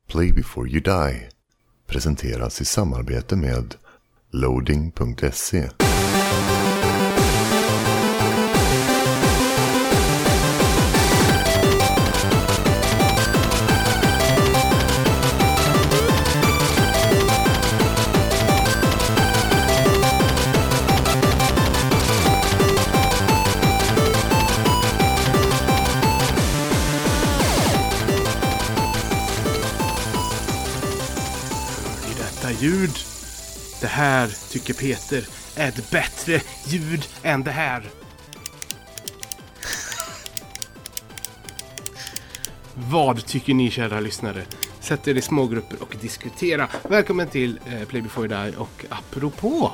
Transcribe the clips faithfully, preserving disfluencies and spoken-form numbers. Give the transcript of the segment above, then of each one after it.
Play before you die presenteras i samarbete med loading punkt se. Ljud. Det här, tycker Peter, är ett bättre ljud än det här. Vad tycker ni, kära lyssnare? Sätt er i smågrupper och diskutera. Välkommen till eh, Play Before You Die och apropå.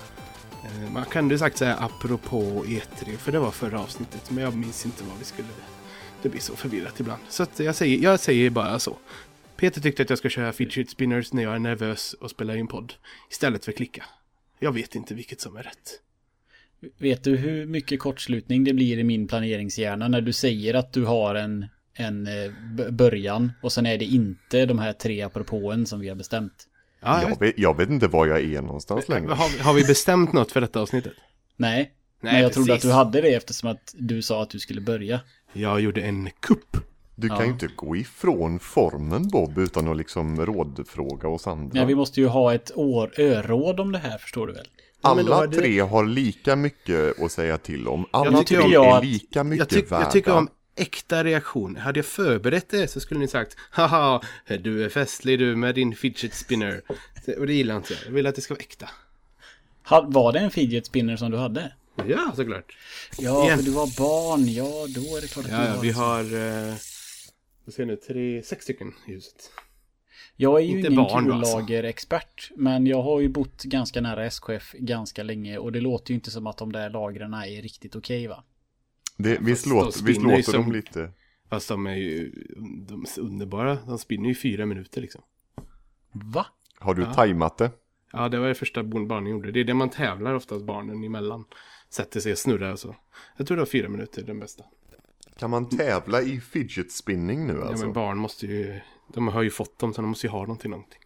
Eh, man kan ju sagt säga apropå E tre, för det var förra avsnittet, men jag minns inte vad vi skulle. Det blir så förvirrat ibland. Så att jag säger, jag säger bara så. Peter tyckte att jag ska köra fidget spinners när jag är nervös och spela in podd istället för klicka. Jag vet inte vilket som är rätt. Vet du hur mycket kortslutning det blir i min planeringshjärna när du säger att du har en, en b- början och sen är det inte de här tre apropåen som vi har bestämt? Ja, jag, vet, jag vet inte var jag är någonstans längre. Har, har vi bestämt något för detta avsnittet? Nej, Nej, men jag precis. trodde att du hade det eftersom att du sa att du skulle börja. Jag gjorde en kupp. Du kan ja. ju inte gå ifrån formen, Bob, utan att liksom rådfråga oss andra. Ja, vi måste ju ha ett år öråd om det här, förstår du väl? Alla det... tre har lika mycket att säga till om. Alla jag tre jag är lika mycket jag, tyck, värda. jag tycker om äkta reaktion. Hade jag förberett det så skulle ni sagt, haha, du är festlig du med din fidget spinner. Och det gillar inte jag. Jag vill att det ska vara äkta. Var det en fidget spinner som du hade? Ja, såklart. Ja, Igen. för du var barn. Ja, då är det klart att Ja, du ja var vi det. har... Eh... Vi ser nu tre, sex stycken i huset. Jag är ju Inte ingen barn då, alltså. kullagerexpert, men jag har ju bott ganska nära S K F ganska länge och det låter ju inte som att de där lagren är riktigt okej, va? Det, visst de låter, visst spinner ju låter som- de lite... Fast de är ju de är underbara. De spinner ju fyra minuter liksom. Va? Har du Ja. tajmat det? Ja, det var det första barnen gjorde. Det är det man tävlar oftast barnen emellan. Sätter sig och snurrar och så. Jag tror det var fyra minuter den bästa. Kan man tävla i fidget spinning nu alltså? Ja, men barn måste ju... De har ju fått dem så de måste ju ha någonting. någonting.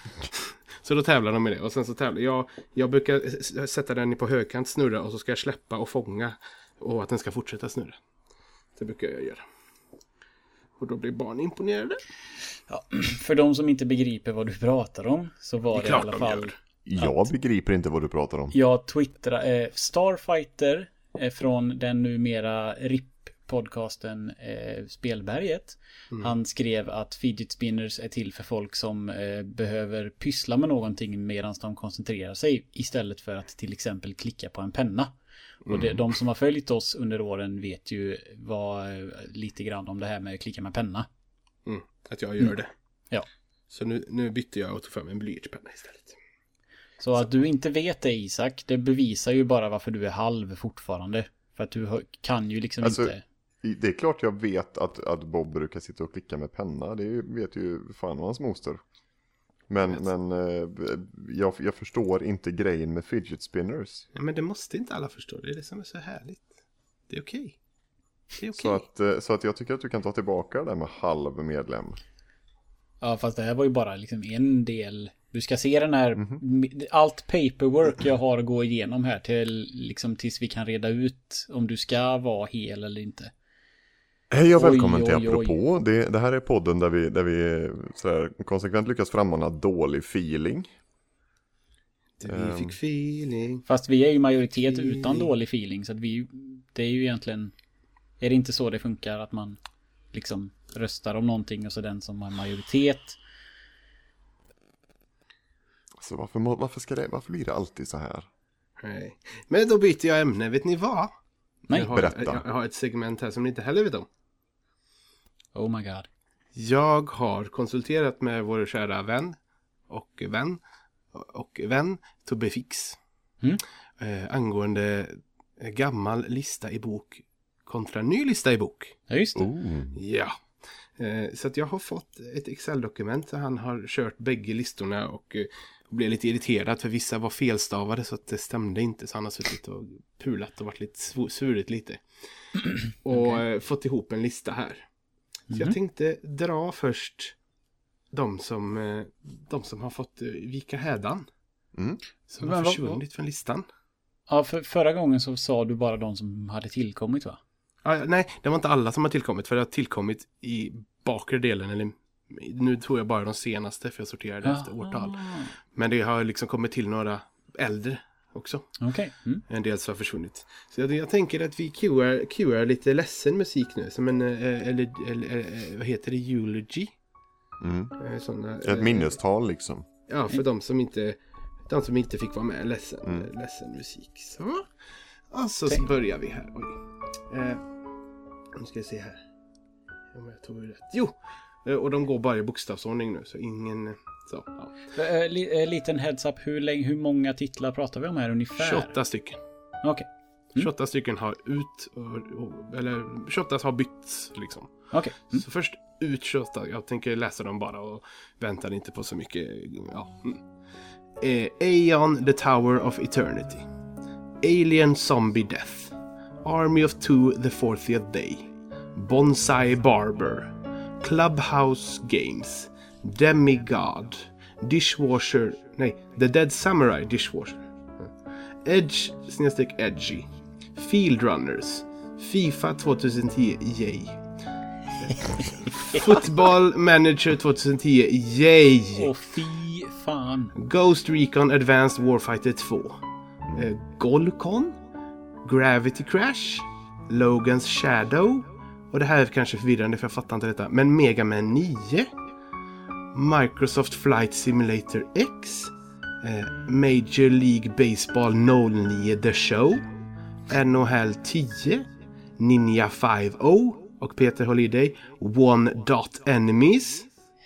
Så då tävlar de med det. Och sen så tävlar jag... Jag brukar s- sätta den på högkant, snurra och så ska jag släppa och fånga. Och att den ska fortsätta snurra. Det brukar jag göra. Och då blir barn imponerade. Ja, för de som inte begriper vad du pratar om så var Det det, är i klart alla de fall... gör. Jag Att- begriper inte vad du pratar om. Jag twittrade... Eh, Starfighter eh, från den numera R I P-podcasten eh, Spelberget. Mm. Han skrev att fidget spinners är till för folk som eh, behöver pyssla med någonting medan de koncentrerar sig istället för att till exempel klicka på en penna. Och det, de som har följt oss under åren vet ju vad, eh, lite grann om det här med att klicka med penna. Mm, att jag gör Mm. det. Ja. Så nu, nu bytte jag och tog fram en blyertspenna istället. Så att du inte vet det, Isak, det bevisar ju bara varför du är halv fortfarande. För att du har- kan ju liksom Alltså, inte... I- Det är klart jag vet att, att Bob brukar sitta och klicka med penna. Det är ju- vet ju fan och hans moster. Men, men eh, jag, jag förstår inte grejen med fidget spinners. Ja, men det måste inte alla förstå. Det är det som är så härligt. Det är okej. Det är okej. Så, att, eh, så att jag tycker att du kan ta tillbaka det där med halv medlem. Ja, fast det här var ju bara liksom en del. Du ska se den här, Mhm. allt paperwork jag har att gå igenom här till liksom tills vi kan reda ut om du ska vara hel eller inte. Hej och Oj, välkommen till oj, oj. Apropå. Det, det här är podden där vi, där vi sådär, konsekvent lyckas frammana dålig feeling. Vi fick feeling. Fast vi är ju majoritet Feeling. utan dålig feeling så att vi, det är ju egentligen, är det inte så det funkar att man liksom röstar om någonting och så den som har majoritet. Så varför, må- varför, ska det, varför blir det alltid så här? Nej. Men då byter jag ämne. Vet ni vad? Nej, jag har, berätta. Jag har ett segment här som ni inte heller vet om. oh my god. Jag har konsulterat med vår kära vän och vän och vän Tobbe Fix. Mm. Eh, angående gammal lista i bok kontra ny lista i bok. Ja, just det. Oh. Ja. Eh, så att jag har fått ett Excel-dokument där han har kört bägge listorna och eh, blev lite irriterad för vissa var felstavade så att det stämde inte, så han har suttit och pulat och varit lite sv- svurit lite. Och Okay. eh, fått ihop en lista här. Så Mhm. jag tänkte dra först de som, eh, de som har fått eh, vika hädan. Mm. Som har försvunnit från listan. Ja, för förra gången så sa du bara de som hade tillkommit, va? Ah, nej, det var inte alla som har tillkommit. För det har tillkommit i bakre delen. Eller nu tror jag bara de senaste. För jag sorterade Ja. efter årtal. Men det har liksom kommit till några äldre också. Okej. Okay. Mm. En del som har försvunnit. Så jag, jag tänker att vi cuear, cuear lite ledsen musik nu. Som en, eh, eller, eller eh, vad heter det? Eulogy. Mm. Eh, såna, Ett eh, misnestal liksom. Ja, för de som inte de som inte fick vara med. Ledsen, Mm. ledsen musik. Så. Och så, så börjar vi här. Oj. Eh, nu ska jag se här. Om jag tog rätt. Jo! Eh, och de går bara i bokstavsordning nu. Så ingen... Så, ja. Äh, li, äh, liten heads up. Hur, länge, hur många titlar pratar vi om här ungefär? tjugoåtta stycken. Okej. Okay. Mm. tjugoåtta stycken har ut... Och, och, eller tjugoåtta har bytts liksom. Okej. Okay. Mm. Så först ut tjugoåtta. Jag tänker läsa dem bara och väntar inte på så mycket... Ja. Mm. Eh, Aeon, the Tower of Eternity. Alien Zombie Death. Army of Two, the fortieth Day. Bonsai Barber. Clubhouse Games. Demigod. Dishwasher. Nej, The Dead Samurai Dishwasher. Edge, snedstreck Edgy. Field Runners. FIFA tjugohundratio, yay. Football Manager tjugohundratio, yay. Åh, fy fan. Ghost Recon Advanced Warfighter två. Eh, Golcon. Gravity Crash. Logan's Shadow. Och det här är kanske förvirrande för jag fattar inte detta. Men Mega Man nio. Microsoft Flight Simulator X. Eh, Major League Baseball noll nio The Show. N H L tio. Ninja fem O. Och Peter håll i dig. One Dot Enemies.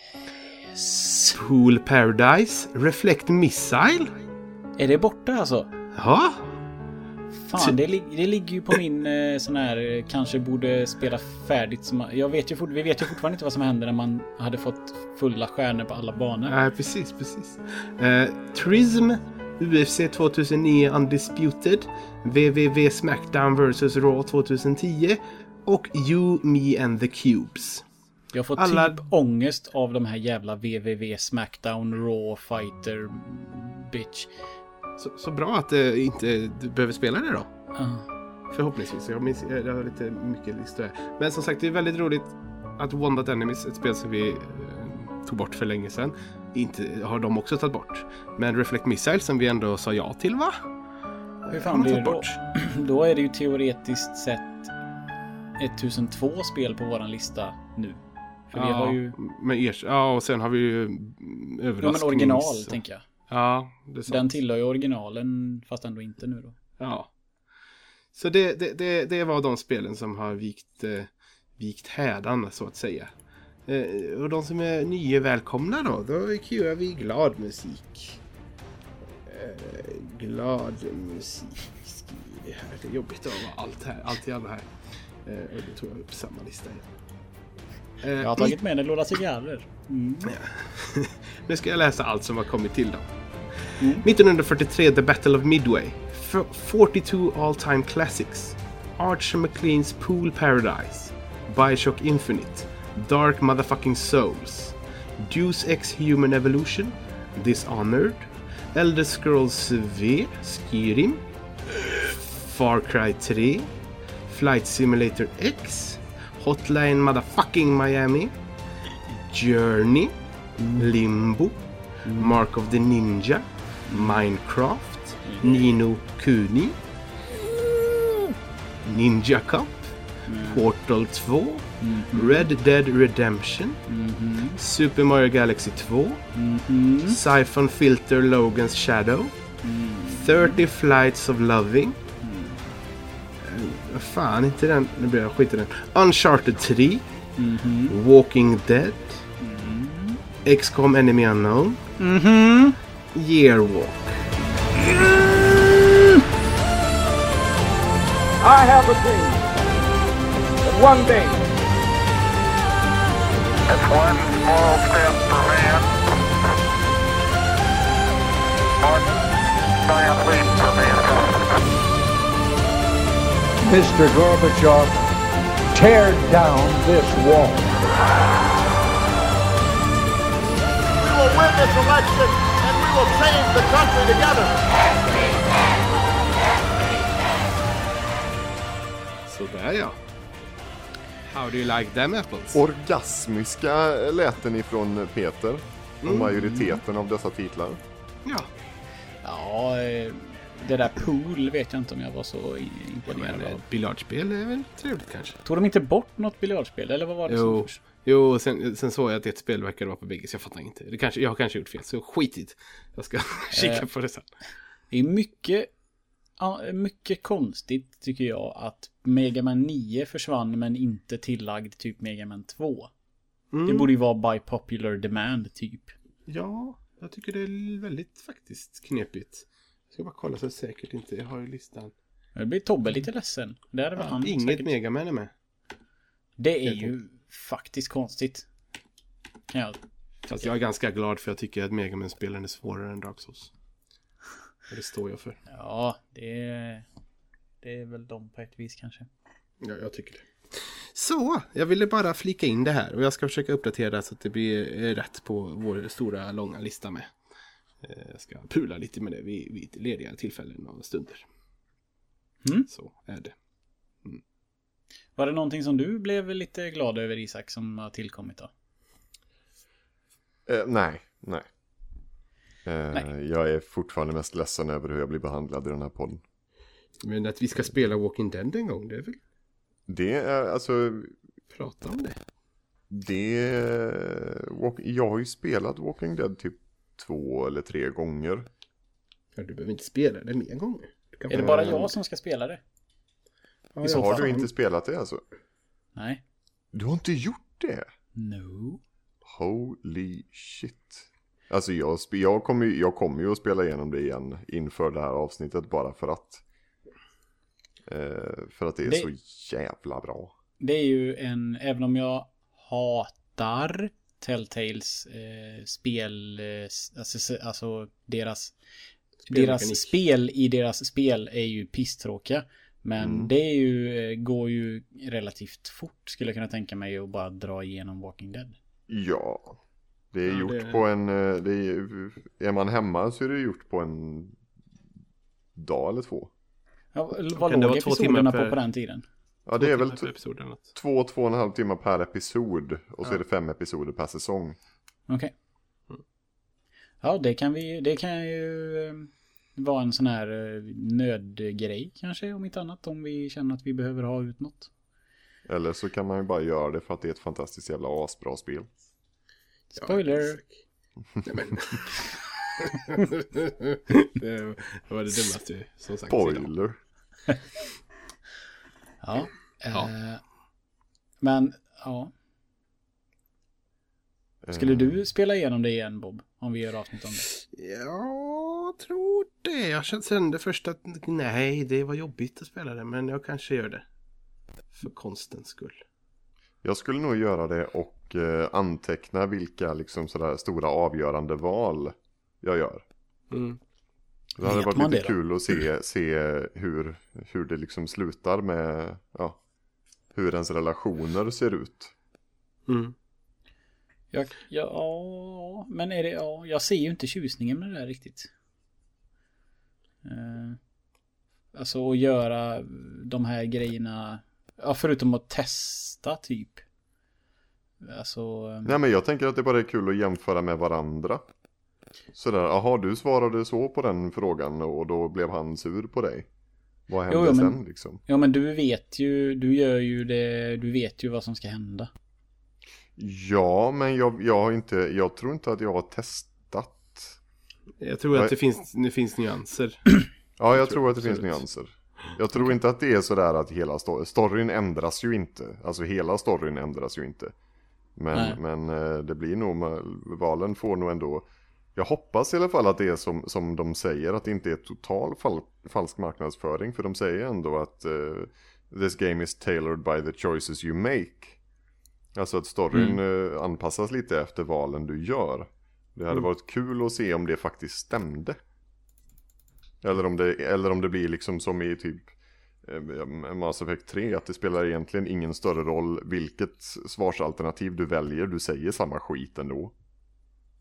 Yes. Pool Paradise. Reflect Missile. Är det borta alltså? Ja. Fan, det, li- det ligger ju på min eh, sån här, kanske borde spela färdigt. Som, jag vet ju fort- vi vet ju fortfarande inte vad som hände när man hade fått fulla stjärnor på alla banor. Ja, precis, precis. Uh, Trism, U F C tjugohundranio Undisputed, W W E Smackdown versus. Raw tjugohundratio och You, Me and the Cubes. Jag får alla... typ ångest av de här jävla W W E Smackdown, Raw, Fighter, bitch. Så, så bra att uh, inte du behöver spela det då. Uh. Förhoppningsvis. Jag, minns, jag har lite mycket listor. Men som sagt, det är väldigt roligt att One Dot Enemies, ett spel som vi uh, tog bort för länge sedan, inte har de också tagit bort. Men Reflect Missile som vi ändå sa ja till, va? Hur fan blir det då? Då är det ju teoretiskt sett ettusentvå spel på våran lista nu. För ja, vi har ju... Men er, ja, och sen har vi ju överrasknings... Ja, men original, tänker jag. Ja, det är sant. Den tillhör ju originalen, fast ändå inte nu då. Ja. Så det, det, det, det var de spelen som har vikt, eh, vikt hädan, så att säga. Eh, och de som är nya välkomna då, då cuear vi glad musik. Eh, glad musik skriver vi här. Det är jobbigt att vara allt här, allt i alla här. Eh, och då tog jag upp samma lista igen. Eh, jag har tagit med en låda cigarrer. Mm. Nu ska jag läsa allt som har kommit till dem. Mm. nittonhundrafyrtiotre, The Battle of Midway. F- fyrtiotvå All-Time Classics. Archer McLean's Pool Paradise. Bioshock Infinite. Dark Motherfucking Souls. Deus Ex Human Evolution. Dishonored. Elder Scrolls V. Skyrim. Far Cry tre. Flight Simulator X. Hotline Motherfucking Miami. Journey. Limbo. Mark of the Ninja. Minecraft. Nino Kuni. Ninja Cup. Portal två. Red Dead Redemption. Super Mario Galaxy två. Siphon Filter Logan's Shadow. thirty Flights of Loving. Vad fan, inte den. Nu blir jag skit i den. Uncharted tre. Walking Dead. X COM Enemy Unknown. Mhm. Yearwalk. I have a dream that one day it's one small step for man, one giant leap for mankind. Mister Gorbachev, tear down this wall. win this election, and we will change the country together. Sådär ja. How do you like them apples? Orgasmiska läten ifrån Peter. Och Mm. majoriteten av dessa titlar. Ja. Ja, eh, det där pool vet jag inte om jag var så i- imponerad Men av. ett biljardspel är väl trevligt kanske. Tog de inte bort något biljardspel? Eller vad var det Jo, som... jo sen, sen såg jag att ett spel verkar vara på bägge, så jag fattar inte. Det kanske, jag har kanske gjort fel, så skitigt. Jag ska kika på det sen. Det är mycket, ja, mycket konstigt tycker jag att Mega Man nio försvann men inte tillagd typ Mega Man två. Mm. Det borde ju vara by popular demand typ. Ja, jag tycker det är väldigt faktiskt knepigt. Jag ska bara kolla så säkert inte, jag har ju listan. Det blir Tobbe lite ledsen. Det är väl Ja, han inget säkert. Mega Man är med. Det är ju faktiskt konstigt. Kan jag... Fast jag är ganska glad för jag tycker att Mega Man-spelen är svårare än Dark Souls. Och det står jag för. Ja, det är... Det är väl de på ett vis kanske. Ja, jag tycker det. Så, jag ville bara flika in det här. Och jag ska försöka uppdatera så att det blir eh, rätt på vår stora, långa lista med. Eh, Jag ska pula lite med det vid, vid lediga tillfällen och stunder. Mm. Så är det. Var det någonting som du blev lite glad över, Isak, som har tillkommit då? Eh, nej, nej. Eh, Nej. Jag är fortfarande mest ledsen över hur jag blir behandlad i den här podden. Men att vi ska spela Walking Dead en gång, det är väl... Det är alltså... Prata om det. Det... Walk- Jag har ju spelat Walking Dead typ två eller tre gånger. Ja, du behöver inte spela det mer gånger. Du kan Är det få- bara jag som ska spela det? Ja, så ja, Har fall. du inte spelat det alltså? Nej. Du har inte gjort det? No. Holy shit. Alltså jag, sp- jag kommer ju, jag kommer ju att spela igenom det igen inför det här avsnittet bara för att eh, för att det är Det- så jävla bra. Det är ju en, även om jag hatar Telltales eh, spel, eh, alltså, alltså deras, deras Spelmekanik. spel i deras spel är ju pisstråkiga. Men Mm. det är ju, eh, går ju relativt fort skulle jag kunna tänka mig att bara dra igenom Walking Dead. Ja. Det är Ja, gjort det- på en eh, det är, är man hemma så är det gjort på en dag eller två. Ja, vad Kan det låg vara två episoderna timmar på per- på den tiden? Ja, det är väl Två t- episoder eller något. två, två och en halv timmar per episod och så Ja. är det fem episoder per säsong. Okej. Ja, det kan vi, det kan ju eh, vara en sån här eh, nödgrej kanske, om inte annat, om vi känner att vi behöver ha ut något. Eller så kan man ju bara göra det för att det är ett fantastiskt jävla asbra spel. Spoiler! Nej, men... det var det dummaste som sagt. Spoiler. Ja. Ja. Eh, men, ja. Skulle Eh, du spela igenom det igen, Bob? Om vi gör avsnitt om det. Jag tror det. Jag kände först att nej, det var jobbigt att spela det. Men jag kanske gör det. För konstens skull. Jag skulle nog göra det och eh, anteckna vilka liksom sådär stora avgörande val jag gör. Mm. Det hade Vet varit man lite det då? kul att se, se hur, hur det liksom slutar med, ja, hur ens relationer ser ut. Mm. Jag, ja, men är det, ja, jag ser ju inte tjusningen med det där riktigt. Eh, alltså att göra de här grejerna, ja, förutom att testa typ. Alltså, eh, Nej, men jag tänker att det bara är kul att jämföra med varandra. Sådär, jaha, du svarade så på den frågan och då blev han sur på dig. Vad hände Jo, jo, men- sen liksom? ja, men du vet ju, du gör ju det, du vet ju vad som ska hända. Ja, men jag, jag har inte, jag tror inte att jag har testat. Jag tror att det finns, det finns nyanser. Ja, jag tror att det finns absolut. nyanser. Jag tror inte att det är sådär att hela sto- storyn ändras ju inte. Alltså hela storyn ändras ju inte. Nej. Men, men eh, det blir nog, valen får nog ändå. Jag hoppas i alla fall att det är som, som de säger, att det inte är total fal- falsk marknadsföring. För de säger ändå att uh, this game is tailored by the choices you make. Alltså att storyn eh, anpassas lite efter valen du gör. Det hade Mm. varit kul att se om det faktiskt stämde. Eller om det, eller om det blir liksom som i typ eh, Mass Effect tre, att det spelar egentligen ingen större roll vilket svarsalternativ du väljer, du säger samma skit ändå.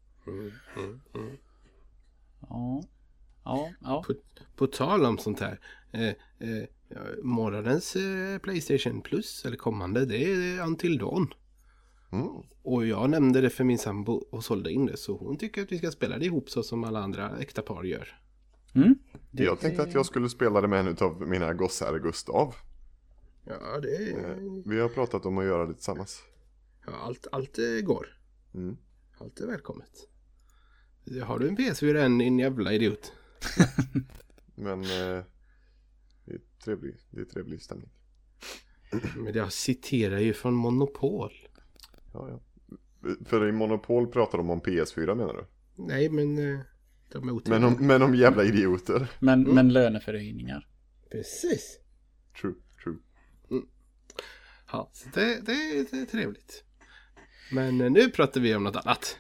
Mm, mm, mm. Ja. Ja, ja. På, på tal om sånt här. Eh, eh, morgonens eh, PlayStation Plus, eller kommande, det är Until Dawn. Mm. Och jag nämnde det för min sambo och sålde in det. Så hon tycker att vi ska spela det ihop så som alla andra äkta par gör. Mm. Det, jag tänkte att jag skulle spela det med en av mina gossar, Gustav. Ja, det är... Eh, vi har pratat om att göra det tillsammans. Ja, allt, allt eh, går. Mm. Allt är välkommet. Har du en P S fyra än, din jävla idiot? Men eh, det är trevlig, det är trevlig stämning. Men jag citerar ju från Monopol. Ja, ja. För i Monopol pratar de om P S fyra, menar du? Nej, men eh, de är otrevliga. Men om, men om jävla idioter. Men, Mm. men löneförhöjningar. Precis. True, true. Ja, så det, det, det är trevligt. Men eh, nu pratar vi om något annat.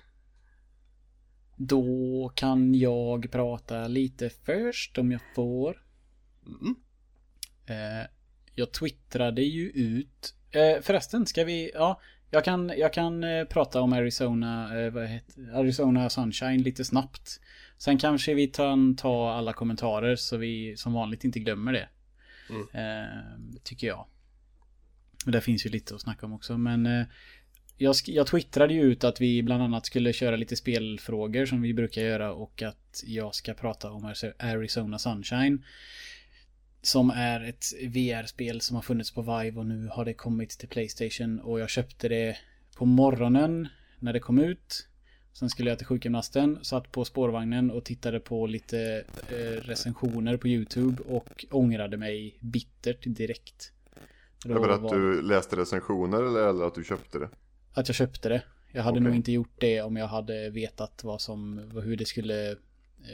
Då kan jag prata lite först om jag får. Mm. Eh, jag twittrade ju ut. Eh, förresten, ska vi... Ja, jag kan, jag kan eh, prata om Arizona, eh, vad heter, Arizona Sunshine lite snabbt. Sen kanske vi kan ta alla kommentarer så vi som vanligt inte glömmer det. Mm. Eh, tycker jag. Och det finns ju lite att snacka om också. Men eh, jag, sk- jag twittrade ju ut att vi bland annat skulle köra lite spelfrågor som vi brukar göra. Och att jag ska prata om Arizona Sunshine. Som är ett V R-spel som har funnits på Vive och nu har det kommit till PlayStation. Och jag köpte det på morgonen när det kom ut. Sen skulle jag till sjukgymnasten, satt på spårvagnen och tittade på lite eh, recensioner på YouTube och ångrade mig bittert direkt. Då Över att var- du läste recensioner eller, eller att du köpte det? Att jag köpte det. Jag hade Okej. nog inte gjort det om jag hade vetat vad som, hur det skulle eh,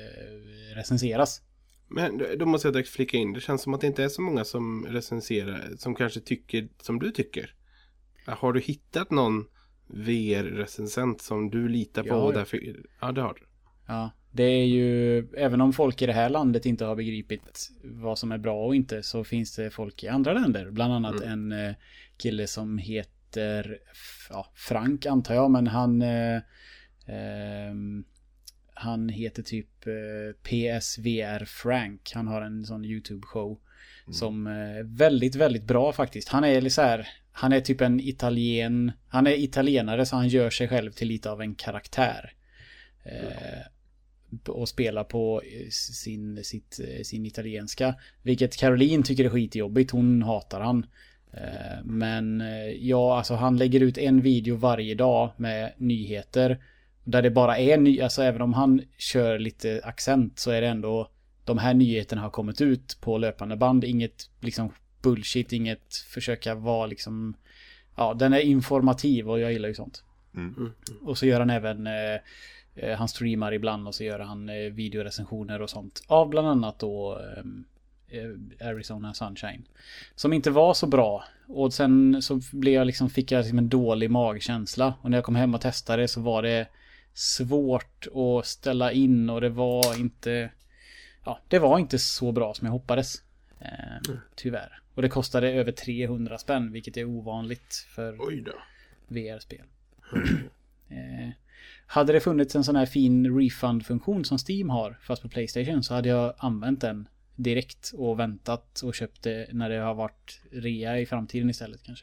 recenseras. Men då- då måste jag direkt flika in. Det känns som att det inte är så många som recenserar som kanske tycker som du tycker. Har du hittat någon V R-recensent som du litar på? Ja, och ja. därför... Ja, det har du. Ja, det är ju, även om folk i det här landet inte har begripit vad som är bra och inte, så finns det folk i andra länder. Bland annat en eh, kille som heter f- ja, Frank antar jag, men han eh, ehm, han heter typ eh, P S V R Frank. Han har en sån YouTube-show som är väldigt, väldigt bra faktiskt. Han är så här, han är typ en italien, han är italienare så han gör sig själv till lite av en karaktär. Eh, och spelar på sin, sitt, sin italienska. Vilket Caroline tycker är skitjobbigt. Hon hatar han. Eh, men eh, ja, alltså han lägger ut en video varje dag med nyheter. Där det bara är ny, alltså även om han kör lite accent så är det ändå de här nyheterna har kommit ut på löpande band. Inget liksom bullshit, inget försöka vara liksom, ja, den är informativ och jag gillar ju sånt. Mm. Och så gör han även eh, eh, han streamar ibland och så gör han eh, videorecensioner och sånt av bland annat då eh, Arizona Sunshine som inte var så bra och sen så blev jag liksom, fick jag liksom en dålig magkänsla och när jag kom hem och testade så var det svårt att ställa in och det var inte, ja, det var inte så bra som jag hoppades eh, tyvärr, och det kostade över trehundra spänn vilket är ovanligt för Oj då. V R-spel. eh, hade det funnits en sån här fin refund-funktion som Steam har fast på PlayStation så hade jag använt den direkt och väntat och köpt det när det har varit rea i framtiden istället kanske.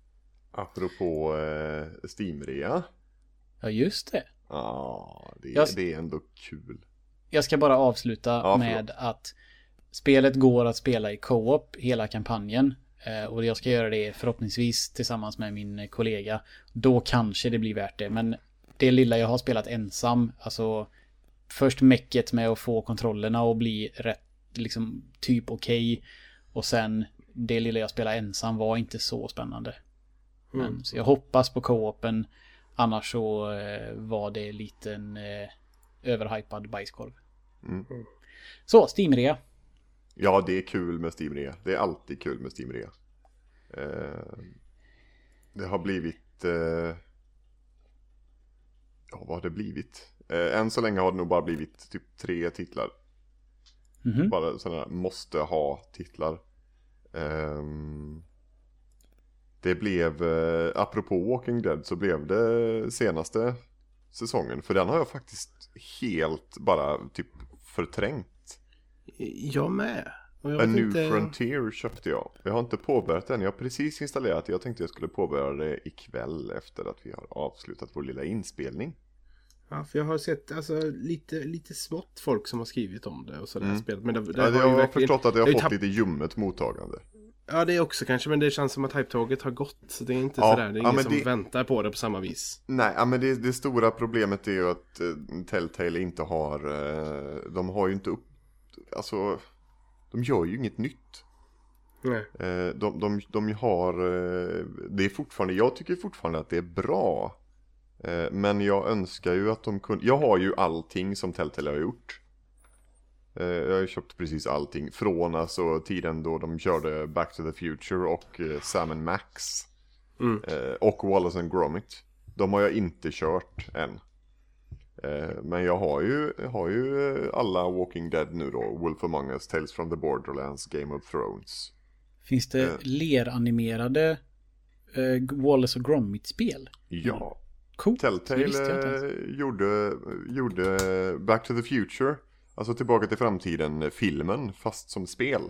Apropå eh, Steam-rea. Ja just det. Ja, det, Jag- det är ändå kul. Jag ska bara avsluta Ja, förlåt. med att spelet går att spela i co-op hela kampanjen. Eh, och jag ska göra det förhoppningsvis tillsammans med min kollega. Då kanske det blir värt det. Men det lilla jag har spelat ensam, alltså först mäcket med att få kontrollerna och bli rätt, liksom typ okej. Och sen det lilla jag spelade ensam var inte så spännande. Men, så jag hoppas på co-open. Annars så eh, var det lite en eh, överhypad bajskorv. Mm. Så, Steam-rea. Ja, det är kul med Steam-rea. Det är alltid kul med Steam-rea. Eh, det har blivit... Eh, ja, vad har det blivit? Eh, än så länge har det nog bara blivit typ tre titlar. Mhm. Bara sådana måste ha titlar. Ehm, det blev, eh, apropå Walking Dead så blev det senaste säsongen. För den har jag faktiskt helt bara typ förträngt. Jag med. Och jag A New inte... Frontier köpte jag. Jag har inte påbörjat den. Jag har precis installerat det. Jag tänkte jag skulle påbörja det ikväll efter att vi har avslutat vår lilla inspelning. Ja, för jag har sett alltså, lite, lite smått folk som har skrivit om det och sådär mm. spelet. Men det, det ja, det har jag har verkligen... förstått att det har det fått tapp... lite ljummet mottagande. Ja, det är också kanske, men det känns som att hype-tåget har gått. Så det är inte ja, sådär, det är ja, ingen som det... väntar på det på samma vis. Nej, ja, men det, det stora problemet är ju att uh, Telltale inte har, uh, de har ju inte upp, alltså, de gör ju inget nytt. Nej. Uh, de, de, de har, uh, det är fortfarande, jag tycker fortfarande att det är bra. Uh, men jag önskar ju att de kunde, jag har ju allting som Telltale har gjort. Jag har köpt precis allting. Från alltså tiden då de körde Back to the Future och eh, Sam and Max. Mm. Eh, och Wallace and Gromit. De har jag inte kört än. Eh, men jag har ju, har ju alla Walking Dead nu då. Wolf Among Us, Tales from the Borderlands, Game of Thrones. Finns det eh. leranimerade eh, Wallace och Gromit-spel? Ja. Coolt. Telltale gjorde, gjorde Back to the Future. Alltså Tillbaka till framtiden, filmen, fast som spel.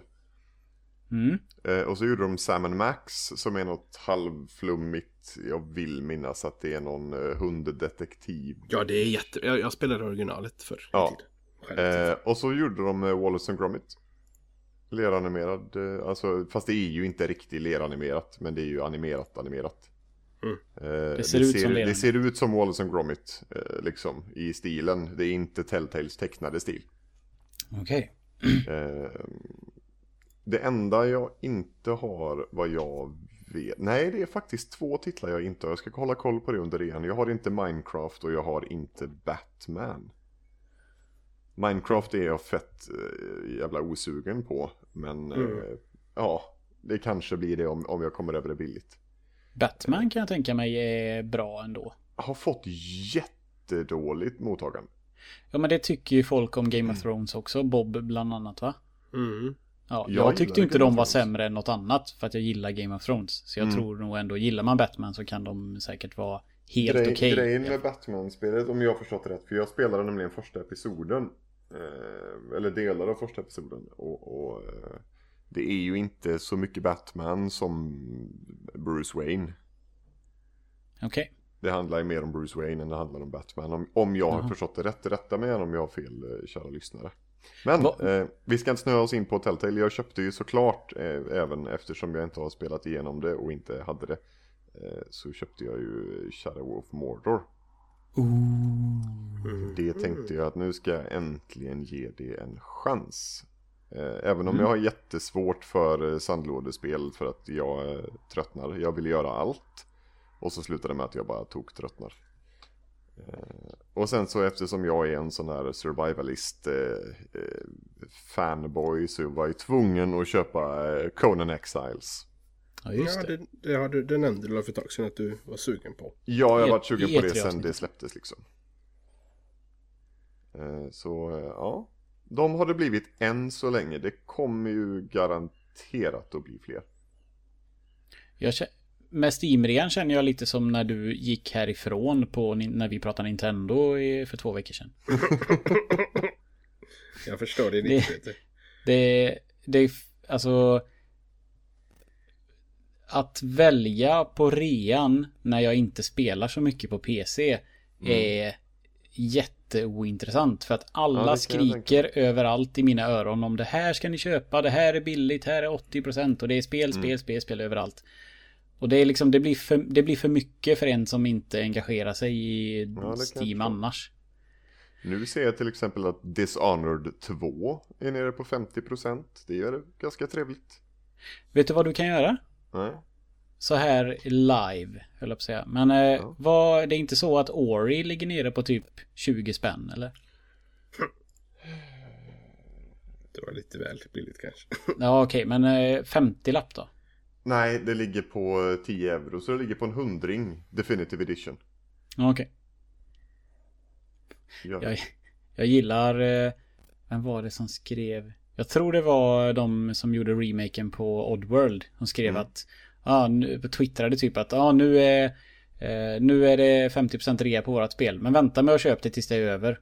Mm. Eh, och så gjorde de Sam and Max, som är något halvflummigt. Jag vill minnas att det är någon eh, hunddetektiv. Ja, det är jätte... Jag, jag spelade originalet för ja. Eh, och så gjorde de eh, Wallace and Gromit. Leranimerad, eh, alltså, fast det är ju inte riktigt leranimerat, men det är ju animerat, animerat. Mm. Eh, det, ser det, ut ser, som det ser ut som Wallace and Gromit, eh, liksom, i stilen. Det är inte Telltales tecknade stil. Okej. Okay. Eh, det enda jag inte har, vad jag vet... Nej, det är faktiskt två titlar jag inte har. Jag ska hålla koll på det under igen. Jag har inte Minecraft och jag har inte Batman. Minecraft är jag fett äh, jävla osugen på. Men mm. äh, ja, det kanske blir det om, om jag kommer över det billigt. Batman kan jag tänka mig är bra ändå. Har fått jättedåligt mottagande. Ja, men det tycker ju folk om Game of Thrones också. Bob bland annat, va? Mm. Ja, jag, jag tyckte inte de var sämre än något annat för att jag gillar Game of Thrones. Så jag mm. tror nog ändå, gillar man Batman så kan de säkert vara helt Grej, okej. Okay. Grejen med Batman-spelet, om jag har förstått rätt, för jag spelade nämligen första episoden. Eh, eller delar av första episoden. Och, och eh, det är ju inte så mycket Batman som Bruce Wayne. Okej. Okay. Det handlar ju mer om Bruce Wayne än det handlar om Batman. Om, om jag har Aha. förstått det rätt, rätta mig om jag har fel, eh, kära lyssnare. Men eh, vi ska inte snöa oss in på Telltale. Jag köpte ju såklart, eh, även eftersom jag inte har spelat igenom det och inte hade det, eh, så köpte jag ju Shadow of Mordor. Ooh. Det tänkte jag att nu ska jag äntligen ge det en chans. Eh, även om mm. jag har jättesvårt för eh, sandlådespel för att jag eh, tröttnar. Jag vill göra allt. Och så slutade det med att jag bara tog tröttnar. Eh, och sen så eftersom jag är en sån här survivalist eh, eh, fanboy så var jag tvungen att köpa eh, Conan Exiles. Ja, just ja, det. det, det, har du, det nämnde du för ett tag sedan att du var sugen på. Ja, jag har E- varit sugen på det E tre sen det släpptes liksom. Eh, så eh, ja, de har det blivit än så länge. Det kommer ju garanterat att bli fler. Jag känner, med Steam-rean känner jag lite som när du gick härifrån på, när vi pratade Nintendo för två veckor sedan. Jag förstår det inte. Det, det, det, alltså att välja på rean när jag inte spelar så mycket på P C mm. är jätteointressant för att alla ja, skriker överallt i mina öron om det här ska ni köpa, det här är billigt, här är åttio procent och det är spel, spel, mm. spel, spel överallt. Och det är liksom, det blir för, det blir för mycket för en som inte engagerar sig i ja, Steam annars. Nu ser jag till exempel att Dishonored två är nere på femtio procent. Det är ganska trevligt. Vet du vad du kan göra? Nej. Så här live, höll jag på att säga. Men eh, ja. var det är inte så att Ori ligger nere på typ tjugo spänn, eller? Det var lite väl billigt kanske. Ja, okej. Okay, men eh, femtio lapp då? Nej, det ligger på tio euro. Så det ligger på en hundring Definitive Edition. Okej. Okay. Ja. Jag, jag gillar... Eh, vem var det som skrev... Jag tror det var de som gjorde remaken på Oddworld. De skrev mm. att... Ja, nu twittrade typ att ja, nu är Eh, nu är det femtio procent rea på vårat spel. Men vänta med att köpa det tills det är över.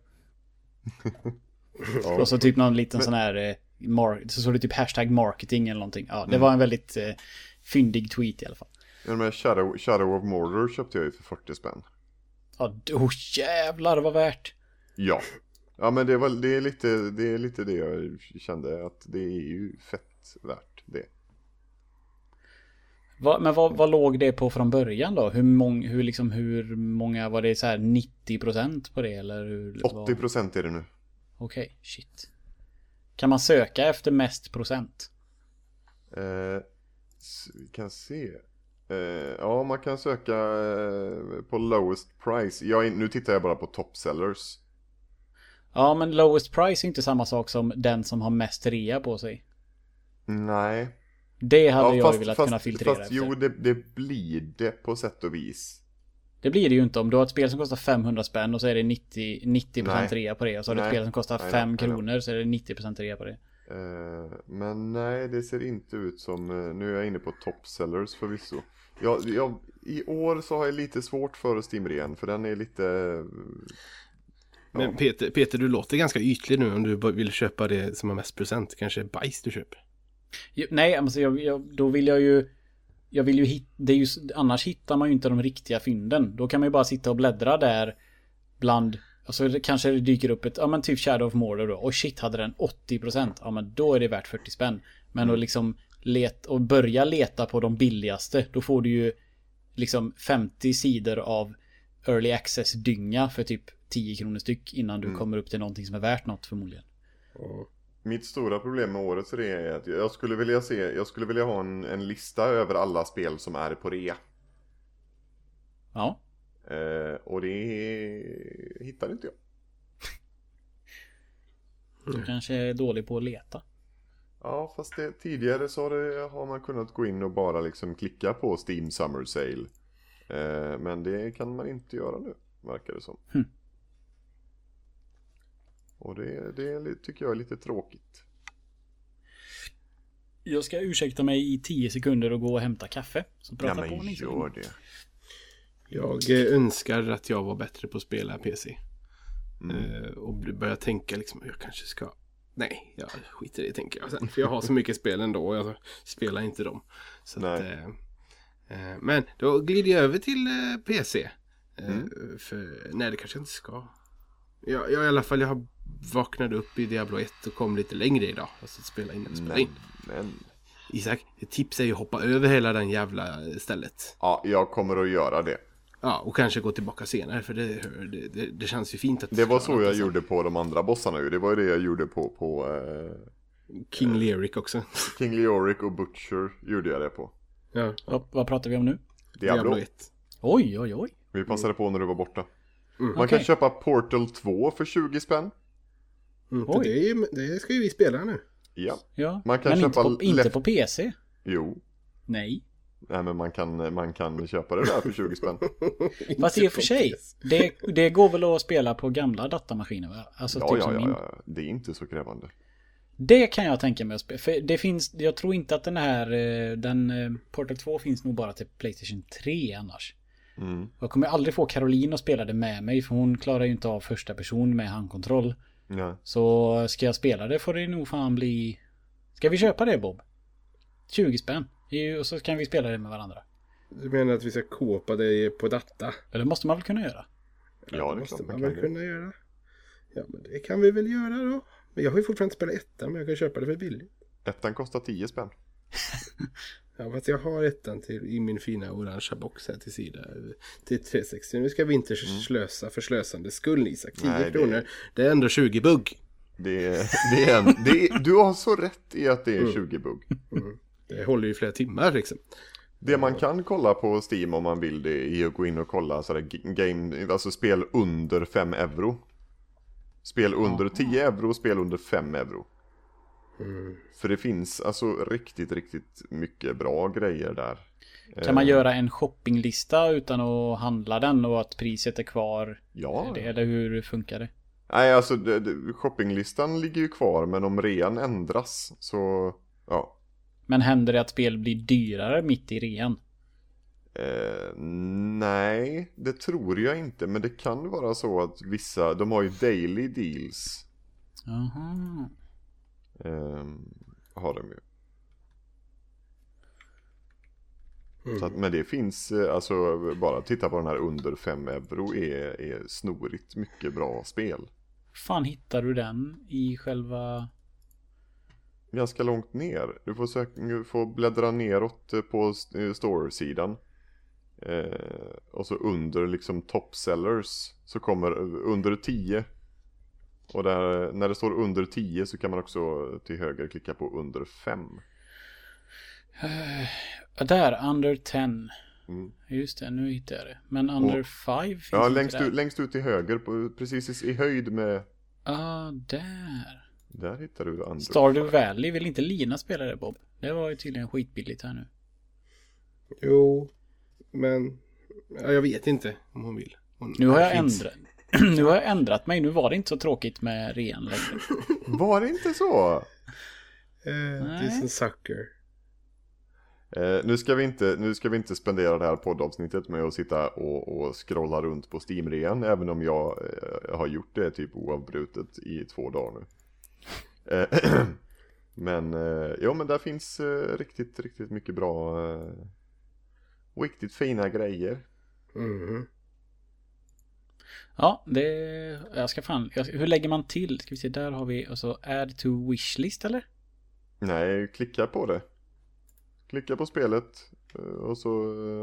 Ja. Och så typ någon liten sån här eh, mar- så såg det typ hashtag marketing eller någonting. Ja, det var en väldigt eh, fyndig tweet i alla fall. Ja, men Shadow, Shadow of Mordor köpte jag ju för fyrtio spänn. Ja, oh, jävlar vad värt. Ja. Ja, men det, var, det, är lite, det är lite det jag kände, att det är ju fett värt det. Va, men vad, vad låg det på från början då? Hur, mång, hur, liksom, hur många, var det så här nittio procent på det? Eller hur, åttio procent är det nu. Okej, okay, shit. Kan man söka efter mest procent? Eh, vi kan se. Eh, ja, man kan söka eh, på lowest price. Jag, nu tittar jag bara på top sellers. Ja, men lowest price är inte samma sak som den som har mest rea på sig. Nej. Det hade ja, jag fast, velat fast, kunna filtrera fast, efter. Jo, det, det blir det på sätt och vis. Det blir det ju inte om du har ett spel som kostar femhundra spänn och så är det nittio procent rea på det. Och så har du ett spel som kostar nej, fem nej, kronor nej. så är det nittio procent rea på det. Uh, men nej, det ser inte ut som... Uh, nu är jag inne på top sellers förvisso. Jag, jag, I år så har jag lite svårt för Steam-rean, för den är lite... Uh, Men ja. Peter, Peter, du låter ganska ytlig nu om du vill köpa det som har mest procent. Kanske bajs du köper. Jo, nej, alltså jag, jag, då vill jag ju... Jag vill ju hitta... Det är ju, annars hittar man ju inte de riktiga fynden. Då kan man ju bara sitta och bläddra där bland... Alltså det, kanske det dyker upp ett... Ja men typ Shadow of Mordor då. Och shit, hade den åttio procent. Ja men då är det värt fyrtio spänn. Men mm. att liksom let, och börja leta på de billigaste. Då får du ju liksom femtio sidor av Early Access-dynga för typ tio kronor styck innan du mm. kommer upp till någonting som är värt något förmodligen. Mm. Mitt stora problem med årets rea är att jag skulle vilja se, jag skulle vilja ha en, en lista över alla spel som är på rea. Ja. Eh, och det hittar inte jag. Du kanske är dålig på att leta. Ja, fast det, tidigare så har, det, har man kunnat gå in och bara liksom klicka på Steam Summer Sale. Eh, men det kan man inte göra nu, verkar det som. Hm. Och det, det tycker jag är lite tråkigt. Jag ska ursäkta mig i tio sekunder och gå och hämta kaffe. Så prata ja, men på ni gör det. Jag önskar att jag var bättre på att spela P C. Mm. Uh, och börja tänka liksom, jag kanske ska... Nej, jag skiter i det tänker jag sen. För jag har så mycket spel ändå och jag spelar inte dem. Så att, uh, uh, men då glider jag över till uh, P C. Uh, mm. För, nej, det kanske jag inte ska. Jag, jag i alla fall, jag har vaknade upp i Diablo ett och kom lite längre idag. Alltså att spela in och spela in. Men... Isak, ett tips är ju att hoppa över hela den jävla stället. Ja, jag kommer att göra det. Ja, och kanske gå tillbaka senare. För det, det, det, det känns ju fint att... Det var så jag alltså. gjorde på de andra bossarna ju. Det var ju det jag gjorde på... på eh, King eh, Leoric också. King Leoric och Butcher gjorde jag det på. Ja. Vad, vad pratar vi om nu? Diablo. Diablo ett. Oj, oj, oj. Vi passade på när du var borta. Mm. Man okay. kan köpa Portal två för tjugo spänn. Mm, det, är, det ska ju vi spela nu. Ja. ja. Man kan men köpa inte, på, inte på P C. Jo. Nej. Nej, men man kan, man kan köpa det där för tjugo spänn. Fast i och för sig, det, det går väl att spela på gamla datamaskiner va? Alltså, ja, typ ja, som ja, min. ja. Det är inte så krävande. Det kan jag tänka mig att spela. För det finns, jag tror inte att den här, den Portal två finns nog bara till PlayStation tre annars. Mm. Jag kommer aldrig få Caroline att spela det med mig för hon klarar ju inte av första person med handkontroll. Ja. Så ska jag spela det får det nog fan bli... Ska vi köpa det Bob? tjugo spänn. Och så kan vi spela det med varandra. Du menar att vi ska kåpa det på data? Eller måste man väl kunna göra? Ja, ja det, det måste man, man man väl kunna göra. Ja, men det kan vi väl göra då. Men jag har ju fortfarande inte spelat ettan, men jag kan köpa det för billigt. Ettan kostar tio spänn. Ja, fast jag har ettan till, i min fina orangea box här till sida till trehundrasextio. Nu ska vi inte slösa för slösande skull, Isak. tio Nej, kronor. det... det är ändå tjugo bugg. Det är, det är en, det är, du har så rätt i att det är tjugo bugg. Mm. Det håller ju flera timmar liksom. Det man kan kolla på Steam om man vill det är att gå in och kolla sådär game, alltså spel under fem euro. Spel under tio euro, spel under fem euro. Mm. För det finns alltså riktigt, riktigt mycket bra grejer där. Kan man göra en shoppinglista utan att handla den och att priset är kvar? Ja. Det, eller hur funkar det? Nej, alltså det, det, shoppinglistan ligger ju kvar, men om rean ändras så, ja. Men händer det att spel blir dyrare mitt i rean? Eh, nej, det tror jag inte. Men det kan vara så att vissa, de har ju daily deals. Jaha. Eh, har de ju. Mm. Så att, men det finns, alltså bara titta på den här under fem euro är, är snorigt mycket bra spel. Fan, hittar du den i själva... Ganska långt ner. Du får, söka, du får bläddra neråt på store-sidan. Eh, och så under liksom top sellers så kommer under tio. Och där, när det står under tio så kan man också till höger klicka på under fem. Uh, där, under ten. Mm. Just det, nu hittar jag det. Men under fem finns ja, inte längst där. Ut, längst ut till höger, på, precis i höjd med... Ah, där. Där hittar du under. Stardew Valley, vill inte Lina spela det, Bob? Det var ju tydligen skitbilligt här nu. Jo, men ja, jag vet inte om hon vill. Hon, nu har jag ändrat. Nu har jag ändrat mig. Nu var det inte så tråkigt med rean längre. Var det inte så? Uh, this is sucker. Eh, nu, ska vi inte, nu ska vi inte spendera det här poddavsnittet med att sitta och, och scrolla runt på Steam-rean. Även om jag eh, har gjort det typ oavbrutet i två dagar nu. Eh, men eh, ja, men där finns eh, riktigt, riktigt mycket bra eh, och riktigt fina grejer. Mm. Ja, det... Jag ska fan... Jag, hur lägger man till? Ska vi se, där har vi... Och så add to wishlist, eller? Nej, klicka på det. Klicka på spelet och så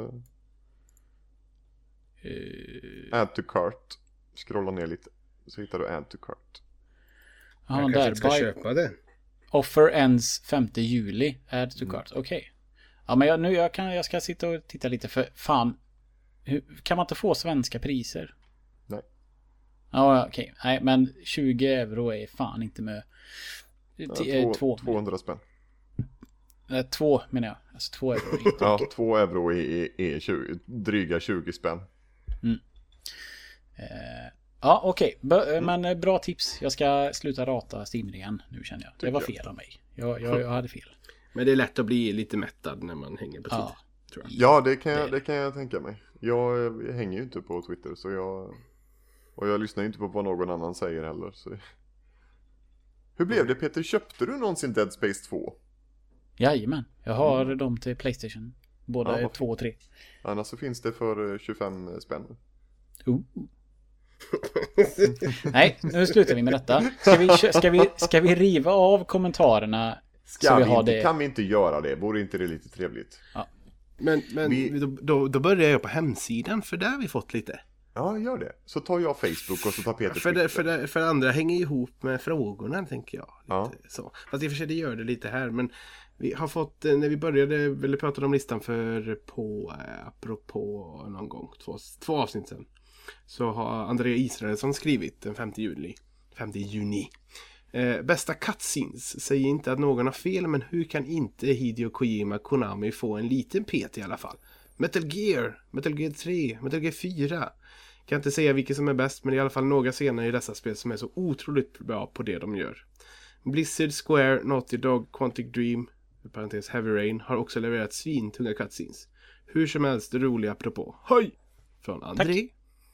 uh, add to cart. Scrolla ner lite så hittar du add to cart. Ja, jag där ska by... köpa det. Offer ends femte juli. Add to cart. Mm. Okej. Okay. Ja, men jag, nu jag kan jag ska sitta och titta lite för fan. Hur, kan man inte få svenska priser? Nej. Ja, okej. Okay. Nej, men tjugo euro är fan inte med. Ja, T- två, två. tvåhundra spänn. Eh, två menar jag. Alltså två euro. Är ja, två euro är, är, är tjugo, dryga tjugo spänn. Mm. Eh, ja, okej. Okay. B- mm. Men bra tips. Jag ska sluta rata Steam igen nu, känner jag. Det var fel av mig. Jag, jag, jag hade fel. Men det är lätt att bli lite mättad när man hänger på Twitter. Ja, tror jag. Ja, det kan jag, det kan jag tänka mig. Jag, jag hänger ju inte på Twitter så jag... Och jag lyssnar ju inte på vad någon annan säger heller. Så. Hur blev det, Peter? Köpte du någonsin Dead Space två? Jajamän. Jag har mm. dem till PlayStation. Båda ja, två och tre. Annars så finns det för tjugofem spänn. Oh. Nej, nu slutar vi med detta. Ska vi, ska vi, ska vi riva av kommentarerna? Ska så vi, vi har inte, det... kan vi inte göra det? Vore inte det lite trevligt? Ja. Men, men vi... då, då, då börjar jag på hemsidan, för där har vi fått lite. Ja, gör det. Så tar jag Facebook och så tar Peter för det, för, det, för det andra hänger ihop med frågorna, tänker jag. Lite ja. Så. Fast i och för sig det gör det lite här. Men vi har fått, när vi började, eller pratade om listan för på, eh, apropå någon gång, två, två avsnitt sedan. Så har Andrea Israelsson skrivit den femte juli. femte juni. Eh, bästa cutscenes. Säger inte att någon har fel, men hur kan inte Hideo Kojima Konami få en liten pet i alla fall? Metal Gear, Metal Gear tre, Metal Gear fyra. Kan inte säga vilket som är bäst, men det är i alla fall några scener i dessa spel som är så otroligt bra på det de gör. Blizzard, Square, Naughty Dog, Quantic Dream, parentes Heavy Rain, har också levererat svintunga cutscenes. Hur som helst roliga apropå. Hej! Från André.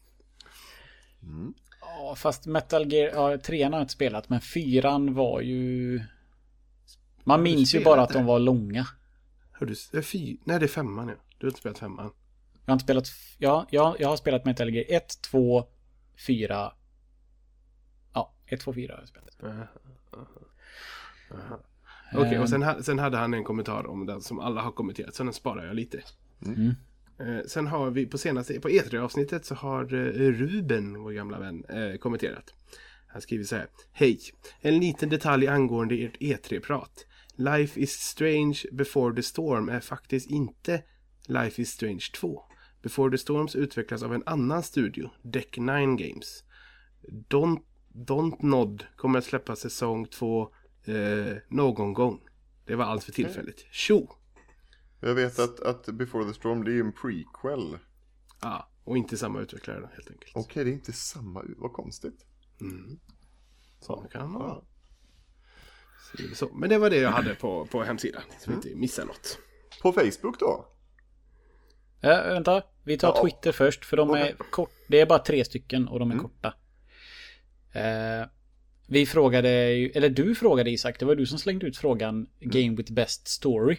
Mm. Ja, fast Metal Gear, ja, trean har jag inte spelat, men fyran var ju... Man minns ju bara att de var långa. Hör du, är fy... Nej, det är femman, ja. Du har inte spelat femman. Jag har inte spelat... Ja, jag, jag har spelat Metal Gear ett, två, fyra... Ja, ett, två, fyra har jag spelat. Uh-huh. Uh-huh. Uh-huh. Okej, okay, och sen, sen hade han en kommentar om den som alla har kommenterat, så den sparar jag lite. Mm. Eh, sen har vi på senaste, på E tre-avsnittet så har eh, Ruben, vår gamla vän, eh, kommenterat. Han skriver så här: hej, en liten detalj angående ert E tre-prat. Life is Strange Before the Storm är faktiskt inte Life is Strange två. Before the Storms utvecklas av en annan studio, Deck nine Games. Don't, Don't Nod kommer att släppa säsong två eh, någon gång. Det var allt för tillfället. Tjo! Jag vet att, att Before the Storm, det är ju en prequel. Ja, och inte samma utvecklare då, helt enkelt. Okej, okay, det är inte samma, vad konstigt. Mm. Så det kan vara. Så, så. Men det var det jag hade på, på hemsidan, så vi inte missar något. På Facebook då? Äh, vänta, vi tar Ja. Twitter först. För de är kort. Det är bara tre stycken och de är Mm. korta. Eh, vi frågade, ju- eller du frågade Isak. Det var du som slängde ut frågan Game with best story.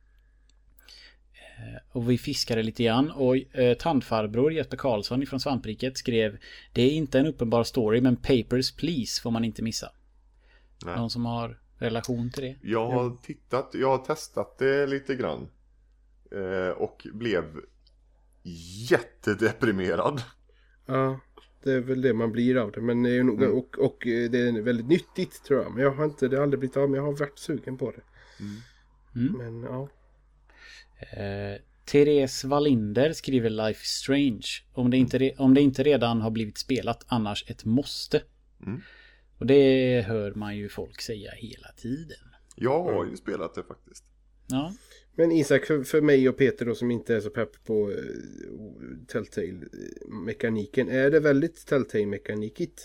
Eh, och vi fiskade lite grann. Och eh, tandfarbror Jesper Karlsson från Svampriket skrev: det är inte en uppenbar story, men Papers, Please får man inte missa. Nej. Någon som har relation till det? Jag har tittat, jag har testat det lite grann. Eh, och blev jättedeprimerad. Ja, det är väl det man blir av det. Men det är nog, Mm. och, och det är väldigt nyttigt tror jag. Men jag har inte, det har aldrig blivit av, men jag har varit sugen på det. Mm. Men ja. Eh, Therese Wallinder skriver Life is Strange. Om det, inte re- om det inte redan har blivit spelat, annars ett måste. Mm. Och det hör man ju folk säga hela tiden. Jag har ju spelat det faktiskt. Ja. Men Isak, för, för mig och Peter då som inte är så pepp på uh, Telltale-mekaniken. Är det väldigt Telltale-mekanikigt?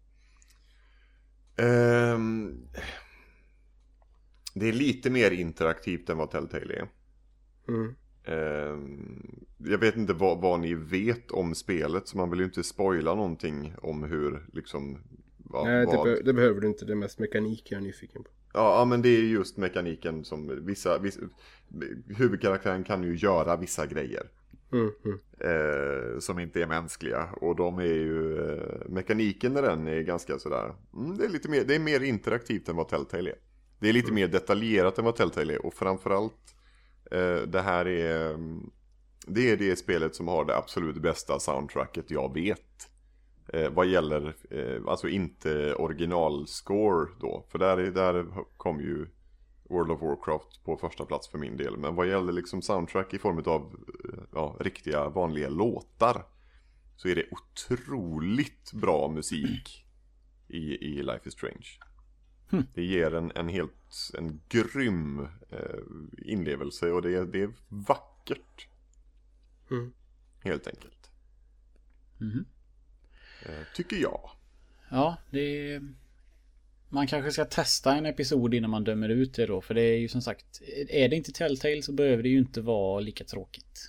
Ehm, det är lite mer interaktivt än vad Telltale är. Mm. Ehm, jag vet inte vad, vad ni vet om spelet, så man vill ju inte spoila någonting om hur liksom vad, Nej, det, vad... be- det behöver du inte. Det är mest mekanik jag är nyfiken på. Ja, ja, men det är just mekaniken som vissa, vissa huvudkaraktären kan ju göra vissa grejer Mm, mm. eh, som inte är mänskliga, och de är ju eh, mekaniken i den är ganska sådär mm, det är lite mer, det är mer interaktivt än vad Telltale är. Det är lite mer detaljerat än vad Telltale är, och framförallt eh, det här är det är det spelet som har det absolut bästa soundtracket jag vet. Eh, vad gäller, eh, alltså inte originalscore då. För där, är, där kom ju World of Warcraft på första plats för min del. Men vad gäller liksom soundtrack i form av ja, riktiga vanliga låtar, så är det otroligt bra musik i, i Life is Strange. Hm. Det ger en, en helt en grym eh, inlevelse, och det, det är vackert. Mm. Helt enkelt. Mhm. Tycker jag. Ja, det är... Man kanske ska testa en episod innan man dömer ut det då. För det är ju som sagt, är det inte Telltale så behöver det ju inte vara lika tråkigt.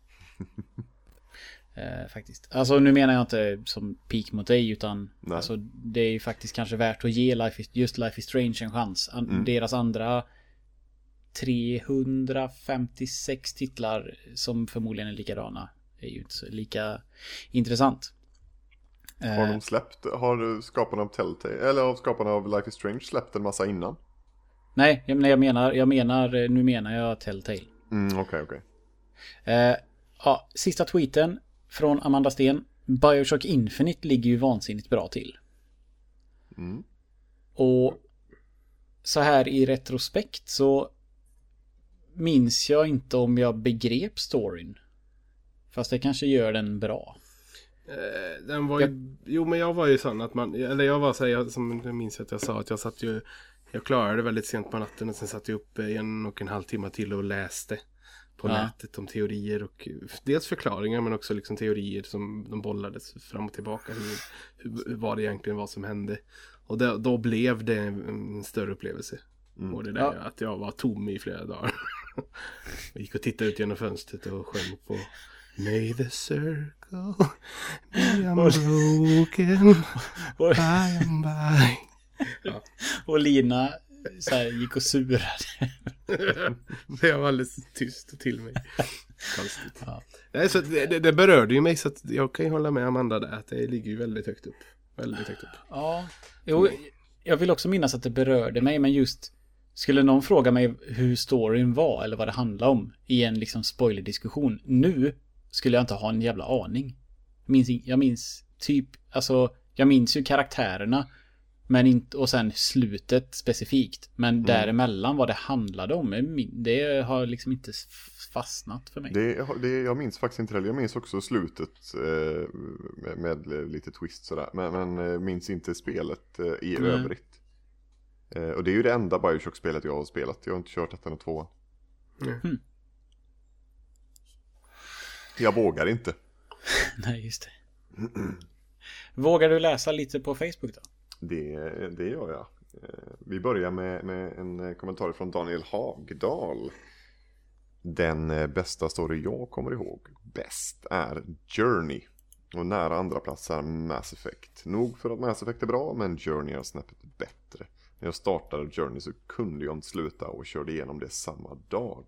eh, faktiskt. Alltså nu menar jag inte som peak mot dig, utan alltså, det är ju faktiskt kanske värt att ge Life is, just Life is Strange en chans. An- Mm. Deras andra trehundrafemtiosex titlar som förmodligen är likadana är ju inte så lika intressant. Har de släppt, har skaparna av Telltale, eller av skaparna av Life is Strange släppt en massa innan? Nej, jag menar, jag menar, jag menar nu menar jag Telltale. Mm, okej, okej. Eh, ja, sista tweeten från Amanda Sten. BioShock Infinite ligger ju vansinnigt bra till. Mm. Och så här i retrospekt så minns jag inte om jag begrep storyn. Fast det kanske gör den bra. Eh, Den var ju, jo men jag var ju sån att man, eller jag var så här, jag, som jag minns att jag sa att jag satt ju, jag klarade det väldigt sent på natten och sen satt jag upp en och en halv timme till och läste på Ja. nätet om teorier och dels förklaringar men också liksom teorier som de bollades fram och tillbaka, hur, hur, vad det egentligen var som hände. Och då, då blev det en större upplevelse. Mm. Och det där Ja. att jag var tom i flera dagar. Jag gick och tittade ut genom fönstret och sjöng på May the circle be unbroken Och, by and by. och Lina så här, gick och surade. Det var alldeles tyst till mig. Konstigt. Ja. Nej, så det, det, det berörde ju mig, så att jag kan ju hålla med Amanda där att det ligger ju väldigt högt upp. Väldigt högt upp. Ja, jo, jag vill också minnas att det berörde mig, men just skulle någon fråga mig hur storyn var eller vad det handlade om i en liksom spoiler-diskussion nu skulle jag inte ha en jävla aning. Jag minns, jag minns typ, alltså jag minns ju karaktärerna men inte, och sen slutet specifikt, men mm. däremellan vad det handlade om, det har liksom inte fastnat för mig. Det, det, jag minns faktiskt inte heller. Jag minns också slutet eh, med, med lite twist sådär. Men, men minns inte spelet eh, i mm. övrigt. Eh, och det är ju det enda BioShock-spelet jag har spelat. Jag har inte kört ettan och tvåan. Mm. Jag vågar inte. Nej, just det. Vågar du läsa lite på Facebook då? Det, det gör jag. Vi börjar med, med en kommentar från Daniel Hagdal. Den eh, bästa story jag kommer ihåg bäst är Journey. Och nära andra plats är Mass Effect. Nog för att Mass Effect är bra, men Journey är snäppet bättre. När jag startade Journey så kunde jag inte sluta och körde igenom det samma dag.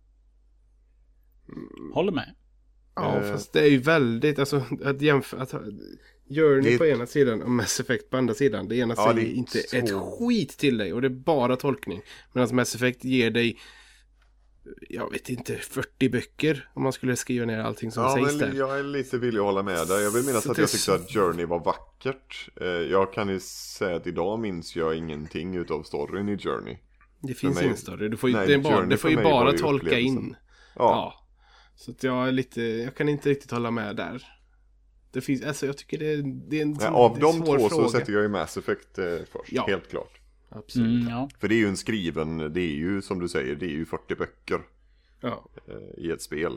Håller med. Ja, Eh. fast det är ju väldigt, alltså att jämföra, att ha Journey Det- på ena sidan och Mass Effect på andra sidan. Det ena Ja, säger det är inte så- ett skit till dig och det är bara tolkning. Medan Mass Effect ger dig, jag vet inte, fyrtio böcker om man skulle skriva ner allting som Ja, sägs men där. jag är lite villig att hålla med där. Jag vill minnas Så att det jag är tyckte så- att Journey var vackert. Eh, Jag kan ju säga att idag minns jag ingenting utav storyn i Journey. Det finns mig- ingen större. Du får ju, Nej, det är bara, Journey det för får ju mig var bara ju tolka upplevelsen. in. Ja, Ja. Så att jag är lite, jag kan inte riktigt hålla med där. Det finns, alltså jag tycker det, det är en, Nej, sån- av det är de en två svår så fråga. sätter jag ju Mass Effect eh, först, Ja. helt klart. Absolut. Mm, ja. För det är ju en skriven, det är ju som du säger, det är ju fyrtio böcker Ja. eh, i ett spel.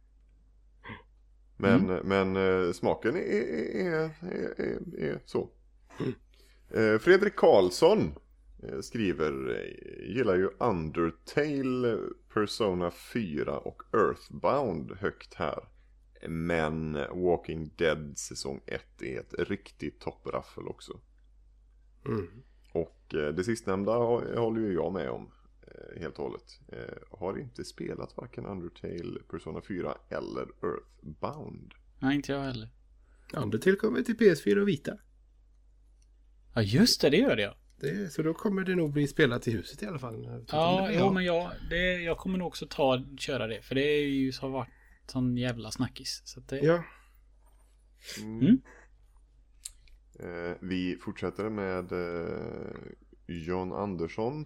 Men, men eh, smaken är, är, är, är, är så. Eh, Fredrik Karlsson eh, skriver, eh, gillar ju Undertale, Persona fyra och Earthbound högt här. Men Walking Dead säsong ett är ett riktigt toppraffel också. Mm. Och eh, det sistnämnda har- håller ju jag med om eh, helt och hållet. Eh, har inte spelat varken Undertale, Persona fyra eller Earthbound. Nej, inte jag heller. Undertale kommer till P S fyra och Vita. Ja, just det, det gör det ja. Det, så då kommer det nog bli spelat i huset i alla fall. Jag vet inte om Ja, det blir jo, av. men jag, det, jag kommer nog också ta köra det. För det är ju så har varit sån jävla snackis. Så att det, Ja. Mm. Eh, vi fortsätter med eh, John Andersson.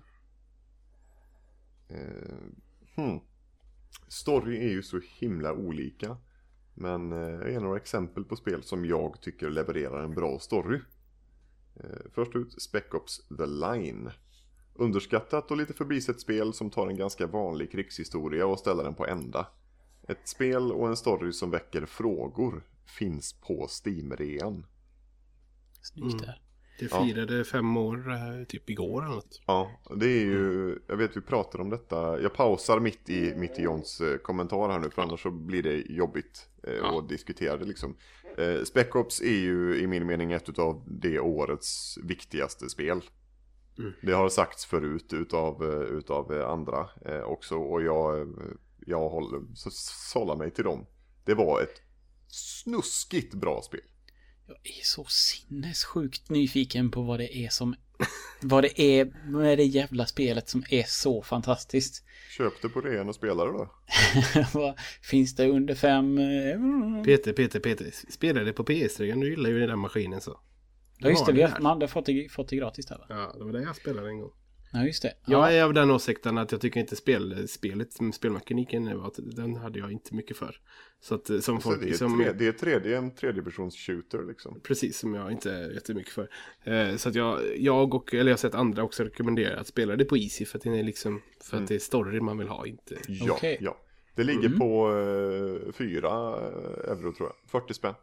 Eh, hmm. Story är ju så himla olika. Men eh, jag ger några exempel på spel som jag tycker levererar en bra story. Eh, först ut Spec Ops The Line. Underskattat och lite förbisett spel som tar en ganska vanlig krigshistoria och ställer den på ända. Ett spel och en story som väcker frågor finns på Steam-rean. snyggt Mm. där. Det firade fem år eh, typ igår eller något. Ja, det är ju, jag vet vi pratar om detta. Jag pausar mitt i, mitt i Johns eh, kommentar här nu, för annars så blir det jobbigt eh, Ja. att diskutera det liksom. Eh, Spec Ops är ju i min mening ett av det årets viktigaste spel. Mm. Det har sagts förut utav, eh, utav eh, andra eh, också, och jag, eh, jag håller, så sållar mig till dem. Det var ett snuskigt bra spel. Jag är så sinnessjukt nyfiken på vad det är som... vad det är med det jävla spelet som är så fantastiskt. Köpte på det och spelade då. Vad finns det under fem... eh, Peter, Peter, Peter. Spelade på P S-regeln. Du gillar ju den där maskinen så. Ja, just det. var Vi det har, här. man har fått det, fått det gratis där va? Ja, det var det jag spelade en gång. Ja, just det. Jag Ja, är av den åsikten att jag tycker inte spel, spelet, spelmekaniken, var att den hade jag inte mycket för. Så att eh, som Så folk, det är, som, tre, det är tredje, en tredjepersons shooter liksom. precis som jag inte är jättemycket för. Eh, så att jag, jag och, eller jag har sett andra också rekommendera att spela det på Easy för att det är liksom, för att det är story man vill ha, inte. Ja, Okej. ja. Det ligger Mm. på eh, fyra euro tror jag. fyrtio spänn.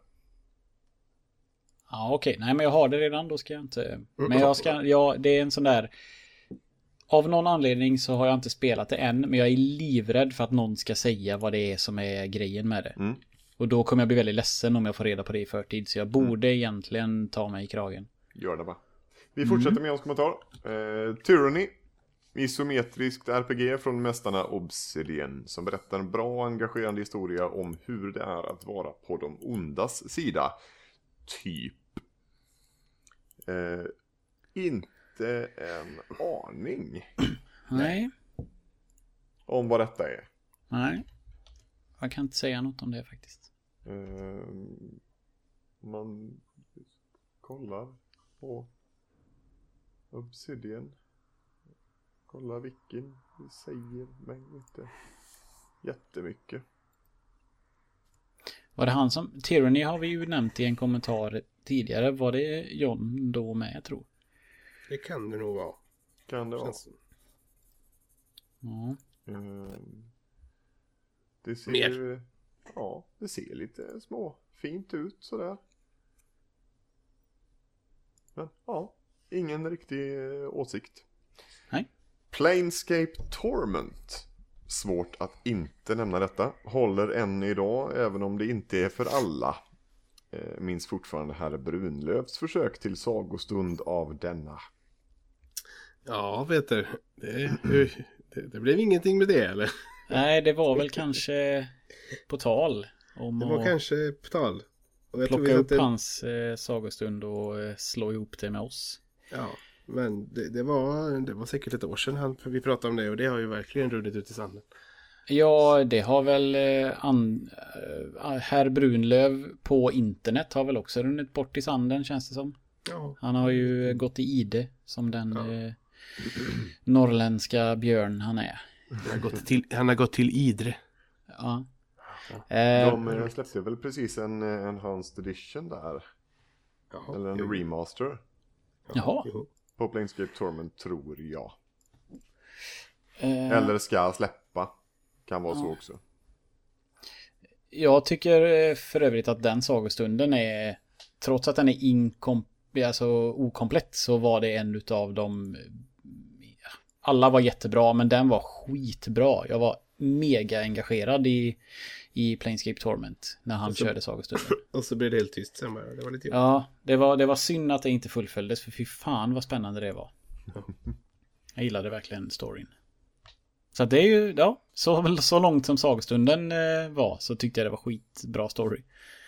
ja okej. Nej, men jag har det redan. Då ska jag inte... Men jag ska... Ja, det är en sån där... Av någon anledning så har jag inte spelat det än. Men jag är livrädd för att någon ska säga vad det är som är grejen med det. Mm. Och då kommer jag bli väldigt ledsen om jag får reda på det i förtid. Så jag borde egentligen ta mig i kragen. Gör det bara. Vi fortsätter med hans kommentar. Eh, Tyranny. Isometriskt R P G från mästarna Obsidian. Som berättar en bra och engagerande historia om hur det är att vara på de ondas sida. Typ. Eh, inte en aning Nej. om vad detta är. Nej. Jag kan inte säga något om det faktiskt. Eh, man kollar på Obsidian. Kollar vilken. Det säger mig inte jättemycket. Var det han som... Tyranny har vi ju nämnt i en kommentar tidigare. Var det John då med, jag tror? Det kan det nog vara. Kan det vara? Känns som. Ja. Eh, det ser Mer. Ja, det ser lite små fint ut sådär. Men ja, ingen riktig eh, åsikt. Nej. Planescape Torment svårt att inte nämna detta. Håller än idag, även om det inte är för alla. Eh, minns fortfarande herr Brunlövs försök till sagostund av denna. Ja, Peter. Det, det, det blev ingenting med det, eller? Nej, det var väl kanske på tal om Det var att kanske på tal. Och jag tror plocka vi upp hade- hans eh, sagostund och eh, slå ihop det med oss. Ja, men det, det, var, det var säkert ett år sedan han, för vi pratade om det och det har ju verkligen runnit ut i sanden. Ja, det har väl eh, an, eh, herr Brunlöv på internet har väl också runnit bort i sanden, känns det som. Ja. Han har ju gått i ide som den eh, norrländska björn han är. Han har gått till, han har gått till Idre. Ja. Eh, De eh, släppte väl precis en eh, enhanced edition där. Jaha, Eller en jo. remaster. jaha. Jo. På Planescape Torment tror jag. Eh, Eller ska släppa. Kan vara så också. Jag tycker eh, för övrigt att den sagostunden är, trots att den är inkom, alltså okomplett, så var det en utav de, alla var jättebra, men den var skitbra. Jag var mega engagerad i, i Planescape Torment när han Alltså- körde sagostunden. Och så blev det helt tyst sen bara. Det var lite jobbigt. Ja, det var, det var synd att det inte fullföljdes, för fy fan vad spännande det var. Jag gillade verkligen storyn. Så att det är ju, ja, så, så långt som sagostunden eh, var så tyckte jag det var skitbra story.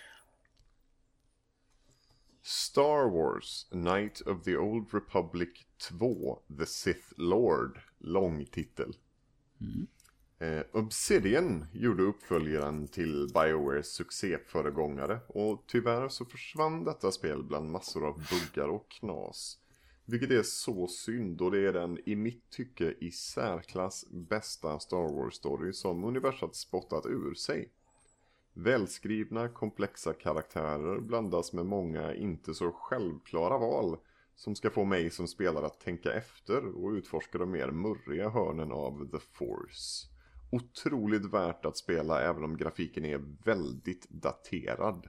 Star Wars Knight of the Old Republic två The Sith Lord. Lång titel. Eh, Obsidian gjorde uppföljaren till BioWares succéföregångare. Och tyvärr så försvann detta spel bland massor av buggar och knas. Vilket är så synd, och det är den i mitt tycke i särklass bästa Star Wars-story som universat spottat ur sig. Välskrivna, komplexa karaktärer blandas med många inte så självklara val som ska få mig som spelare att tänka efter och utforska de mer murriga hörnen av The Force. Otroligt värt att spela även om grafiken är väldigt daterad.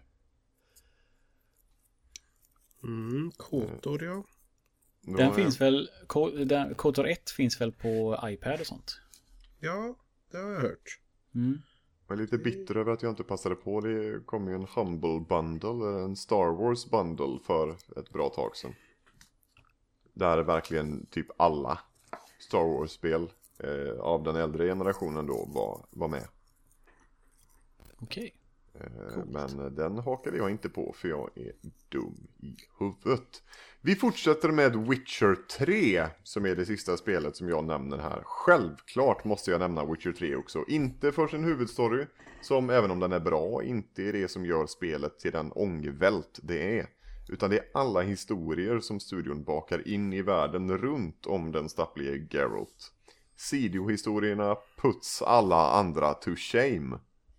Mm, Kotor, ja. Då Den är- finns väl, K- den, Kotor ett finns väl på iPad och sånt. Ja, det har jag hört. Mm. Jag är lite bitter över att jag inte passade på. Det kom ju en Humble Bundle, en Star Wars Bundle för ett bra tag sedan. Där verkligen typ alla Star Wars-spel eh, av den äldre generationen då var, var med. Okej. Eh, men den hakade jag inte på för jag är dum i huvudet. Vi fortsätter med Witcher tre som är det sista spelet som jag nämner här. Självklart måste jag nämna Witcher tre också. Inte för sin huvudstory, som även om den är bra inte är det som gör spelet till den ångvält det är. Utan det är alla historier som studion bakar in i världen runt om den stapplige Geralt. Sidohistorierna puts alla andra to shame.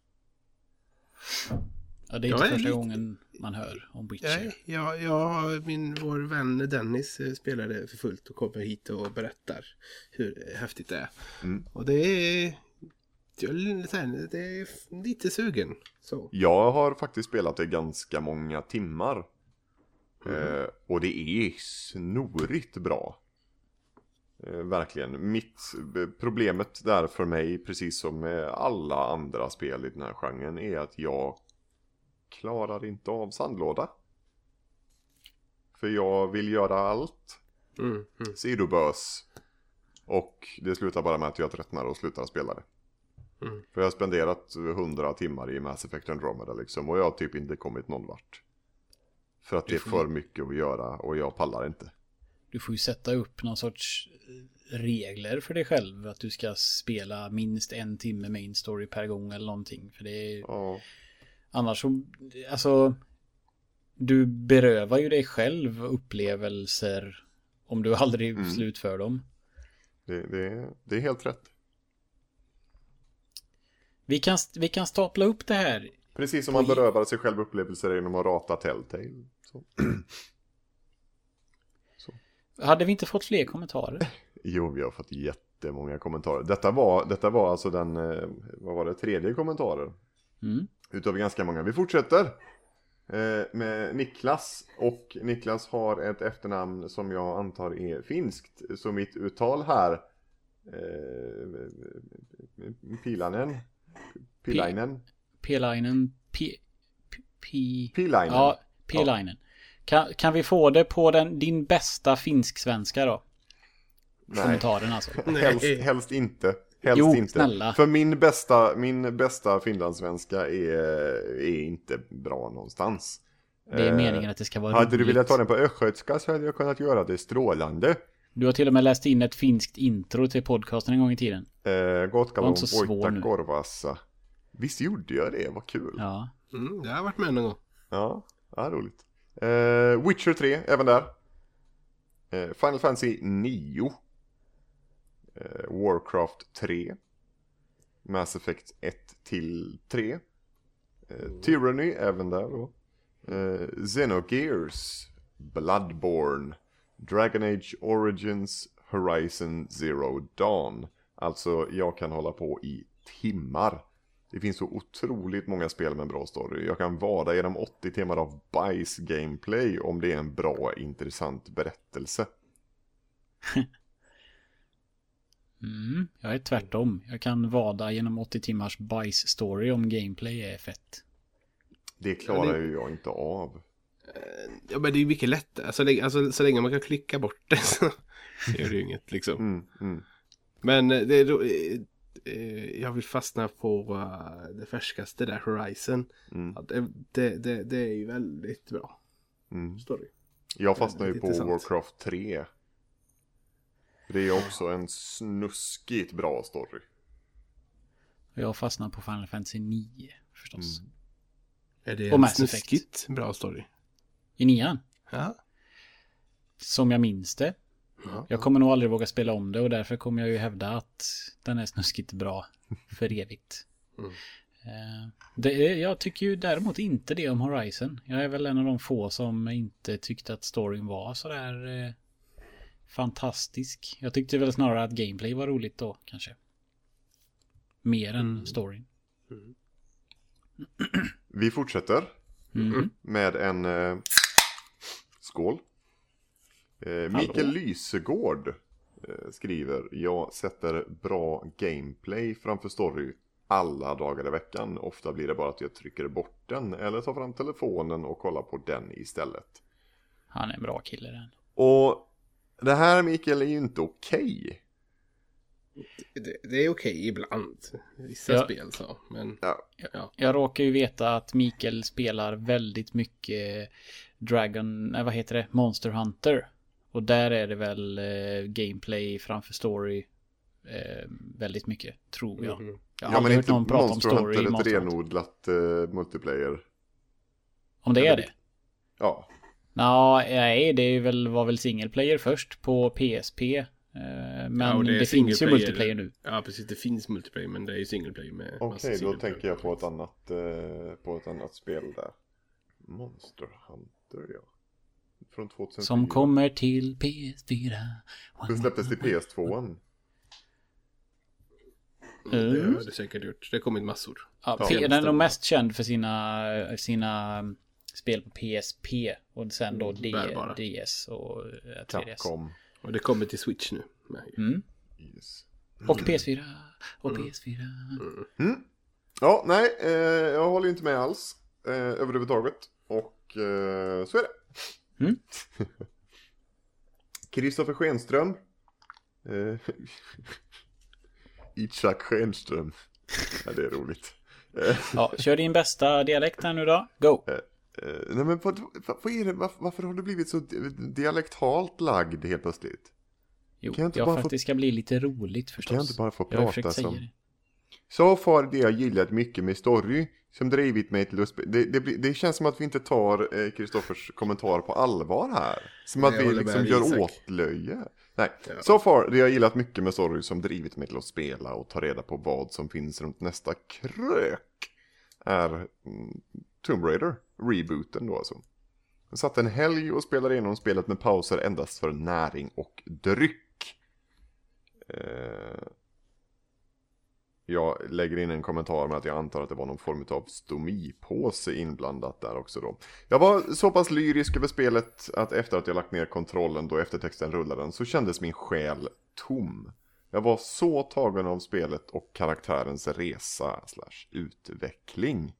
Ja, det är Jag inte är första lite- gången man hör om Witcher. Nej, jag, jag, min, vår vän Dennis eh, spelade för fullt och kommer hit och berättar hur häftigt det är. Mm. Och det är, jag är lite så här, det är lite sugen. Så. Jag har faktiskt spelat det ganska många timmar. Eh, och det är snorigt bra. Eh, verkligen. Mitt eh, problemet där för mig, precis som med alla andra spel i den här genren, är att jag klarar inte av sandlåda. För jag vill göra allt. Mm, mm. Sidobös. Och det slutar bara med att jag tröttnar och slutar spela det. Mm. För jag har spenderat hundra timmar i Mass Effect Andromeda liksom. Och jag har typ inte kommit någon vart. För att det är för mycket att göra och jag pallar inte. Du får ju sätta upp någon sorts regler för dig själv. Att du ska spela minst en timme main story per gång eller någonting. För det är... Ja, Annars så... Alltså... Du berövar ju dig själv upplevelser om du aldrig Mm. slutför dem. det, det, det är helt rätt. Vi kan, vi kan stapla upp det här. Precis som man berövar sig själv upplevelser genom att rata Telltale. Så. Hade vi inte fått fler kommentarer? Jo, vi har fått jättemånga kommentarer. Detta var, detta var alltså den, eh, vad var det, tredje kommentaren. Mm. Utav ganska många. Vi fortsätter eh, med Niklas. Och Niklas har ett efternamn som jag antar är finskt. Så mitt uttal här Eh, Pilainen. Pilainen. Pilainen. P... P... Pilainen. Ja, Pilainen. Kan, kan vi få det på den, din bästa finsk-svenska då? Nej. Kommentaren alltså. Helst, helst inte. Helst Jo, inte. snälla. För min bästa, min bästa finlandssvenska är, är inte bra någonstans. Det är Eh, meningen att det ska vara Hade roligt. du velat ta den på östgötska så hade jag kunnat göra det strålande. Du har till och med läst in ett finskt intro till podcasten en gång i tiden. Eh, Gott Var inte så svår Vojta nu. Korvassa. Visst gjorde jag det, vad kul. Ja, Ja. Mm, jag har varit med någon gång. ja, roligt. Eh, Witcher tre, även där. Eh, Final Fantasy nio. Eh, Warcraft tre. Mass Effect ett till tre. Eh, Tyranny, även där då. Eh, Xenogears. Bloodborne. Dragon Age Origins. Horizon Zero Dawn. Alltså, jag kan hålla på i timmar. Det finns så otroligt många spel med en bra story. Jag kan vada genom åttio timmar av bajs gameplay om det är en bra, intressant berättelse. Mm, jag är tvärtom. Jag kan vada genom åttio timmars bajs-story om gameplay är fett. Det klarar Ja, det- ju jag inte av. Ja, men det är ju mycket lättare. Alltså, det, alltså, så länge man kan klicka bort det så gör det ju inget liksom. Mm, mm. Men eh, det är då, eh, eh, jag vill fastna på uh, det färskaste där, Horizon. Mm. Ja, det, det, det, det är ju väldigt bra Mm. story. Jag fastnar ju Väldigt på intressant. Warcraft tre. Det är också en snuskigt bra story. Jag fastnar på Final Fantasy nio förstås. Mm. Är det Och en Mass Effect. snuskigt bra story? I nian. Ja. Som jag minns det. Ja. Jag kommer nog aldrig våga spela om det och därför kommer jag ju hävda att den är snuskigt bra för evigt. Mm. Eh, det är, jag tycker ju däremot inte det om Horizon. Jag är väl en av de få som inte tyckte att storyn var sådär eh, fantastisk. Jag tyckte väl snarare att gameplay var roligt då kanske. Mer än Mm. storyn. Vi fortsätter Mm. med en eh, skål. Eh, Mikael Lysegård eh, skriver: jag sätter bra gameplay framför story alla dagar i veckan. Ofta blir det bara att jag trycker bort den eller tar fram telefonen och kollar på den istället. Han är en bra kille den. Och det här, Mikael, är ju inte okej. Det, det är okej ibland. Vissa Ja. spel så. Men Ja. ja. Jag råkar ju veta att Mikael spelar väldigt mycket Dragon, nej, vad heter det? Monster Hunter. Och där är det väl eh, gameplay framför story eh, väldigt mycket, tror jag. Mhm. Jag har Ja, men aldrig hört inte någon prata om Monster story i Hunter ett Monster Hunter. renodlat eh, multiplayer. Om det är det? Ja, Nå, nej, det är väl, var väl single player först på P S P. Eh, men Ja, och det, är finns ju single multiplayer nu. Ja, precis. Det finns multiplayer, men det är ju single player med massa okej, då single player. tänker jag på ett annat eh, på ett annat spel där. Monster Hunter, ja. Från tjugohundrafyra. Som kommer till P S fyra. Det släpptes till P S två. Mm, det Mm. har det säkert gjort. Det har kommit massor. Ja, Ja. P- den är nog mest känd för sina, sina spel på P S P och sen då D- bärbara. D S och eh, tre D S. Capcom. Och det kommer till Switch nu. Med. Mm. Yes. Och P S fyra. Och Mm. P S fyra. Mm. Ja, nej, eh, jag håller inte med alls eh, överhuvudtaget. Och eh, så är det. Mm. Kristoffer Schenström. Eh, Itzhak Schenström. Ja, det är roligt. Eh, Ja, kör din bästa dialekt här nu då. Go! eh, nej, men vad, vad, vad är det? Var, varför har du blivit så dialektalt lagd helt plötsligt? Jo, kan jag inte ja, bara för få- att det ska bli lite roligt förstås. Kan jag inte bara få Jag har prata försökt säga som... det. Så far det jag gillat mycket med story som drivit mig till att spe- det, det, blir- det känns som att vi inte tar Kristoffers eh, kommentar på allvar här. Som Nej, att jag vi håller liksom med gör Isak. åtlöje. Nej, Ja. så far det jag gillat mycket med story som drivit mig till att spela och ta reda på vad som finns runt nästa krök är mm, Tomb Raider, rebooten då alltså. Jag satt en helg och spelade igenom spelet med pauser endast för näring och dryck. Eh... Jag lägger in en kommentar med att jag antar att det var någon form av stomipåse inblandat där också då. Jag var så pass lyrisk över spelet att efter att jag lagt ner kontrollen då eftertexten rullade den så kändes min själ tom. Jag var så tagen av spelet och karaktärens resa slash utveckling.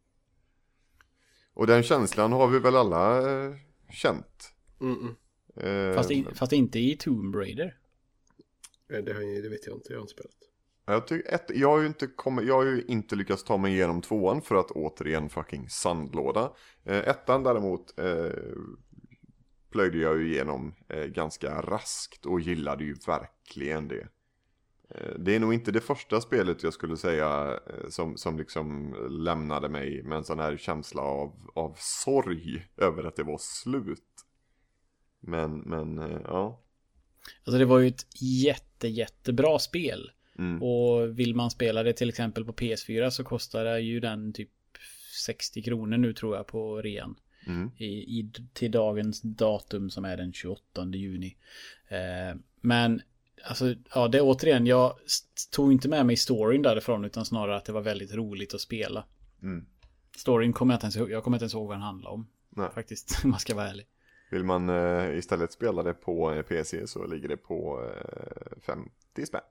Och den känslan har vi väl alla eh, känt. Mm-mm. Eh, Fast, in, fast inte i Tomb Raider. Det, har jag, det vet jag inte, jag har inte spelat. Jag, tycker ett, jag, har ju inte kommit, jag har ju inte lyckats ta mig igenom tvåan för att återigen fucking sandlåda. Eh, ettan däremot eh, plöjde jag ju igenom eh, ganska raskt och gillade ju verkligen det. Eh, det är nog inte det första spelet jag skulle säga eh, som, som liksom lämnade mig med en sån här känsla av, av sorg över att det var slut. Men, men eh, ja. Alltså det var ju ett jätte, jättebra spel. Mm. Och vill man spela det till exempel på P S fyra så kostar det ju den typ sextio kronor nu tror jag på rean. Mm. I, i, till dagens datum som är den tjugoåttonde juni. Eh, men alltså, ja, det är återigen, jag tog inte med mig storyn därifrån utan snarare att det var väldigt roligt att spela. Mm. Storyn kommer jag inte ens ihåg, jag kommer inte ens ihåg vad den handlar om. Nej. Faktiskt, man ska vara ärlig. Vill man eh, istället spela det på eh, P C så ligger det på eh, femtio spänn.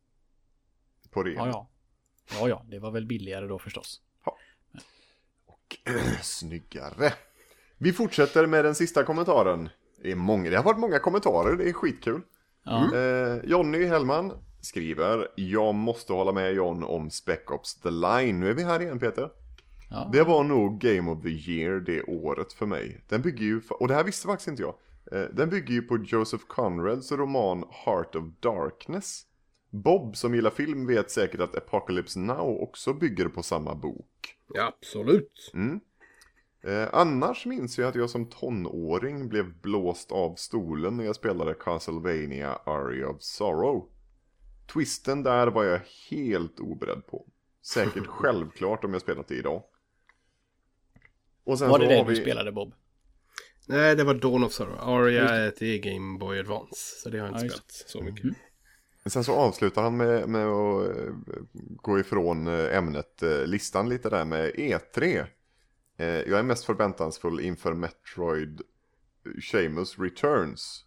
På det. Ja, ja. Ja, ja, det var väl billigare då förstås. Ja. Och snyggare. Vi fortsätter med den sista kommentaren. Det är många, det har varit många kommentarer, det är skitkul. Ja. Eh, Jonny Hellman skriver: jag måste hålla med John om Spec Ops The Line. Nu är vi här igen, Peter. Ja. Det var nog Game of the Year det året för mig. Den bygger ju, och det här visste faktiskt inte jag. Eh, den bygger ju på Joseph Conrads roman Heart of Darkness. Bob som gillar film vet säkert att Apocalypse Now också bygger på samma bok. Ja, absolut. Mm. Eh, annars minns jag att jag som tonåring blev blåst av stolen när jag spelade Castlevania Aria of Sorrow. Twisten där var jag helt oberedd på. Säkert självklart om jag spelat det idag. Och sen Var det så det har du vi... spelade, Bob? Nej, det var Dawn of Sorrow. Aria är ett Game Boy Advance. Så det har jag inte Ja, spelat så mycket. Mm. Sen så avslutar han med, med att eh, gå ifrån eh, ämnet eh, listan lite där med E tre. Eh, jag är mest förväntansfull inför Metroid Shamus Returns.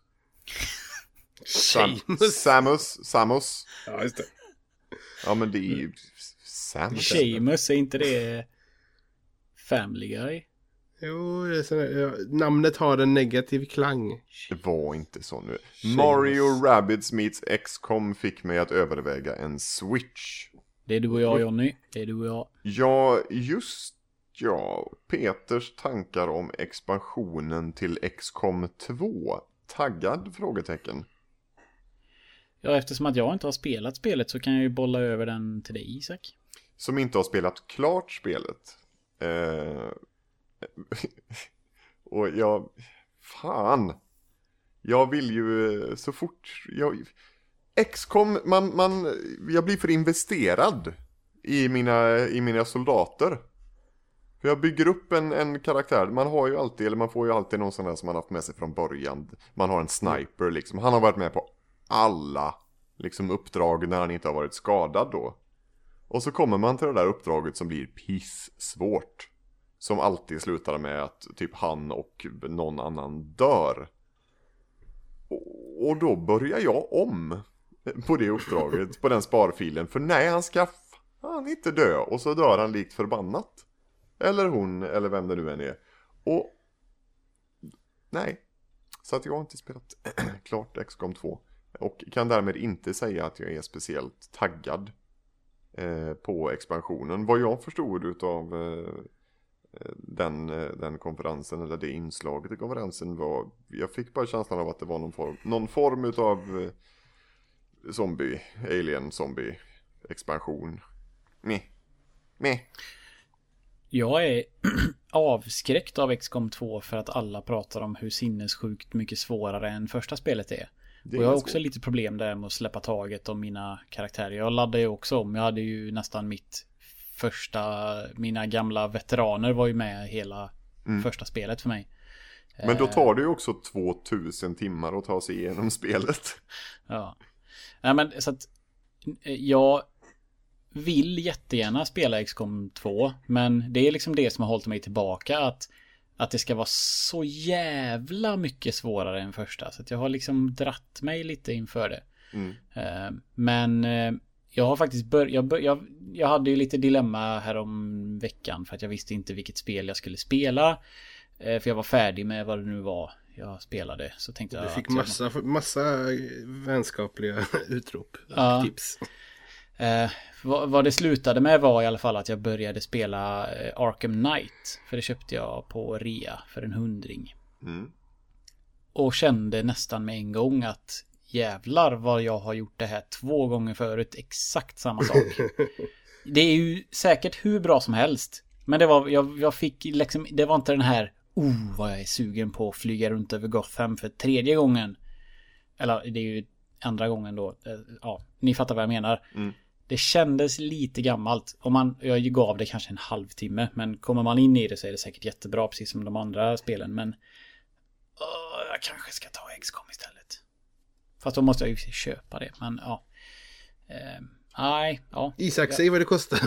Sam- Shamus. Samus. Samus. Ja, just det. Ja, men det är ju Samus. Seamus, är inte det Family Guy? Jo, det är så, ja, namnet har en negativ klang. Det var inte så nu. Mario Rabbids meets X COM fick mig att överväga en Switch. Det är du och jag, Jonny. Det är du och jag. Ja, just ja. Peters tankar om expansionen till X COM två. Taggad? Frågetecken. Ja, eftersom att jag inte har spelat spelet så kan jag ju bolla över den till dig, Isak. Som inte har spelat klart spelet. Eh... och jag... Fan. Jag vill ju så fort... Jag... X COM, man, man... Jag blir för investerad i mina, i mina soldater. För jag bygger upp en, en karaktär. Man har ju alltid, eller man får ju alltid någon sån där som man har haft med sig från början. Man har en sniper liksom. Han har varit med på alla liksom uppdrag när han inte har varit skadad då. Och så kommer man till det där uppdraget som blir pissvårt. Som alltid slutar med att typ han och någon annan dör. Och, och då börjar jag om på det uppdraget, på den sparfilen. För nej, han ska fan inte dö. Och så dör han likt förbannat. Eller hon, eller vem det nu än är. Och nej. Så att jag har inte spelat klart X COM två. Och kan därmed inte säga att jag är speciellt taggad eh, på expansionen. Vad jag förstod utav eh, den, den konferensen, eller det inslaget i konferensen var... Jag fick bara känslan av att det var någon form, någon form utav eh, zombie, alien zombie expansion. Meh. Meh. Jag är avskräckt av X COM två för att alla pratar om hur sinnessjukt mycket svårare än första spelet är. Det är och jag har svårt. också lite problem där med att släppa taget om mina karaktärer. Jag laddade ju också om. Jag hade ju nästan mitt första... Mina gamla veteraner var ju med hela Mm. första spelet för mig. Men då tar det ju också tvåtusen timmar att ta sig igenom spelet. Ja. Nej, men så att jag vill jättegärna spela X COM två, men det är liksom det som har hållit mig tillbaka, att att det ska vara så jävla mycket svårare än första, så att jag har liksom dratt mig lite inför det. Mm. Eh, men eh, jag har faktiskt börjat, jag, bör, jag, jag hade ju lite dilemma här om veckan för att jag visste inte vilket spel jag skulle spela. Eh, för jag var färdig med vad det nu var jag spelade. Så tänkte Du jag fick att massa, jag... massa vänskapliga utrop och ja. tips. Eh, vad, vad det slutade med var i alla fall att jag började spela eh, Arkham Knight. För det köpte jag på rea för en hundring. Mm. Och kände nästan med en gång att jävlar vad jag har gjort det här två gånger förut. Exakt samma sak. Det är ju säkert hur bra som helst. Men det var, jag, jag fick liksom, det var inte den här, oh vad jag är sugen på att flyga runt över Gotham för tredje gången. Eller det är ju andra gången då. Ja, ni fattar vad jag menar. Mm. Det kändes lite gammalt. Och man, jag gav det kanske en halvtimme. Men kommer man in i det så är det säkert jättebra. Precis som de andra spelen. Men åh, jag kanske ska ta X COM istället. Fast då måste jag ju köpa det. Men ja. Eh, nej, ja. Isak, ja. säg vad det kostar.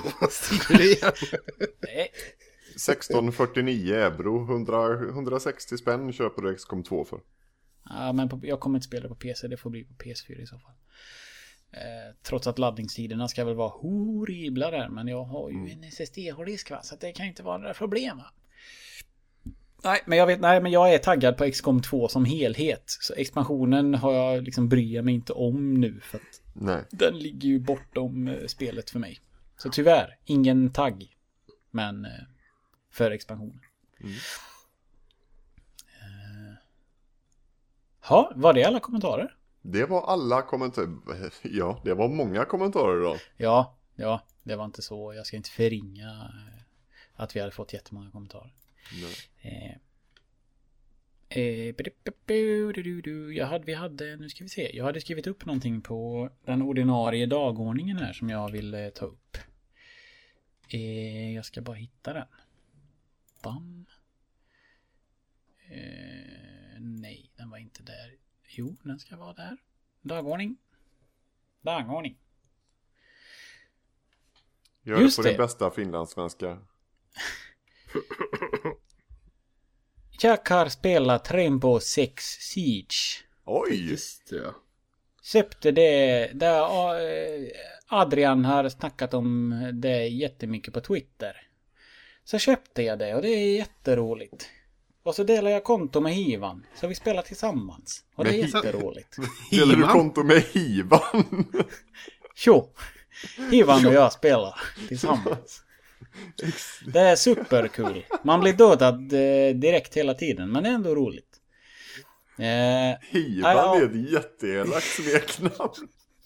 sexton fyrtionio euro, hundra, hundrasextio spänn köper du X COM två för. Ja, men på, jag kommer inte spela på P C. Det får bli på P S fyra i så fall. Eh, trots att laddningstiderna ska väl vara horribla där. Men jag har ju en S S D-hårddisk, va? Så det kan inte vara några problem, va? Nej, men jag vet, nej, men jag är taggad på X COM två som helhet. Så expansionen har jag liksom bryr mig inte om nu. För att Nej. den ligger ju bortom eh, spelet för mig. Så tyvärr, ingen tagg. Men eh, för expansionen. Mm. Eh, ja, var det alla kommentarer? Det var alla kommentarer. Ja, det var många kommentarer då. Ja, ja, det var inte så. Jag ska inte förringa eh, att vi hade fått jättemånga kommentarer. Nej. Eh, eh, jag hade, vi hade, nu ska vi se. Jag hade skrivit upp någonting på den ordinarie dagordningen här som jag vill ta upp. Eh, jag ska bara hitta den. Bam. Eh, nej, den var inte där. Jo, den ska vara där. Dagordning. Dagordning. Gör Just det på det. din bästa finlandssvenska. Jag har spelat Rainbow Six Siege. Oj! Just det, ja. Köpte det där Adrian har snackat om det jättemycket på Twitter. Så köpte jag det och det är jätteroligt. Och så delar jag konto med Hivan. Så vi spelar tillsammans. Och det är Med Hi- jätteroligt. Delar du Hivan? konto med Hivan? Jo, Hivan och jag spelar tillsammans. Det är superkul. Man blir dödad eh, direkt hela tiden. Men det är ändå roligt. Eh, Hivan ja, är ett jätteelakt smeknamn.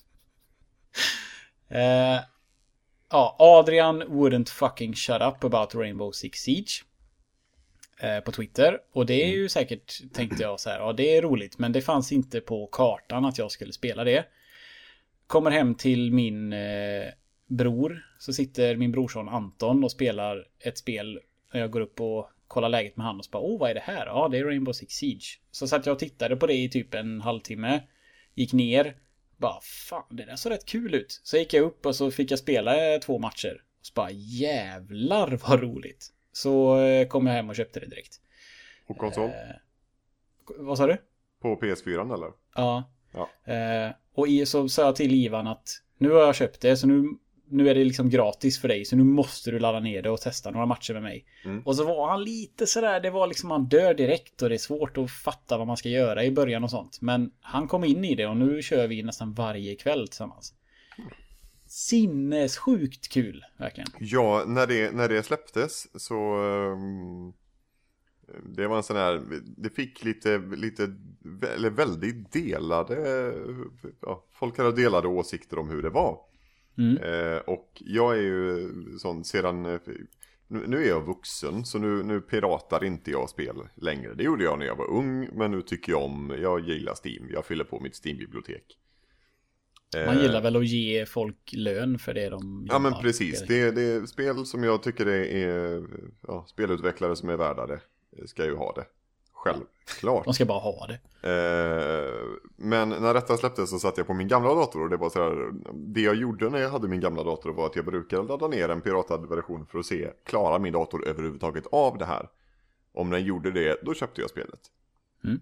eh, ja, Adrian wouldn't fucking shut up about Rainbow Six Siege. Eh, på Twitter. Och det är ju säkert, tänkte jag så här, ja det är roligt. Men det fanns inte på kartan att jag skulle spela det. Kommer hem till min eh, bror. Så sitter min brorson Anton och spelar ett spel. Och jag går upp och kollar läget med han och så bara, åh vad är det här? Ja, det är Rainbow Six Siege. Så satt jag och tittade på det i typ en halvtimme. Gick ner. Bara, fan det där såg rätt kul ut. Så gick jag upp och så fick jag spela två matcher. Och så bara, jävlar vad roligt. Så eh, kom jag hem och köpte det direkt. Och konsol? Eh, vad sa du? På P S fyra eller? Ja. Ja. Eh, och i, så sa jag till Ivan att nu har jag köpt det så nu, nu är det liksom gratis för dig. Så nu måste du ladda ner det och testa några matcher med mig. Mm. Och så var han lite sådär, det var liksom man dör direkt och det är svårt att fatta vad man ska göra i början och sånt. Men han kom in i det och nu kör vi nästan varje kväll tillsammans. Sinnessjukt kul, verkligen. Ja, när det, när det släpptes så um, det var en sån här, det fick lite, lite eller väldigt delade, ja, folk hade delade åsikter om hur det var. Mm. Eh, och jag är ju sån sedan, nu, nu är jag vuxen så nu, nu piratar inte jag spel längre. Det gjorde jag när jag var ung, men nu tycker jag om, jag gillar Steam, jag fyller på mitt Steam-bibliotek. Man gillar väl att ge folk lön för det de Ja men jobbar. precis, det, det är spel som jag tycker det är, ja, spelutvecklare som är värda det ska ju ha det, självklart. De ska bara ha det. eh, Men när detta släpptes så satt jag på min gamla dator och det var så här, det jag gjorde när jag hade min gamla dator var att jag brukade ladda ner en piratad version för att se, klarar min dator överhuvudtaget av det här? Om den gjorde det, då köpte jag spelet. Mm.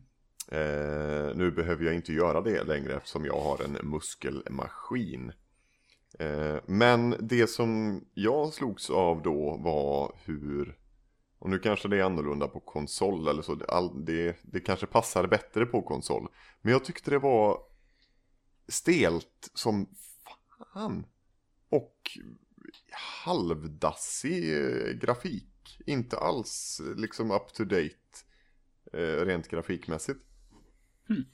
Eh, nu behöver jag inte göra det längre eftersom jag har en muskelmaskin. Eh, men det som jag slogs av då var hur, och nu kanske det är annorlunda på konsol eller så, all, det, det kanske passar bättre på konsol. Men jag tyckte det var stelt som fan och halvdassig eh, grafik. Inte alls liksom up to date eh, rent grafikmässigt. Hmm.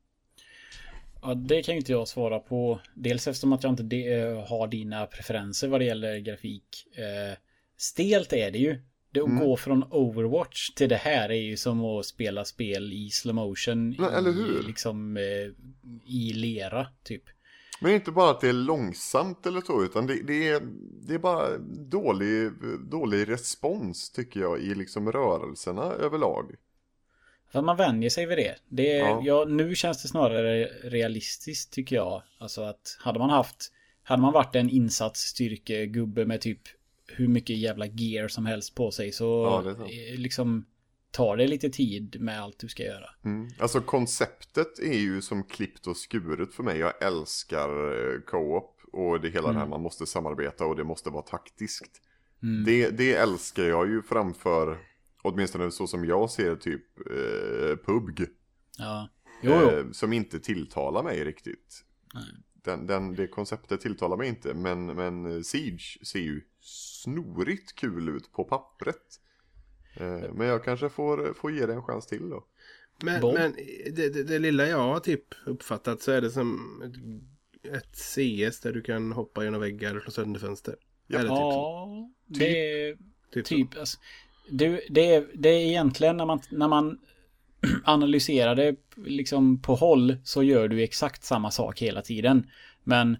Ja, det kan ju inte jag svara på. Dels eftersom att jag inte de- har dina preferenser vad det gäller grafik. Eh, stelt är det ju. Det att Mm. gå från Overwatch till det här är ju som att spela spel i slow motion. Men, eller hur? I, liksom, eh, i lera, typ. Men inte bara att det är långsamt eller så, utan det, det, är, det är bara dålig, dålig respons tycker jag i liksom rörelserna överlag. För att man vänjer sig vid det. det är, Ja. ja. Nu känns det snarare realistiskt tycker jag. Alltså att hade man haft, hade man varit en insatsstyrkegubbe med typ hur mycket jävla gear som helst på sig så Ja, det är sant. eh, liksom tar det lite tid med allt du ska göra. Mm. Alltså konceptet är ju som klippt och skuret för mig. Jag älskar eh, co-op och det hela Mm. det här man måste samarbeta och det måste vara taktiskt. Mm. Det, det älskar jag ju framför, åtminstone så som jag ser typ eh, P U B G. Ja. Jo, jo. Eh, som inte tilltalar mig riktigt. Nej. Den, den, det konceptet tilltalar mig inte. Men, men Siege ser ju snorigt kul ut på pappret. Eh, men jag kanske får, får ge det en chans till då. Men, Bob? men det, det, det lilla jag har typ uppfattat så är det som ett, ett C S där du kan hoppa genom väggar och slå sönder fönster. Ja. Eller typ så. Ja, det är Typ så. typ alltså, det, det, är, det är egentligen när man, när man analyserar det liksom på håll så gör du exakt samma sak hela tiden. Men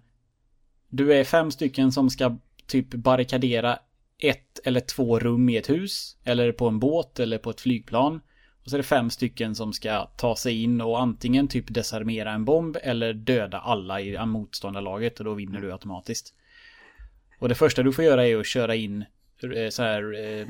du är fem stycken som ska typ barrikadera ett eller två rum i ett hus eller på en båt eller på ett flygplan. Och så är det fem stycken som ska ta sig in och antingen typ desarmera en bomb eller döda alla i motståndarlaget och då vinner du automatiskt. Och det första du får göra är att köra in eh, så här eh,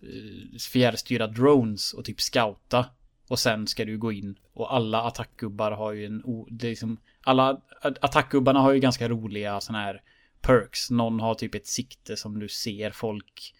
fjärrstyrda drones och typ scouta. Och sen ska du gå in och alla attackgubbar har ju en o- det är liksom, alla attackgubbarna har ju ganska roliga såna här perks. Någon har typ ett sikte som du ser folk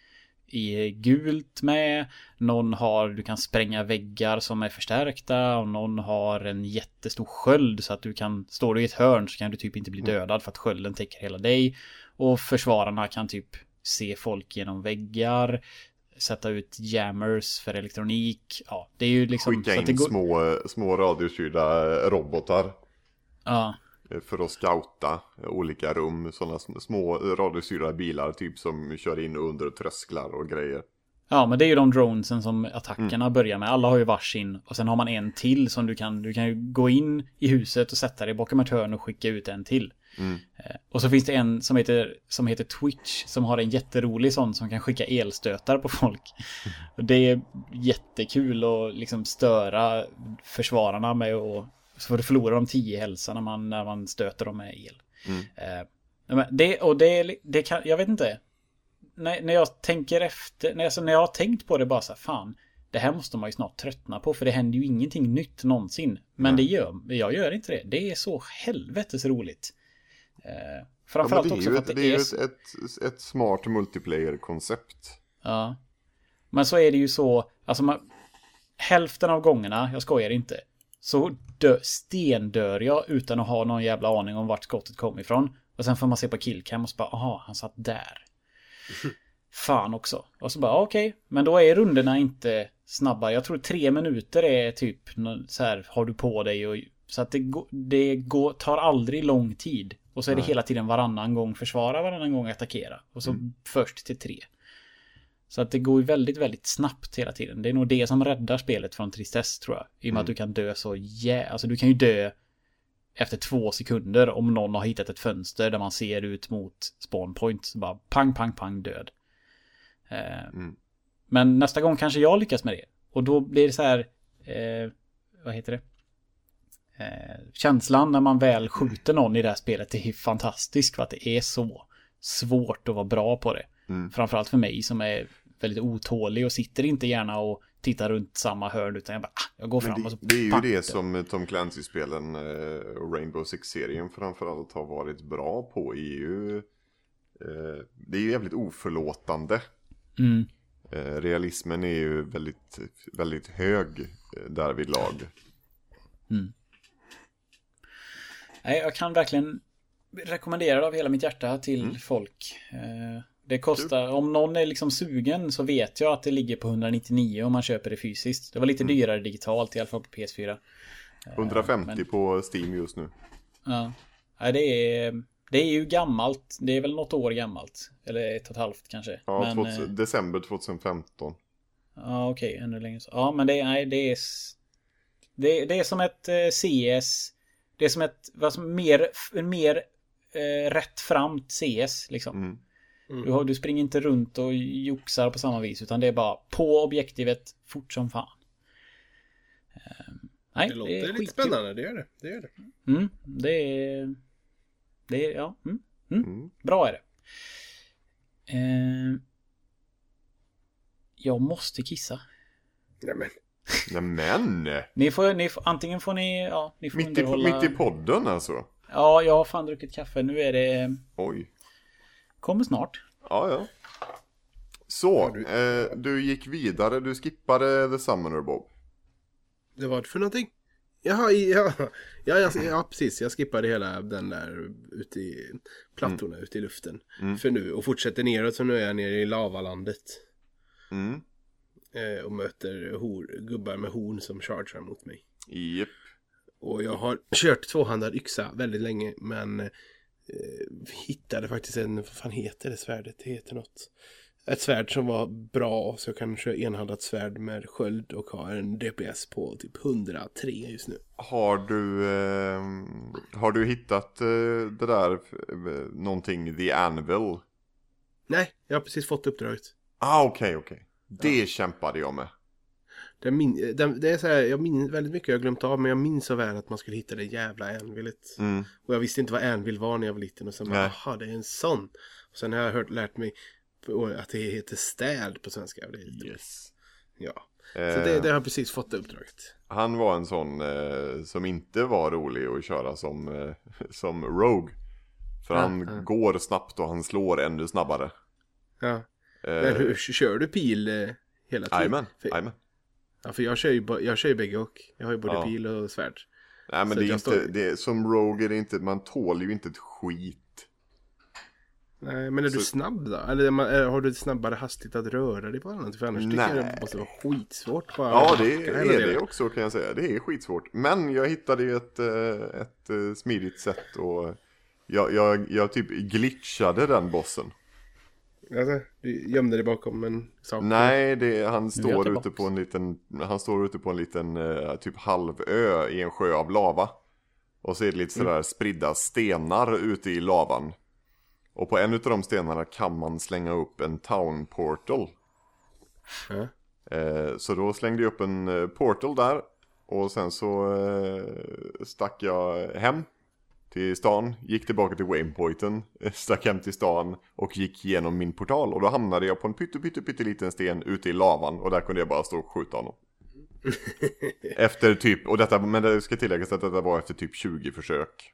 i gult med. Någon har, du kan spränga väggar som är förstärkta. Och någon har en jättestor sköld så att du kan, står du i ett hörn så kan du typ inte bli dödad för att skölden täcker hela dig. Och försvararna kan typ se folk genom väggar, sätta ut jammers för elektronik. Ja, det är ju liksom Skicka så in att det går... små, små radiostyrda robotar Ja. för att scouta olika rum. Sådana små radiostyrda bilar typ som kör in under trösklar och grejer. Ja, men det är ju de dronesen som attackerna mm. börjar med. Alla har ju varsin. Och sen har man en till som du kan... Du kan ju gå in i huset och sätta dig bakom ett hörn och skicka ut en till. Mm. Eh, och så finns det en som heter, som heter Twitch. Som har en jätterolig sån som kan skicka elstötar på folk. Mm. Och det är jättekul att liksom störa försvararna med och... Så får du förlora de tio hälsa när man, när man stöter dem med el. Mm. Eh, men det, och det, det kan... Jag vet inte... När, när jag tänker efter, när, alltså när jag har tänkt på det bara så här, fan, det här måste man ju snart tröttna på för det händer ju ingenting nytt någonsin. Men Nej. det gör, jag gör inte det. Det är så helvetes roligt. Eh, framförallt ja, det också är för ju att ett, det, det är är... ju så- ett, ett, ett smart multiplayer-koncept. Ja. Men så är det ju så, alltså man, hälften av gångerna, jag skojar inte, så dö, stendör jag utan att ha någon jävla aning om vart skottet kom ifrån. Och sen får man se på killcam och så bara, aha, han satt där. Fan också. Och så bara, okej. Okay. Men då är runderna inte snabba. Jag tror tre minuter är typ nå- så här, har du på dig. Och, så att det, gå- det går, tar aldrig lång tid. Och så är det Nej. hela tiden varannan gång försvara, varannan gång attackera. Och så Mm. först till tre. Så att det går ju väldigt, väldigt snabbt hela tiden. Det är nog det som räddar spelet från tristess, tror jag. I och med Mm. att du kan dö så jä... Alltså du kan ju dö efter två sekunder om någon har hittat ett fönster där man ser ut mot spawn point. Så bara pang, pang, pang, död. Eh, Mm. Men nästa gång kanske jag lyckas med det. Och då blir det så här... Eh, vad heter det? Eh, känslan när man väl skjuter någon i det här spelet är fantastisk. För att det är så svårt att vara bra på det. Mm. Framförallt för mig som är väldigt otålig och sitter inte gärna och titta runt samma hörn, utan jag bara, ah, jag går fram Men det, och så det är ju pang. det som Tom Clancy-spelen och Rainbow Six-serien framförallt har varit bra på. Är ju, eh, det är ju jävligt oförlåtande. Mm. Eh, realismen är ju väldigt, väldigt hög eh, där vid lag. Mm. Nej, jag kan verkligen rekommendera det av hela mitt hjärta till mm. folk. Eh, det kostar, Kul. Om någon är liksom sugen så vet jag att det ligger på etthundranittionio om man köper det fysiskt. Det var lite mm. dyrare digitalt, i alla fall på P S fyra. etthundrafemtio men, på Steam just nu. Ja, Nej, det är det är ju gammalt. Det är väl något år gammalt. Eller ett och ett halvt kanske. Ja, men, tjugo, december tjugohundrafemton. Ja, okej, okay, ännu längre så. Ja, men det är, nej, det är det, det är som ett eh, C S. Det är som ett vad som mer en mer eh, rätt fram C S liksom. Mm. Mm. Du, har, du springer inte runt och joxar på samma vis, utan det är bara på objektivet fort som fan. Um, nej, det låter det är lite skitkul. Spännande, det gör det. Det gör det. Mm, det är det är ja, mm, mm. Mm. Bra är det. Um, jag måste kissa. Nämen. Nämen. Ni får ni får, antingen får ni ja, ni får mitt, underhålla... i, mitt i podden alltså. Ja, jag har fan druckit kaffe. Nu är det Oj. Kommer snart. Ja, ja. Så, du... Eh, du gick vidare. Du skippade The Summoner, Bob. Det var för någonting? Jaha, ja, ja, ja, ja, precis. Jag skippade hela den där ute i plattorna, mm. ute i luften. Mm. För nu, och fortsätter neråt, så nu är jag nere i lavalandet. Mm. Eh, och möter hor, gubbar med horn som chargear mot mig. Japp. Och jag har kört tvåhandad yxa väldigt länge, men eh, hittade faktiskt en, vad fan heter det svärdet? Det heter något. Ett svärd som var bra, så jag kan köra enhandat svärd med sköld och ha en D P S på typ hundratre just nu. Har du eh, har du hittat eh, det där eh, någonting, The Anvil? Nej, jag har precis fått uppdraget. Ah, okej, okay, okej. Okay. Det ja. kämpade jag med. Det, min, det, det är så här, jag minns väldigt mycket, jag har glömt av, men jag minns så väl att man skulle hitta det jävla Anvilet. Mm. Och jag visste inte vad Anvil var när jag var liten, och sen bara, aha, det är en sån. Och sen har jag hört, lärt mig att det heter städ på svenska. Det är yes. Ja. Eh, så det, det har jag precis fått uppdraget. Han var en sån eh, som inte var rolig att köra som, eh, som Rogue. För ja, han ja. går snabbt och han slår ännu snabbare. Ja. Eh, Men hur kör du pil eh, hela tiden? Jajamän, jajamän. Ja, för jag kör ju, jag kör ju bägge och jag har ju både ja. pil och svärd. Nej, men så det är inte, står... det, som Rogue är det inte, man tål ju inte ett skit. Nej, men är så... du snabb då? Eller har du snabbare hastighet att röra dig på annat? För annars tycker jag det måste vara skitsvårt. Bara ja, det är, är det också, kan jag säga. Det är skitsvårt. Men jag hittade ju ett, ett, ett smidigt sätt, och jag, jag, jag typ glitchade den bossen. Alltså, du gömde dig bakom en sak? Nej, det, han står ute på en liten Han står ute på en liten typ halvö i en sjö av lava. Och så är det lite sådär mm. spridda stenar ute i lavan. Och på en av de stenarna kan man slänga upp en town portal. Mm. eh, Så då slängde jag upp en eh, portal där. Och sen så eh, stack jag hem till stan, gick tillbaka till Waypointen, stack hem till stan och gick igenom min portal. Och då hamnade jag på en pytte, pytte, pytte liten sten ute i lavan. Och där kunde jag bara stå och skjuta honom. Efter typ, och detta, men det ska tilläggas att detta var efter typ tjugo försök.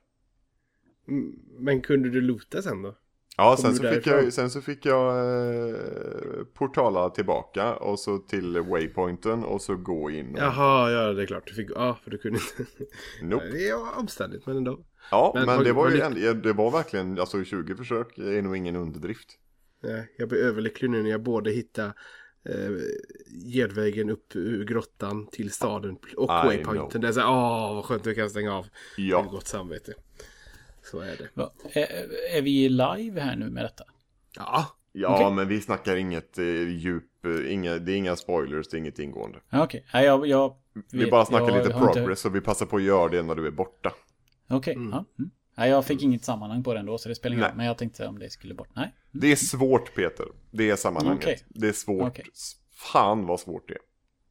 Men kunde du loota sen då? Ja, sen så, fick jag, sen så fick jag eh, portala tillbaka och så till Waypointen och så gå in. Och... Jaha, ja, det är klart. Du fick, ja, för du kunde inte. Nope. Det var omständigt, men ändå. Ja, men, men det var ju en, det var verkligen, alltså tjugo försök är nog ingen underdrift. Nej, jag blir överlycklig nu när jag både hittar eh, gedvägen upp ur grottan till staden och I Waypointen. Det är så här, åh, vad skönt du kan stänga av. Ja. Med gott samvete. Så är det. Va, är, är vi live här nu med detta? Ja. Ja, okay. Men vi snackar inget eh, djup, eh, inga, det är inga spoilers, det är inget ingående. Okej, okay. ja, jag, jag Vi bara snackar jag, lite progress inte... så vi passar på att göra det när du är borta. Okej, okay. mm. ja. mm. ja, jag fick inget sammanhang på den då, så det spelar ingen roll. Men jag tänkte om det skulle bort. Nej. Mm. Det är svårt, Peter. Det är sammanhanget. Okay. Det är svårt. Okay. Fan vad svårt det är.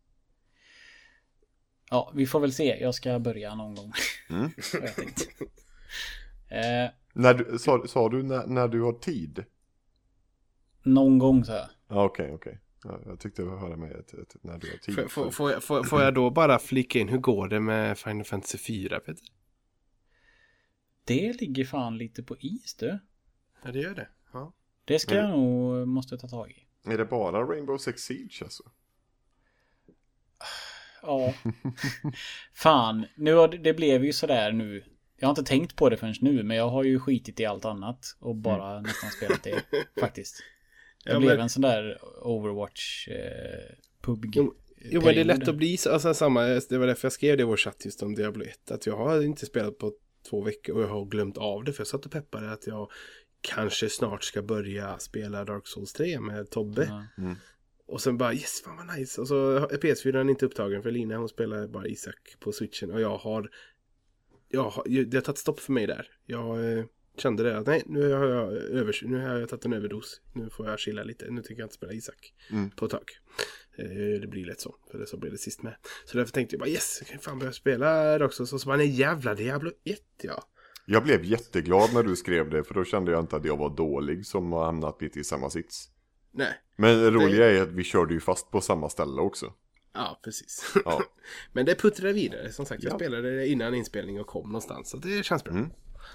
Ja, vi får väl se. Jag ska börja någon gång. Mm. jag tänkte. Eh, när du, sa, sa du när, när du har tid? Någon gång så här. Okej, okay, okej. Okay. Ja, jag tyckte det var höra med ett, ett, när du har tid. Får, får, får, jag, får, får jag då bara flika in, hur går det med Final Fantasy fyra, Peter? Det ligger fan lite på is, du. Ja, det gör det. Ja. Det ska jag nog, måste ta tag i. Är det bara Rainbow Six Siege alltså? Ja. Fan, nu har det, det blev ju sådär nu. Jag har inte tänkt på det förrän nu, men jag har ju skitit i allt annat och bara mm. nästan spelat det faktiskt. Det ja, blev men... en sån där Overwatch eh, P U B G. Jo, jo men det är lätt att bli så, alltså, samma, det var därför jag skrev det i vår chatt just om Diablo ett, att jag har inte spelat på två veckor och jag har glömt av det, för jag satt och peppade att jag kanske snart ska börja spela Dark Souls tre med Tobbe. Mm. Och sen bara, yes, fan vad nice. Och så är P S fyra inte upptagen för Lina, hon spelar bara Isak på Switchen. Och jag har, jag har det har tagit stopp för mig där. Jag eh, kände det att nej, nu har jag över, nu har jag tagit en överdos. Nu får jag chilla lite, nu tycker jag inte spela Isak mm. på ett tag. Eh, det blir lätt så, för det så blev det sist med. Så därför tänkte jag bara, yes, jag kan fan börja spela också. Så så bara, nej jävla Diablo ett, ja. Jag blev jätteglad när du skrev det, för då kände jag inte att jag var dålig som har hamnat lite i samma sits. Nej. Men det roliga är att vi körde ju fast på samma ställe också. Ja, precis. Ja. Men det puttrade vidare, som sagt. Jag ja. spelade det innan inspelning och kom någonstans, så det känns bra. Mm.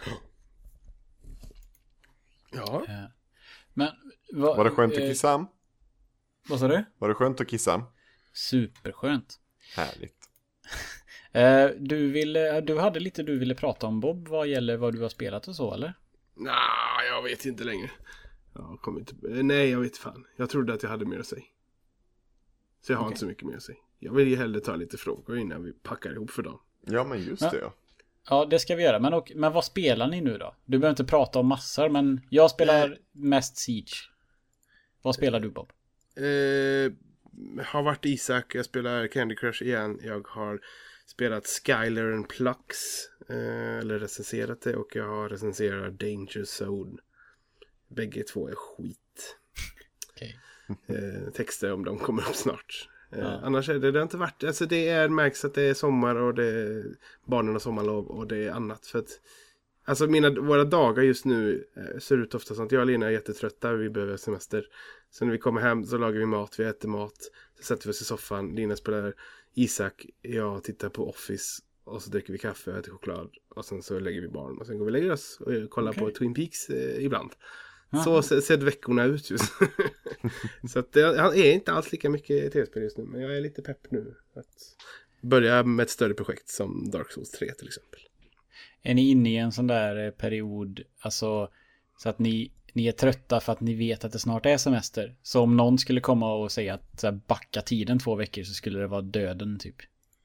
Ja. ja. Men, va, var det skönt att kissa? Eh, vad sa du? Var det skönt att kissa? Superskönt. Härligt. eh, du, ville, du hade lite du ville prata om, Bob, vad gäller vad du har spelat och så, eller? Nej, nah, jag vet inte längre. Jag kommer inte... Nej, jag vet fan. Jag trodde att jag hade mer att säga. Så jag har okay. inte så mycket mer att säga. Jag vill ju hellre ta lite frågor innan vi packar ihop för dagen. Ja, men just ja. det. Ja. ja, det ska vi göra. Men, och, men vad spelar ni nu då? Du behöver inte prata om massor, men jag spelar Nej. mest Siege. Vad spelar du, Bob? Eh, har varit Isak. Jag spelar Candy Crush igen. Jag har spelat Skyler and Plux. Eh, eller recenserat det. Och jag har recenserat Danger Zone. Bägge två är skit. Okay. eh, texter om dem kommer upp snart. Eh, ja. Annars är det, det har inte varit, alltså det är märks att det är sommar och det är barnen och sommarlov och det är annat. För att, alltså mina, våra dagar just nu eh, ser ut ofta som att jag och Lena är jättetrötta, vi behöver semester. Så när vi kommer hem så lagar vi mat, vi äter mat, så sätter vi oss i soffan, Lena spelar Isak, jag tittar på Office och så dricker vi kaffe och äter choklad och sen så lägger vi barn och sen går vi och lägger oss och kollar okay. på Twin Peaks eh, ibland. Aha. Så ser, ser veckorna ut just. Så att det, han är inte alls lika mycket tv-spel just nu, men jag är lite pepp nu att börja med ett större projekt som Dark Souls tre till exempel. Är ni inne i en sån där period, alltså så att ni, ni är trötta för att ni vet att det snart är semester? Så om någon skulle komma och säga att så här, backa tiden två veckor så skulle det vara döden typ?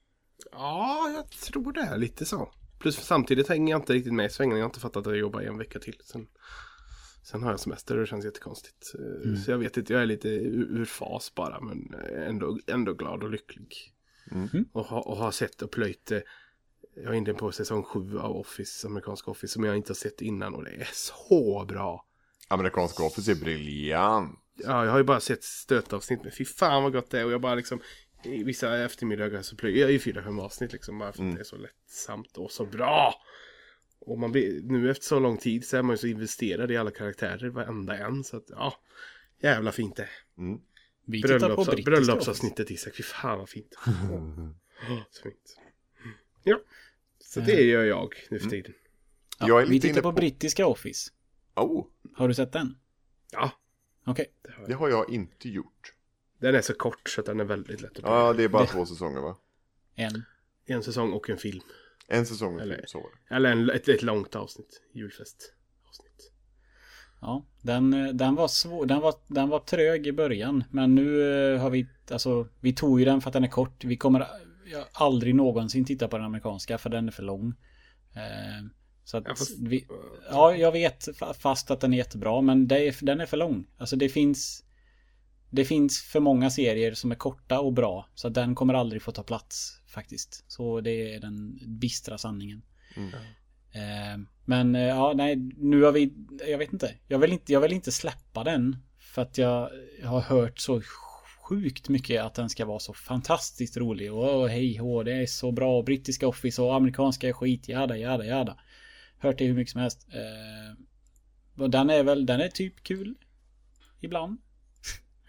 Ja, jag tror det är lite så. Plus för samtidigt hänger jag inte riktigt med i svängen. Jag har inte fattat att jag jobbar en vecka till. Sen, sen har jag semester och det känns jättekonstigt. Mm. Så jag vet inte, jag är lite ur, ur fas bara. Men ändå, ändå glad och lycklig. Mm. Och, ha, och har sett och plöjt. Jag är inne på säsong sju av Office, amerikanska Office, som jag inte har sett innan. Och det är så bra. Amerikanska Office är briljant. Ja, jag har ju bara sett stötavsnitt. Men fy fan vad gott det är. Och jag bara liksom... I vissa eftermiddagar så plöjer jag ju fyra fem avsnitt liksom, bara för att mm. det är så lättsamt och så bra. Och man blir, nu efter så lång tid så är man ju så investerad i alla karaktärer, varenda en. Så att ja, jävla fint det. Mm. Bröllops, bröllopsavsnittet Isak, fy fan vad fint. Oh, så fint. Ja, så det gör jag nu för tiden. Ja, jag är lite vi tittar på, på brittiska Office. Oh. Har du sett den? Ja. Okej. Okay. Det, det har jag inte gjort. Den är så kort så att den är väldigt lätt att plocka. Ja, det är bara det... två säsonger va? En. En säsong och en film. En säsong och eller, film, så var det. Eller en, ett, ett långt avsnitt. Julfest avsnitt. Ja, den, den var svår. Den var, den var trög i början. Men nu har vi, alltså, vi tog ju den för att den är kort. Vi kommer jag, aldrig någonsin titta på den amerikanska för den är för lång. Eh, så att ja, fast... vi, ja, jag vet fast att den är jättebra. Men det är, den är för lång. Alltså det finns... Det finns för många serier som är korta och bra. Så att den kommer aldrig få ta plats faktiskt. Så det är den bistra sanningen. Mm. Eh, men ja, nej, nu har vi... Jag vet inte. Jag vill inte, jag vill inte släppa den. För att jag har hört så sjukt mycket att den ska vara så fantastiskt rolig. Och hej, hå, det är så bra. Brittiska Office och amerikanska är skit. Jada, jada, jada. Hört det hur mycket som helst. Eh, och den är väl, den är typ kul. Ibland.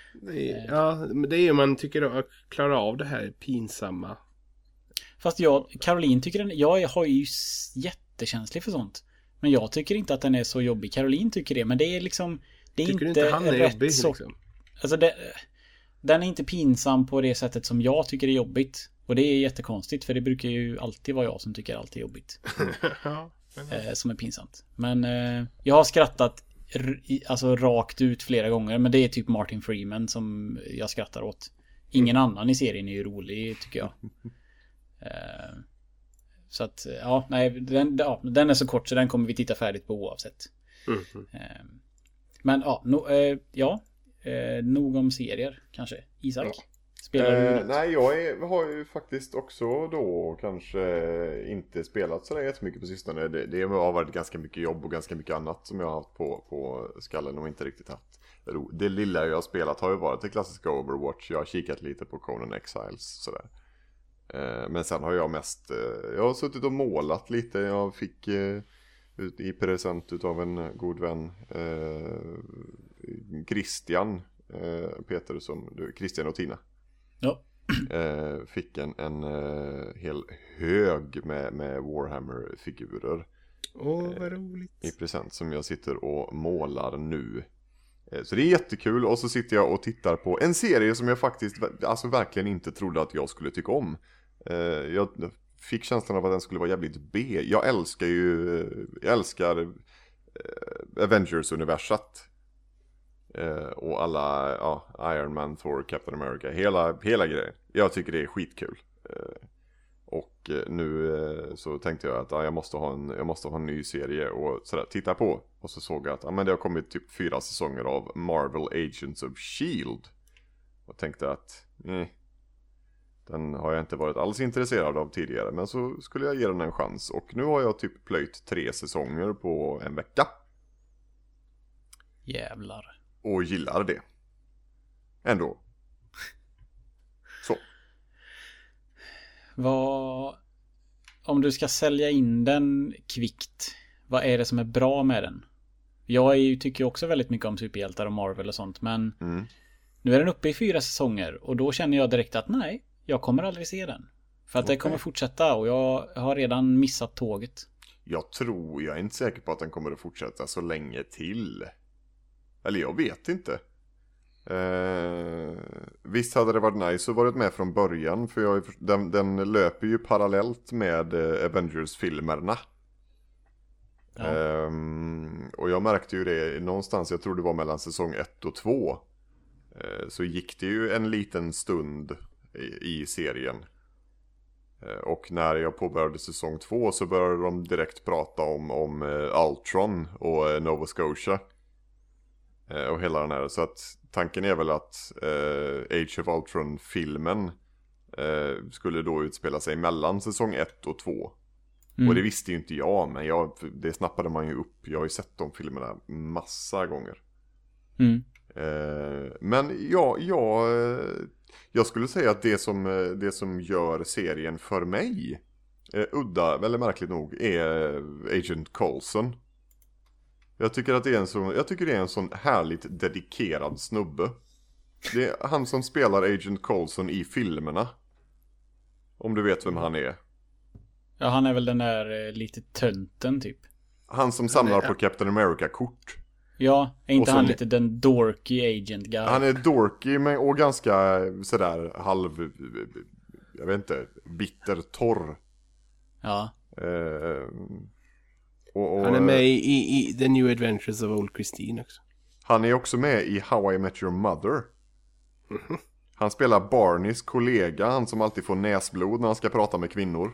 Det är, ja, men det är ju man tycker att klara av det här pinsamma. Fast jag, Caroline tycker den, jag har ju jättekänslig för sånt. Men jag tycker inte att den är så jobbig. Caroline tycker det, men det är liksom det är tycker inte, inte han är rätt jobbig, så, liksom? Alltså det, den är inte pinsam på det sättet som jag tycker är jobbigt. Och det är jättekonstigt, för det brukar ju alltid vara jag som tycker allt är jobbigt. Ja, eh, som är pinsamt. Men eh, jag har skrattat r- alltså rakt ut flera gånger, men det är typ Martin Freeman som jag skrattar åt. Ingen annan i serien är ju rolig, tycker jag. eh, så att, ja, nej, den, ja, den är så kort så den kommer vi titta färdigt på oavsett. Mm. Eh, men ja, no, eh, ja eh, nog om serier kanske. Isak? Ja. Spelar du Eh, något? nej, jag är, har ju faktiskt också då kanske inte spelat så jättemycket på sistone. Det, det har varit ganska mycket jobb och ganska mycket annat som jag har haft på, på skallen och inte riktigt haft ro. Det lilla jag har spelat har ju varit det klassiska Overwatch. Jag har kikat lite på Conan Exiles sådär. Eh, men sen har jag mest, eh, jag har suttit och målat lite. Jag fick eh, ut, i present utav en god vän eh, Christian eh, Peter som, du, Christian och Tina. Ja. Eh, fick en, en eh, hel hög med, med Warhammer-figurer. Åh, oh, vad roligt. I present som jag sitter och målar nu. Eh, så det är jättekul. Och så sitter jag och tittar på en serie som jag faktiskt alltså verkligen inte trodde att jag skulle tycka om. Eh, jag fick känslan av att den skulle vara jävligt B. Jag älskar ju jag älskar eh, Avengers-universat. Uh, och alla, ja, Iron Man, Thor, Captain America, hela, hela grejen. Jag tycker det är skitkul. Uh, och uh, nu uh, så tänkte jag att uh, jag, måste ha en, jag måste ha en ny serie och sådär, titta på. Och så såg jag att uh, men det har kommit typ fyra säsonger av Marvel Agents of Shield. Och tänkte att eh, den har jag inte varit alls intresserad av tidigare. Men så skulle jag ge den en chans. Och nu har jag typ plöjt tre säsonger på en vecka. Jävlar. Och gillar det. Ändå. Så. Vad... Om du ska sälja in den kvickt, vad är det som är bra med den? Jag är ju, tycker också väldigt mycket om superhjältar och Marvel och sånt, men Mm. nu är den uppe i fyra säsonger och då känner jag direkt att nej, jag kommer aldrig se den. För att Okej. det kommer fortsätta och jag har redan missat tåget. Jag tror, jag är inte säker på att den kommer att fortsätta så länge till. Eller jag vet inte. Eh, visst hade det varit nice att varit med från början. För jag, den, den löper ju parallellt med eh, Avengers-filmerna. Ja. Eh, och jag märkte ju det någonstans, jag tror det var mellan säsong ett och två. Eh, så gick det ju en liten stund i, i serien. Eh, och när jag påbörjade säsong två så började de direkt prata om, om eh, Ultron och eh, Nova Scotia. Och hela den här. Så att tanken är väl att eh, Age of Ultron-filmen eh, skulle då utspela sig mellan säsong ett och två. Mm. Och det visste ju inte jag, men jag, det snappade man ju upp. Jag har ju sett de filmerna massa gånger. Mm. Eh, men ja, ja, jag skulle säga att det som, det som gör serien för mig eh, udda, eller märkligt nog, är Agent Coulson. Jag tycker att det är en sån, jag tycker det är en sån härligt dedikerad snubbe. Det är han som spelar Agent Coulson i filmerna. Om du vet vem han är. Ja, han är väl den där eh, lite tönten typ. Han som samlar på Captain America-kort. Ja, är inte Och han så- lite den dorky agent guy? Han är dorky men, och ganska sådär halv, jag vet inte, bitter, torr. Ja. Eh, och, och, Han är med i, i, i The New Adventures of Old Christine också. Han är också med i How I Met Your Mother. Han spelar Barneys kollega, han som alltid får näsblod när han ska prata med kvinnor.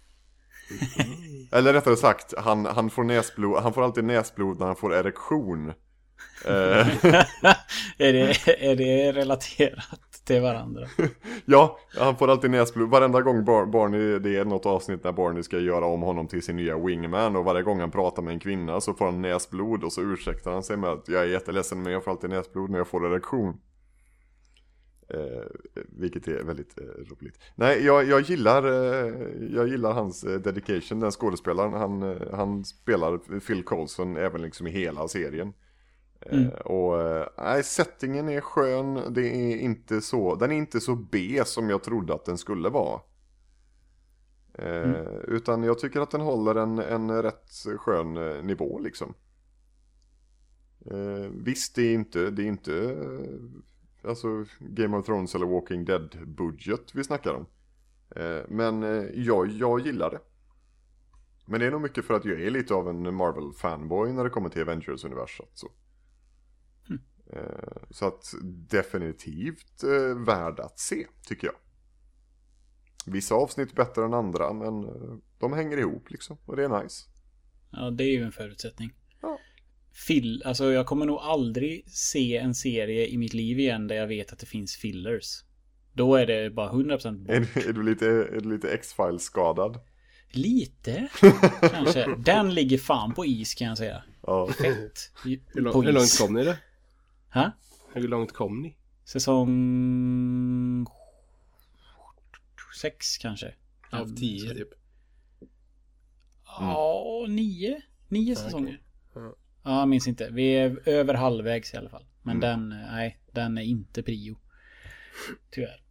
Eller rättare sagt, han, han, får näsblod, han får alltid näsblod när han får erektion. Eh, är, det, är det relaterat till varandra? ja, han får alltid näsblod. Varenda gång Bar- Barney, det är något avsnitt när Barney ska göra om honom till sin nya wingman. Och varje gång han pratar med en kvinna så får han näsblod. Och så ursäktar han sig med att jag är jätteledsen men jag får alltid näsblod när jag får erektion. Eh, vilket är väldigt eh, roligt. Nej, jag, jag gillar eh, jag gillar hans eh, dedication. Den skådespelaren, han, eh, han spelar Phil Coulson även liksom i hela serien. Mm. Eh, och eh, settingen är skön. Det är inte så, den är inte så B som jag trodde att den skulle vara. Eh, mm. Utan jag tycker att den håller en, en rätt skön eh, nivå liksom. Eh, visst, det är inte, det är inte eh, alltså Game of Thrones eller Walking Dead budget vi snackar om. Eh, men eh, jag, jag gillar det. Men det är nog mycket för att jag är lite av en Marvel-fanboy när det kommer till Avengers-universat. Så. Mm. Eh, så att definitivt eh, värd att se, tycker jag. Vissa avsnitt bättre än andra, men eh, de hänger ihop liksom. Och det är nice. Ja, det är ju en förutsättning. Ja. Fill, alltså jag kommer nog aldrig se en serie i mitt liv igen där jag vet att det finns fillers. Då är det bara hundra procent bort. Är, är du lite, är du lite X-Files skadad? Lite, kanske. Den ligger fan på is, kan jag säga. Ja. Fett. Hur, lång, hur långt kom ni då? Ha? Hur långt kom ni? Säsong sex kanske. Av tio typ. Ja, mm. nio. Nio säsonger. Okay. Ja. Ja, jag minns inte. Vi är över halvvägs i alla fall. Men mm. den, nej, den är inte prio. Tyvärr.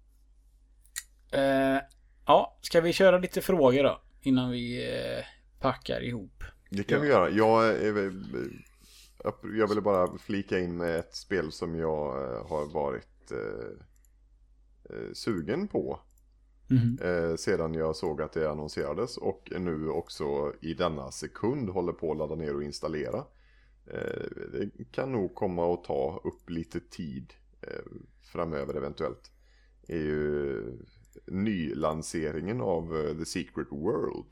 Uh, ja, ska vi köra lite frågor då? Innan vi uh, packar ihop. Det kan ja. vi göra. Jag, jag ville bara flika in med ett spel som jag har varit uh, sugen på. Mm-hmm. Uh, sedan jag såg att det annonserades. Och nu också i denna sekund håller på att ladda ner och installera. Uh, det kan nog komma att ta upp lite tid uh, framöver eventuellt. Är ju nylanseringen av The Secret World.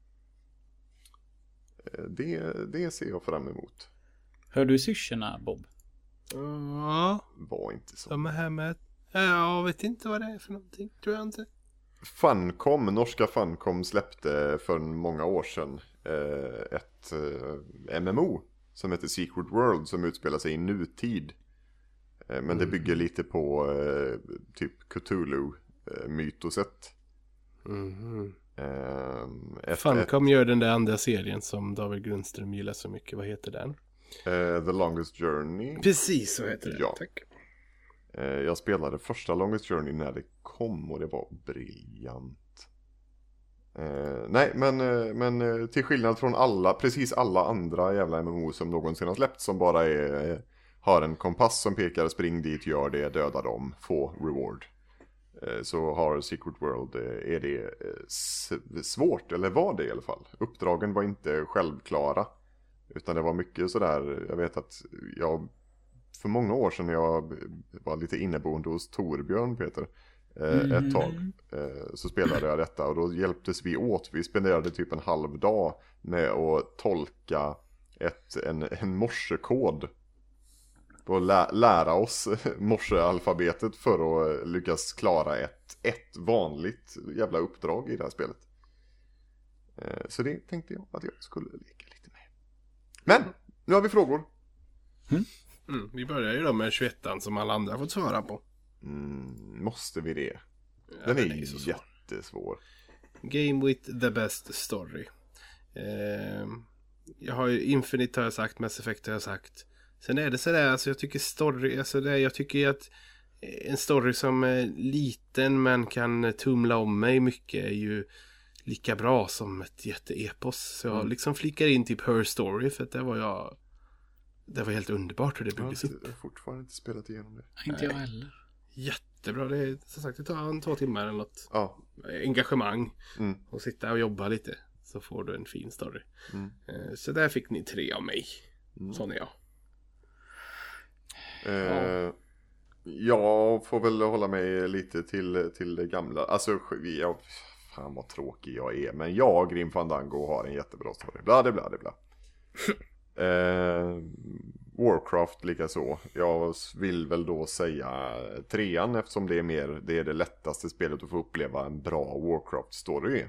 Det, det ser jag fram emot. Hör du syrsorna, Bob? Ja. Var inte så. De är här med... Jag vet inte vad det är för någonting. Tror jag inte. Funcom, norska Funcom släppte för många år sedan ett M M O som heter Secret World, som utspelar sig i nutid. Men mm. det bygger lite på typ Cthulhu mytoset. Mm. Um, ett, Funcom ett, gör den där andra serien som David Grundström gillar så mycket. Vad heter den? Uh, The Longest Journey. Precis, så heter det. Ja. Tack. Uh, jag spelade första Longest Journey när det kom och det var briljant. Uh, nej, men, uh, men uh, till skillnad från alla, precis alla andra jävla M M O som någonsin har släppt, som bara är, uh, har en kompass som pekar, spring dit, gör det, döda dem, få reward. Så har Secret World, är det svårt, eller var det i alla fall. Uppdragen var inte självklara, utan det var mycket sådär. Jag vet att jag för många år sedan, jag var lite inneboende hos Torbjörn Peter mm. ett tag, så spelade jag detta. Och då hjälptes vi åt, vi spenderade typ en halv dag med att tolka ett, en, en morsekod och lä- lära oss morsealfabetet för att lyckas klara ett, ett vanligt jävla uppdrag i det här spelet. Eh, så det tänkte jag att jag skulle leka lite med. Men, nu har vi frågor. Mm. Mm, vi börjar ju då med tjugoettan som alla andra fått svara på. Mm, måste vi det? Den ja, är, är så jättesvår. Game with the best story. Eh, jag har ju Infinite har jag sagt, Mass Effect har jag sagt. Sen är det sådär, alltså jag tycker story, alltså det, jag tycker att en story som är liten men kan tumla om mig mycket är ju lika bra som ett jätteepos. Så jag mm. liksom flickar in typ Her Story, för att det var jag, det var helt underbart hur det byggdes upp. Jag har fortfarande inte spelat igenom det. Nej, inte jag heller. Jättebra, det är som sagt, det tar en två timmar eller något. Ja. Engagemang mm. och sitta och jobba lite, så får du en fin story. Mm. Så där fick ni tre av mig. Mm. Sån är jag. Eh, jag får väl hålla mig lite till, till det gamla. Alltså, jag, fan vad tråkig jag är. Men jag, Grim Fandango, har en jättebra story. Bla, bla, bla, bla. eh, Warcraft lika så. Jag vill väl då säga trean, eftersom det är mer, det är det lättaste spelet att få uppleva en bra Warcraft-story.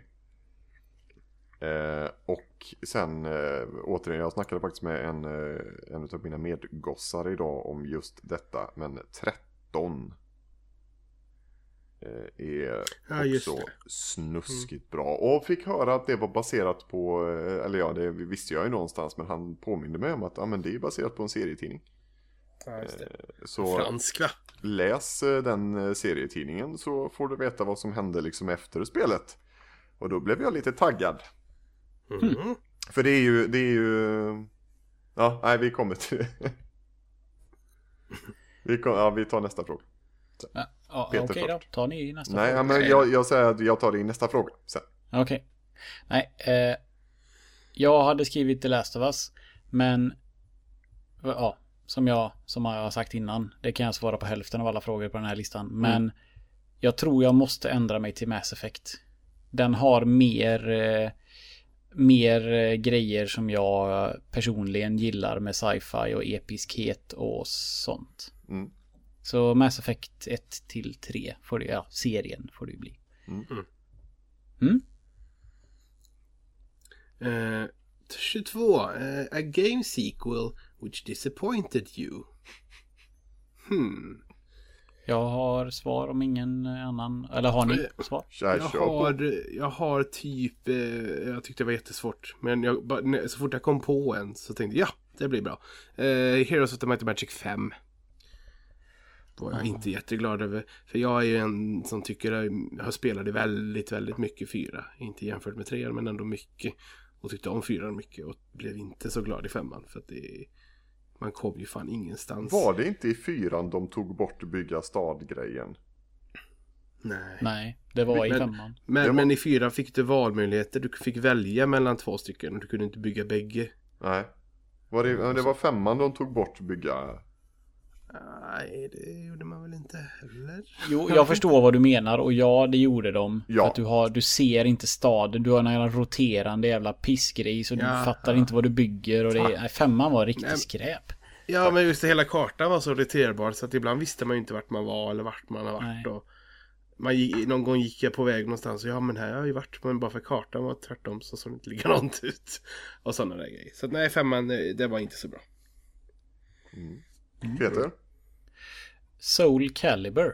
Eh, och sen eh, återigen, jag snackade faktiskt med en, eh, en av mina medgossar idag om just detta, men tretton är Ja, just också det. snuskigt bra. Och fick höra att det var baserat på, eller ja, det visste jag ju någonstans, men han påminde mig om att ja, men det är baserat på en serietidning. Ja, just det. Så Fransk, va? läs den serietidningen så får du veta vad som hände liksom efter spelet. Och då blev jag lite taggad. Mm. För det är ju, det är ju... Ja, nej, vi kommer till vi, kom, ja, vi tar nästa fråga. Ja, ja, Peter okej då, först. tar ni nästa Nej, fråga. ja, men jag, jag säger att jag tar det i nästa fråga sen. Okej. Nej, eh, jag hade skrivit The Last of Us, men ja, som jag som jag har sagt innan, det kan jag svara på hälften av alla frågor på den här listan, men Mm. jag tror jag måste ändra mig till Mass Effect. Den har mer eh, mer eh, grejer som jag personligen gillar med sci-fi och episkhet och sånt. Mm. Så Mass Effect ett till tre får det, ja, serien får det ju bli. Mm. Mm? Eh, tjugotvå. Eh, a game sequel which disappointed you. Hmm. Jag har svar om ingen annan. Eller har ni svar? Kör, Jag kör på. har, jag har typ, eh, jag tyckte det var jättesvårt. Men jag, bara- när- så fort jag kom på en så tänkte jag, ja, det blir bra. Eh, Heroes of the Might and Magic fem. Var jag inte jätteglad över. För jag är ju en som tycker att jag har spelat väldigt, väldigt mycket fyra. Inte jämfört med trean, men ändå mycket. Och tyckte om fyran mycket och blev inte så glad i femman. För att det, man kom ju fan ingenstans. Var det inte i fyran de tog bort bygga stad-grejen? Nej. Nej, det var i Men- femman. Men, Det var- men i fyra fick du valmöjligheter. Du fick välja mellan två stycken och du kunde inte bygga bägge. Nej. Var det, ja, det var femman de tog bort bygga... Nej, det gjorde man väl inte heller. Jo, jag förstår vad du menar och ja, det gjorde de. Ja. För att du, har, du ser inte staden, du har en jävla roterande jävla pissgrej så du Ja, fattar ja. inte vad du bygger och det är, nej, femman var riktigt Nej. skräp. Ja, men just det, hela kartan var så irriterbar så att ibland visste man ju inte vart man var eller vart man har varit. Nej. Och man gick, någon gång gick jag på väg någonstans och ja, men här har jag ju varit, men bara för kartan var tvärtom så såg det inte likadant ut. Och sådana där grejer. Så att, nej, femman, det var inte så bra. Peter? Soul Calibur.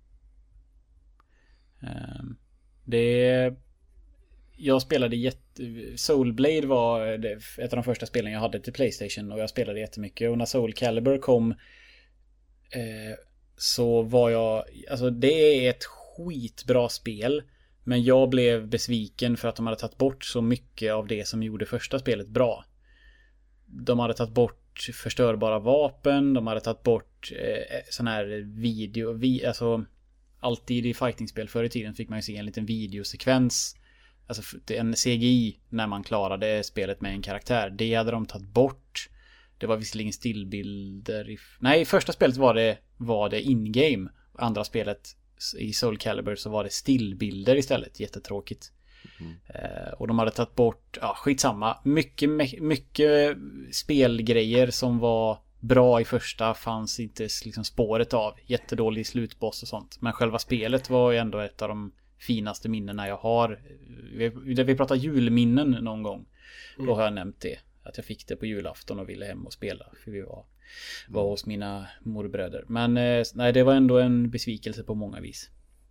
Ehm, det... Jag spelade jätte... Soul Blade var det, ett av de första spelen jag hade till PlayStation och jag spelade jättemycket. Och när Soul Calibur kom eh, så var jag... Alltså det är ett skitbra spel. Men jag blev besviken för att de hade tagit bort så mycket av det som gjorde första spelet bra. De hade tagit bort förstörbara vapen, de hade tagit bort eh, sån här video, vi, alltså alltid i fightingspel förr i tiden fick man ju se en liten videosekvens, alltså en C G I när man klarade spelet med en karaktär. Det hade de tagit bort. Det var visserligen stillbilder i, nej, i första spelet var det var det in-game. Andra spelet i Soul Calibur så var det stillbilder istället, jättetråkigt. Eh, och de hade tagit bort, ja, skitsamma, mycket, me- mycket spelgrejer som var bra i första fanns inte liksom spåret av. Jättedålig slutboss och sånt. Men själva spelet var ju ändå ett av de finaste minnena jag har. Vi, där vi pratar julminnen någon gång. Då har jag nämnt det. Att jag fick det på julafton och ville hem och spela. För vi var, var hos mina morbröder. Men eh, nej, det var ändå en besvikelse på många vis.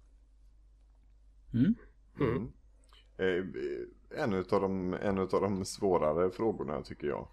Mm. Mm. Eh, en utav de, en utav de svårare frågorna tycker jag.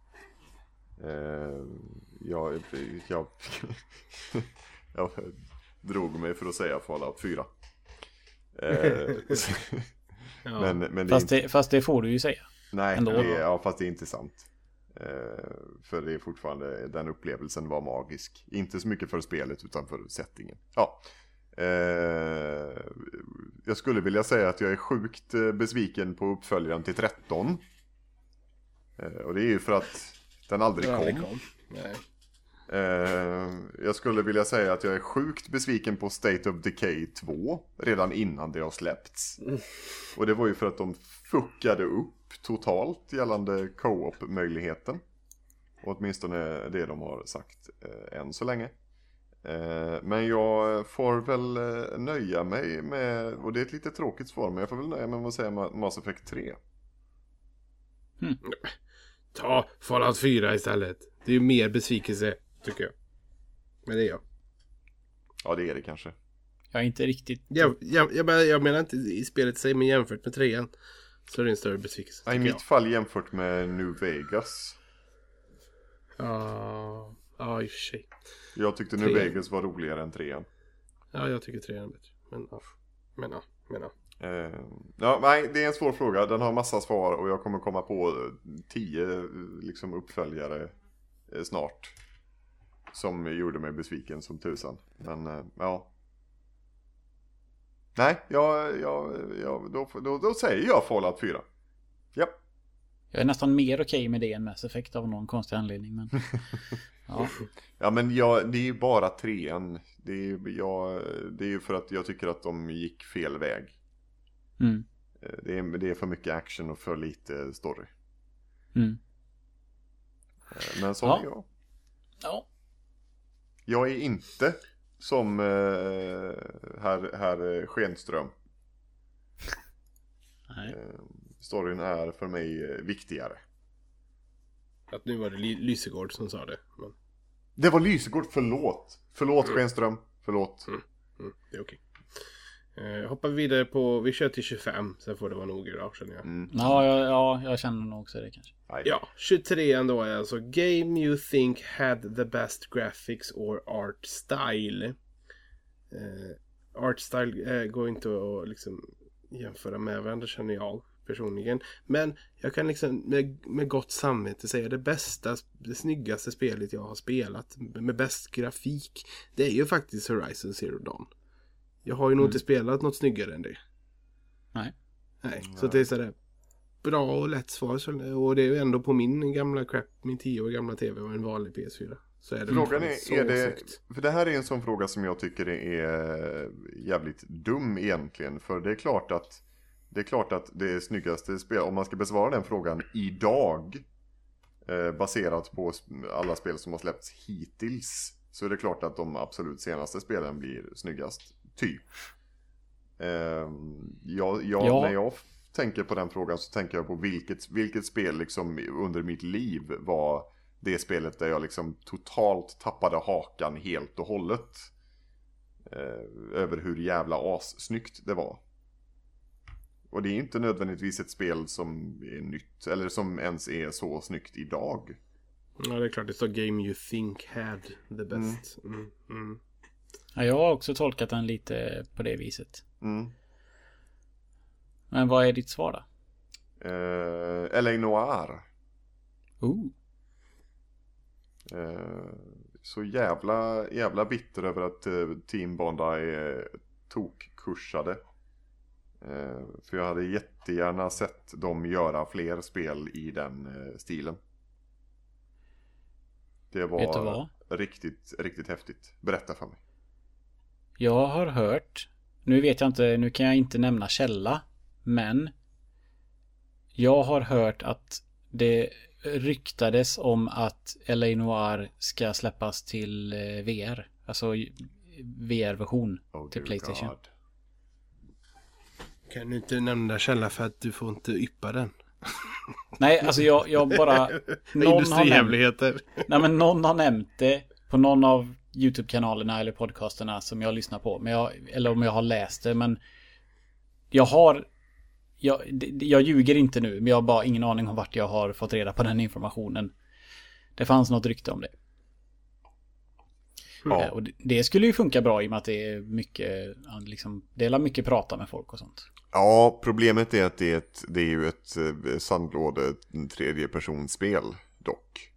Eh, jag, jag, jag drog mig för att säga Fallout fyra. Eh, Ja. men, men det är Fast, inte, det, fast det får du ju säga. nej, ändå. det är, ja, fast det är inte sant. Eh, för det är fortfarande, den upplevelsen var magisk. Inte så mycket för spelet utan för settingen. Ja. Eh, jag skulle vilja säga att jag är sjukt eh, besviken på uppföljaren till tretton. Eh, och det är ju för att den aldrig Det kom. aldrig kom. Nej. Eh, jag skulle vilja säga att jag är sjukt besviken på State of Decay två redan innan det har släppts. Och det var ju för att de fuckade upp totalt gällande co-op-möjligheten. Och åtminstone det de har sagt eh, än så länge. Eh, men jag får väl eh, nöja mig med, och det är ett lite tråkigt svar, men jag får väl nöja mig med att säga Ma- Mass Effect tre. Ta Fallout fyra istället. Det är ju mer besvikelse, tycker jag. Men det är jag. Ja, det är det kanske. jag är inte riktigt... Jag, jag, jag, menar, jag menar inte i spelet sig, men jämfört med trean så är det en större besvikelse. Ja, i mitt jag. fall jämfört med New Vegas. Ja, ja i och för sig. Jag tyckte New trean. Vegas var roligare än trean. Ja, jag tycker trean är bättre. Men ja, men ja, men ja. Uh, ja, nej, det är en svår fråga. Den har massa svar och jag kommer komma på tio liksom, uppföljare eh, snart. Som gjorde mig besviken som tusan. Men uh, ja. Nej, jag, jag, jag, då, då, då säger jag Fallout fyra. Ja. Jag är nästan mer okej med det än Mass Effect av någon konstig anledning. Men... ja. ja, men jag, det är ju bara trean. Det är, jag, det är ju för att jag tycker att de gick fel väg. Mm. Det, är, det är för mycket action och för lite story. Mm. Men så ja. är jag. Ja. Jag är inte som eh, herr, herr Schenström. Nej. Eh, storyn är för mig viktigare. Att nu var det Ly- Lysegård som sa det. Men... Det var Lysegård, förlåt. Förlåt mm. Schenström, förlåt. Mm. Mm. Det är okej. Eh, hoppar vi vidare på, vi kör till tjugofem, sen får det vara nog idag, känner jag. Mm. Ja, ja, ja, jag känner nog också det kanske. Ja, tjugotre då är alltså Game you think had the best graphics or art style. Eh, art style eh, går inte att liksom jämföra med varandra, känner jag personligen. Men jag kan liksom med, med gott samvete säga det bästa, det snyggaste spelet jag har spelat med bäst grafik, det är ju faktiskt Horizon Zero Dawn. Jag har ju nog mm. inte spelat något snyggare än det. Nej. Nej, så det är sådär bra och lätt svar. Och det är ju ändå på min gamla crap, min tio år gamla tv och en vanlig P S fyra. Så är det frågan är, är det, för det här är en sån fråga som jag tycker är jävligt dum egentligen. För det är klart att det är klart att det snyggaste spel, om man ska besvara den frågan idag, eh, baserat på alla spel som har släppts hittills, så är det klart att de absolut senaste spelen blir snyggast. Typ. Eh, jag, jag, ja. När jag tänker på den frågan så tänker jag på vilket, vilket spel liksom under mitt liv var det spelet där jag liksom totalt tappade hakan helt och hållet. Eh, över hur jävla assnyggt det var. Och det är inte nödvändigtvis ett spel som är nytt eller som ens är så snyggt idag. Ja, det är klart det står Game you think had the best. Mm. Mm. Mm. Ja, jag har också tolkat den lite på det viset. Mm. Men vad är ditt svar då? Uh, L A Noire. Ooh. Uh, så jävla, jävla bitter över att uh, Team Bondi är tokkursade. Uh, för jag hade jättegärna sett dem göra fler spel i den uh, stilen. Det var riktigt, riktigt häftigt. Berätta för mig. Jag har hört, nu vet jag inte, nu kan jag inte nämna källa, men jag har hört att det ryktades om att L A Noire ska släppas till V R, alltså V R-version oh, till PlayStation. God. Kan du inte nämna källa för att du får inte yppa den? Nej, alltså jag, jag bara någon Industrihemligheter. Har nej, men någon har nämnt det på någon av YouTube-kanalerna eller podcasterna som jag lyssnar på, men jag, eller om jag har läst det, men jag har jag, jag ljuger inte nu, men jag har bara ingen aning om vart jag har fått reda på den informationen. Det fanns något rykte om det. Ja. Och det, det skulle ju funka bra i och med att det är mycket liksom, det är mycket prata med folk och sånt. Ja, problemet är att det är, ett, det är ju ett sandlåde tredjepersonsspel dock.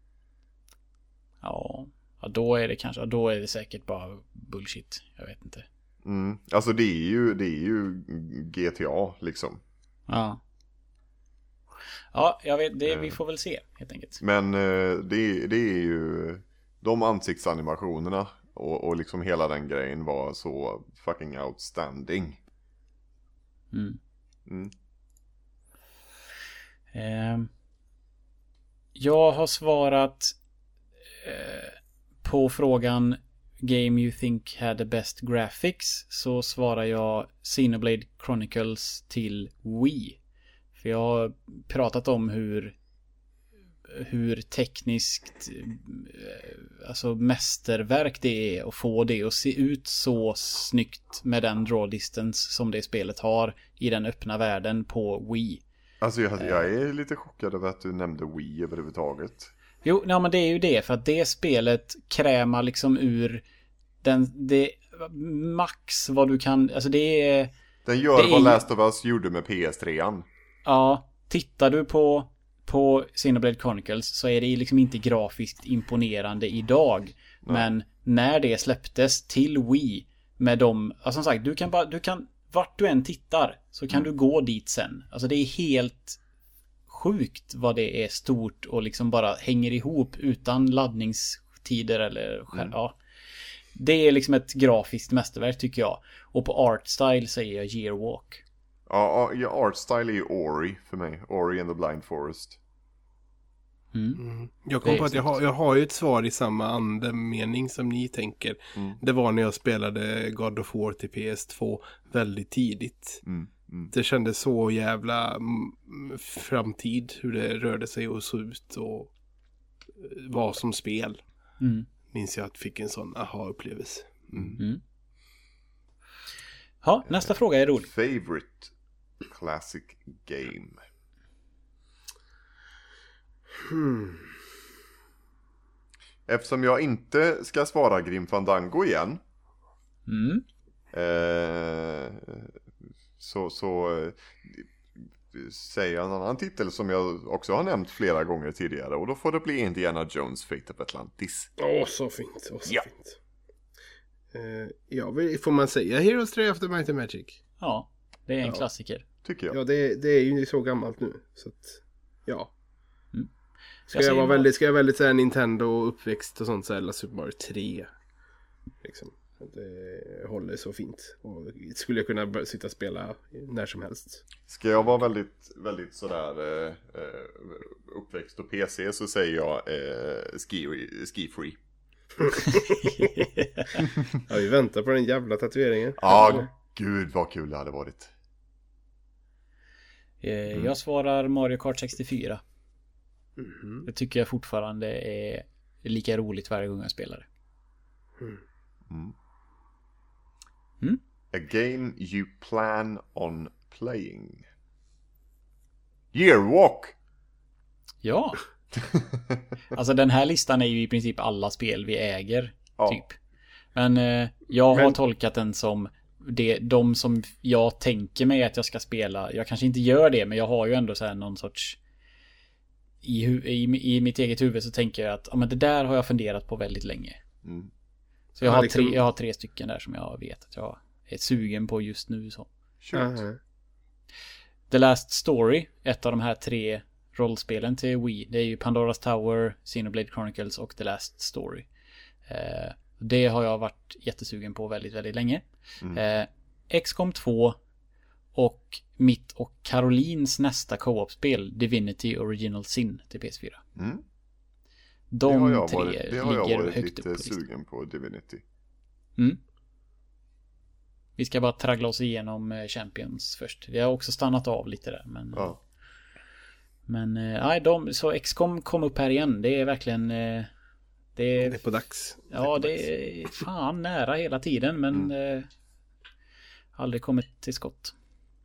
Ja, ja, då är det kanske, då är det säkert bara bullshit. Jag vet inte. Mm. Alltså det är ju det är ju G T A liksom. Ja. Ja, jag vet, det vi får väl se helt enkelt. Men det, det är ju de ansiktsanimationerna och, och liksom hela den grejen var så fucking outstanding. Mm. Mm. Eh, jag har svarat eh, på frågan Game you think had the best graphics, så svarar jag Xenoblade Chronicles till Wii. För jag har pratat om hur hur tekniskt alltså mästerverk det är att få det att se ut så snyggt med den draw distance som det spelet har i den öppna världen på Wii. Alltså jag, jag är lite chockad över att du nämnde Wii överhuvudtaget. Jo, nej, men det är ju det, för att det spelet krämar liksom ur den, det max vad du kan, alltså det är... Den gör det vad är, Last of Us gjorde med P S tre-an. Ja, tittar du på på Xenoblade Chronicles så är det liksom inte grafiskt imponerande idag. Nej. Men när det släpptes till Wii med dem, alltså som sagt, du kan bara, du kan, vart du än tittar så kan mm. du gå dit sen. Alltså det är helt sjukt vad det är stort och liksom bara hänger ihop utan laddningstider eller mm. ja. Det är liksom ett grafiskt mästerverk tycker jag. Och på art style säger jag Yearwalk. Ja, ja, art style är ju Ori för mig. Ori and the Blind Forest. Mm. Mm. Jag kom på att jag har, jag har ju ett svar i samma andemening som ni tänker. Mm. Det var när jag spelade God of War till P S två väldigt tidigt. Mm. Mm. Det kändes så jävla framtid hur det rörde sig och såg ut och var som spel. Mm. Minns jag att fick en sån aha-upplevelse. Mm. Mm. Ja, nästa uh, fråga är rolig. Favorite classic game. Hmm. Eftersom jag inte ska svara Grim Fandango igen. Mm. Eh, så så eh, säger jag en annan titel som jag också har nämnt flera gånger tidigare. Och då får det bli Indiana Jones Fate of Atlantis. Åh, oh, så fint. Oh, så ja. fint. Uh, ja, får man säga Heroes tre After Might and Magic? Ja, det är en ja. klassiker. Tycker jag. Ja, det, det är ju så gammalt nu. Så att, ja. Mm. Ska jag, jag vara väldigt, ska jag väldigt säga Nintendo uppväxt och sånt så eller Super Mario tre. Liksom. Det håller så fint. Och skulle jag kunna sitta och spela när som helst. Ska jag vara väldigt, väldigt sådär eh, uppväxt och P C så säger jag eh, ski, ski free. Ja, vi väntar på den jävla tatueringen. Ja, gud vad kul det hade varit. Mm. Jag svarar Mario Kart sextiofyra. Mm. Det tycker jag fortfarande är lika roligt varje gång jag spelar det. Mm. Mm. A game you plan on playing. Yearwalk. Ja. Alltså den här listan är ju i princip alla spel vi äger, ja. Typ. Men eh, jag har Men... tolkat den som det, de som jag tänker mig att jag ska spela. Jag kanske inte gör det, men jag har ju ändå så här någon sorts i, i, i mitt eget huvud så tänker jag att ja, men det där har jag funderat på väldigt länge. Mm. Så jag har, liksom... tre, jag har tre stycken där som jag vet att jag är sugen på just nu. Så. Uh-huh. The Last Story, ett av de här tre rollspelen till Wii. Det är ju Pandora's Tower, Xenoblade Chronicles och The Last Story. Eh, det har jag varit jättesugen på väldigt, väldigt länge. Mm. Eh, X COM två och mitt och Carolines nästa co-op-spel Divinity Original Sin till P S fyra. Mm. De det har jag tre varit, det har jag ligger varit högt lite upp på sugen på Divinity. Mm. Vi ska bara traggla oss igenom Champions först. Vi har också stannat av lite där. Men, ja. men nej, de, så X COM kom upp här igen. Det är verkligen... Det är, det är på dags. Ja, det är fan nära hela tiden. Men mm. eh, aldrig kommit till skott.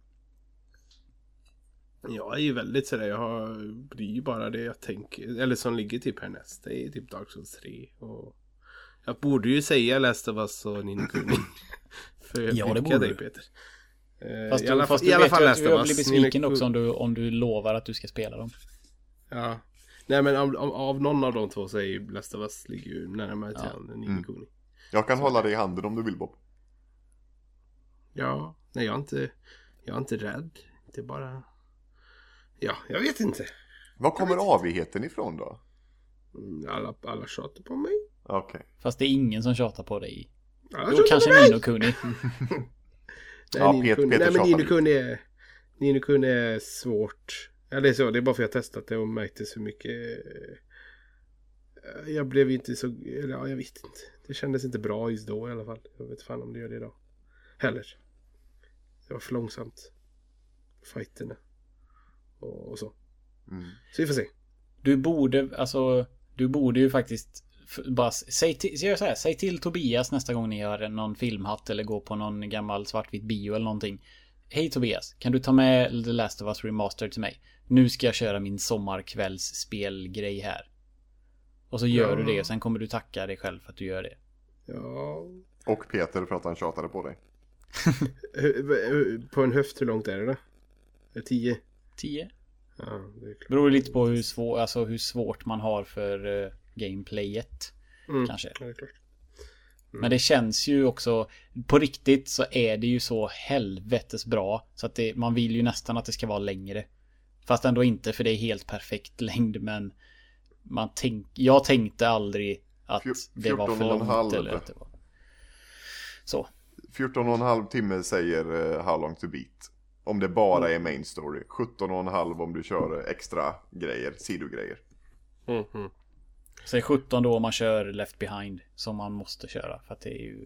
Jag är ju väldigt sådär, jag har, det är ju bara det jag tänker, eller som ligger typ härnäst, det är typ Dark Souls tre och jag borde ju säga Last of Us och Ni no Kuni. För jag ja, det borde dig, Peter. Fast du, I alla, fast du i alla vet fall Last of Us. Jag blir besviken också om du, om du lovar att du ska spela dem. Ja, nej men av, av, av någon av de två så är ju Last of Us ligger ju närmare till ja. Ni no Kuni. Jag kan så. hålla dig i handen om du vill, Bob. Ja, nej jag är inte, jag är inte rädd, det är bara... Ja, jag vet inte. Var kommer avigheten ifrån då? Alla, alla tjatar på mig. Okej. Okay. Fast det är ingen som tjatar på dig. Alla då kanske Ni no Kuni. Nej, ja, Ni no Peter, Kuni. Peter Nej, men Ni no Kuni är, Ni no Kuni är svårt. Ja, det är så. Det är bara för att jag testat det och märkte så mycket. Jag blev inte så... Eller, ja, jag vet inte. Det kändes inte bra just då i alla fall. Jag vet fan om det gör det idag. Heller. Det var för långsamt. Fighterna. Och, och så. Mm. Så vi får se. Du borde, alltså, du borde ju faktiskt bara säg till, så här, säg till Tobias nästa gång ni gör någon filmhatt eller går på någon gammal svartvit bio eller någonting. Hej Tobias, kan du ta med The Last of Us Remastered till mig? Nu ska jag köra min sommarkvällsspelgrej här. Och så gör ja. du det och sen kommer du tacka dig själv för att du gör det. Ja. Och Peter för att han tjatade på dig. På en höft, hur långt är det då? tio? tio? Ja, det är klart. Beror lite på hur, svår, alltså hur svårt man har för uh, gameplayet. Mm. Kanske. Ja, det är klart. Mm. Men det känns ju också, på riktigt så är det ju så helvetes bra. Så att det, man vill ju nästan att det ska vara längre. Fast ändå inte, för det är helt perfekt längd. Men man tänk, jag tänkte aldrig att det var för långt. Eller att det var. Så. fjorton och en halv timme säger uh, How Long To Beat. Om det bara är main story. sjutton och en halv om du kör extra grejer, sidogrejer. Mm, mm. Säg sjutton då om man kör Left Behind. Som man måste köra. För att det är ju...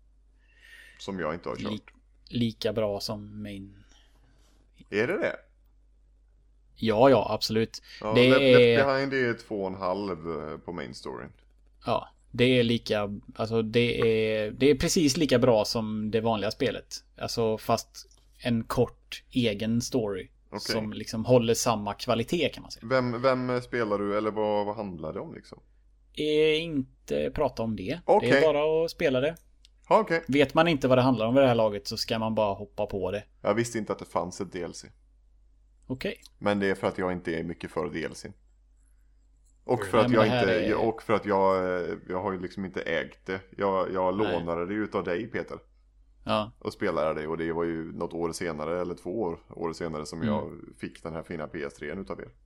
Som jag inte har kört. Li- lika bra som main. Är det det? Ja, ja, absolut. Ja, det Left, är... Left Behind är två och en halv på main storyn. Ja, det är lika... Alltså det är... Det är precis lika bra som det vanliga spelet. Alltså fast en kort egen story. Okay. Som liksom håller samma kvalitet kan man säga. Vem, vem spelar du eller vad, vad handlar det om liksom? Är inte prata om det. Okay. Det är bara att spela det. Okay. Vet man inte vad det handlar om vid det här laget så ska man bara hoppa på det. Jag visste inte att det fanns ett D L C. Okej. Okay. Men det är för att jag inte är mycket för D L C. Och för att jag inte är... och för att jag jag har ju liksom inte ägt det. Jag jag lånade det utav dig, Peter. Ja. Och spelade det, och det var ju något år senare eller två år, år senare som mm. jag fick den här fina P S tre utav er.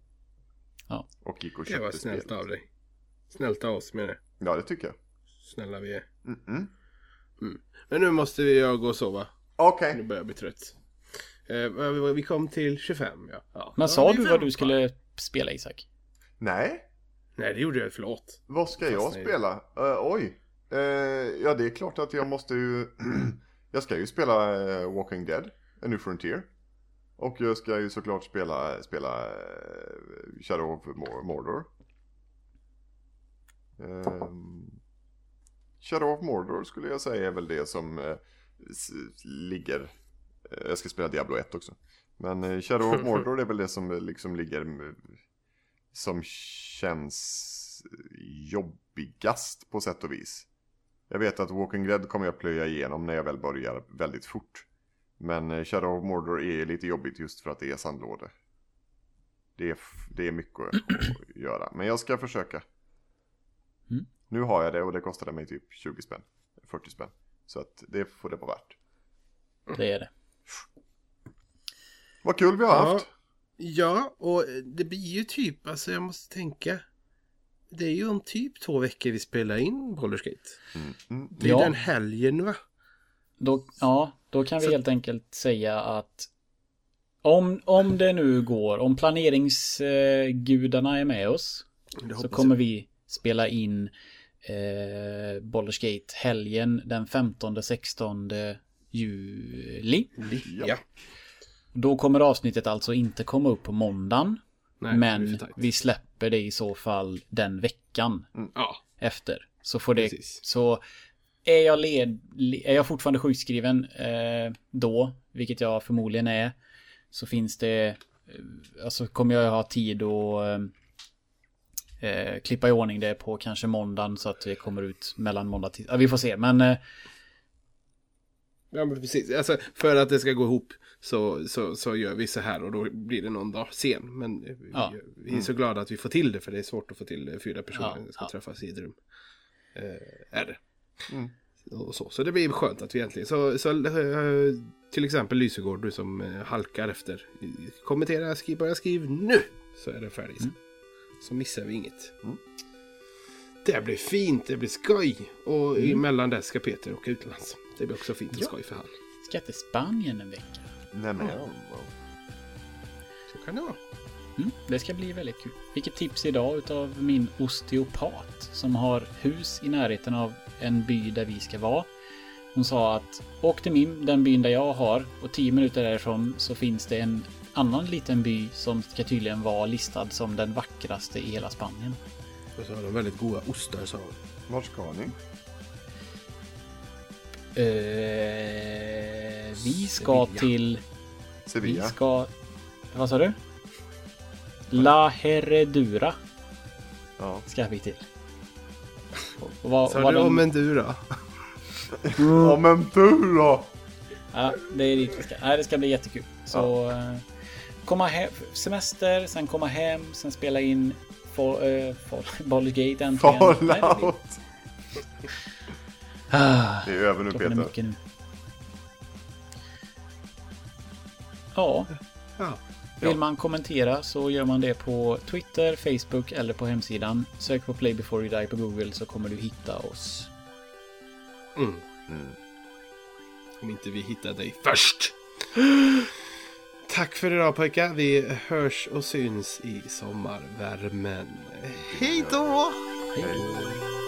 Ja. Och gick och köpte. Det var snällt spelet. Av dig. Snällt av oss med det. Ja, det tycker jag. Snälla vi är. Mm-mm. Mm. Men nu måste vi jag gå och sova. Okej. Okay. Nu börjar jag bli trött. Eh, vi kom till tjugofem, ja. ja. Men sa du vad du skulle spela, Isak? Nej. Nej, det gjorde jag, förlåt. Vad ska jag spela? Uh, oj. Uh, ja, det är klart att jag måste ju... jag ska ju spela uh, Walking Dead, A New Frontier. Och jag ska ju såklart spela, spela uh, Shadow of Mordor. Uh, Shadow of Mordor skulle jag säga är väl det som uh, s- ligger... Uh, jag ska spela Diablo ett också. Men uh, Shadow of Mordor är väl det som uh, liksom ligger... Uh, som känns jobbigast på sätt och vis. Jag vet att Walking Dead kommer jag plöja igenom när jag väl börjar väldigt fort. Men Shadow of Mordor är lite jobbigt just för att det är sandlådor. Det är, det är mycket att göra. Men jag ska försöka. Mm. Nu har jag det och det kostade mig typ tjugo spänn. fyrtio spänn. Så att det får det vara värt. Det är det. Vad kul vi har ja. haft. Ja, och det blir ju typ, alltså jag måste tänka, det är ju om typ två veckor vi spelar in Baldur's Gate. Mm. Mm. Det är ja. den helgen, va? Då, ja, då kan vi Så... helt enkelt säga att om, om det nu går, om planeringsgudarna är med oss, så kommer jag. vi spela in eh, Baldur's Gate helgen den femtonde sextonde juli. Ja. Då kommer avsnittet alltså inte komma upp på måndagen. Nej, men vi släpper det i så fall den veckan mm. ja. efter. Så får det, Precis. så är jag led, är jag fortfarande sjukskriven eh, då, vilket jag förmodligen är, så finns det, alltså kommer jag ha tid att eh, klippa i ordning det på kanske måndagen så att det kommer ut mellan måndag till, ja, vi får se, men eh, ja, men precis. Alltså, för att det ska gå ihop så, så, så gör vi så här och då blir det någon dag sen. Men vi, ja. vi är så glada att vi får till det, för det är svårt att få till fyra personer ja, som ska ja. träffas i ett rum. Eh, är det. Mm. Och så. så det blir skönt att vi äntligen... Så, så eh, till exempel Lysegård, du som eh, halkar efter. Kommentera, skriv, bara skriv nu! Så är det färdigt. Mm. Så missar vi inget. Mm. Det blir fint, det blir skoj. Och mm. emellan där ska Peter åka utomlands. Det blir också fint och ja. skoj för han. Ska till Spanien en vecka. Nämen. Ja. Så kan det vara. Mm, det ska bli väldigt kul. Fick ett tips idag utav min osteopat som har hus i närheten av en by där vi ska vara. Hon sa att åk till min, den byn där jag har, och tio minuter därifrån så finns det en annan liten by som ska tydligen vara listad som den vackraste i hela Spanien. Och så har de väldigt goda ostar, sa de. Var ska ni? Eh, vi ska Sevilla. till... Sevilla. Vi ska... Vad sa du? La Herradura Ja. ska vi till. Och vad, Sa vad du den- om en du då? Ja men du då! Ja, det är dit vi ska. Nej, det ska bli jättekul. Så eh, komma hem, semester, sen komma hem, sen spela in for, uh, for, Baldur's Gate äntligen. Nej, det blir- Fallout! Ah, Det är över nu klockan är Peter. mycket nu. Ja, Ja. vill Ja. man kommentera så gör man det på Twitter, Facebook eller på hemsidan. Sök på Play Before You Die på Google så kommer du hitta oss. Mm. Mm. Om inte vi hittar dig först. Tack för idag pojkar. Vi hörs och syns i sommarvärmen. Hej då! Hej då!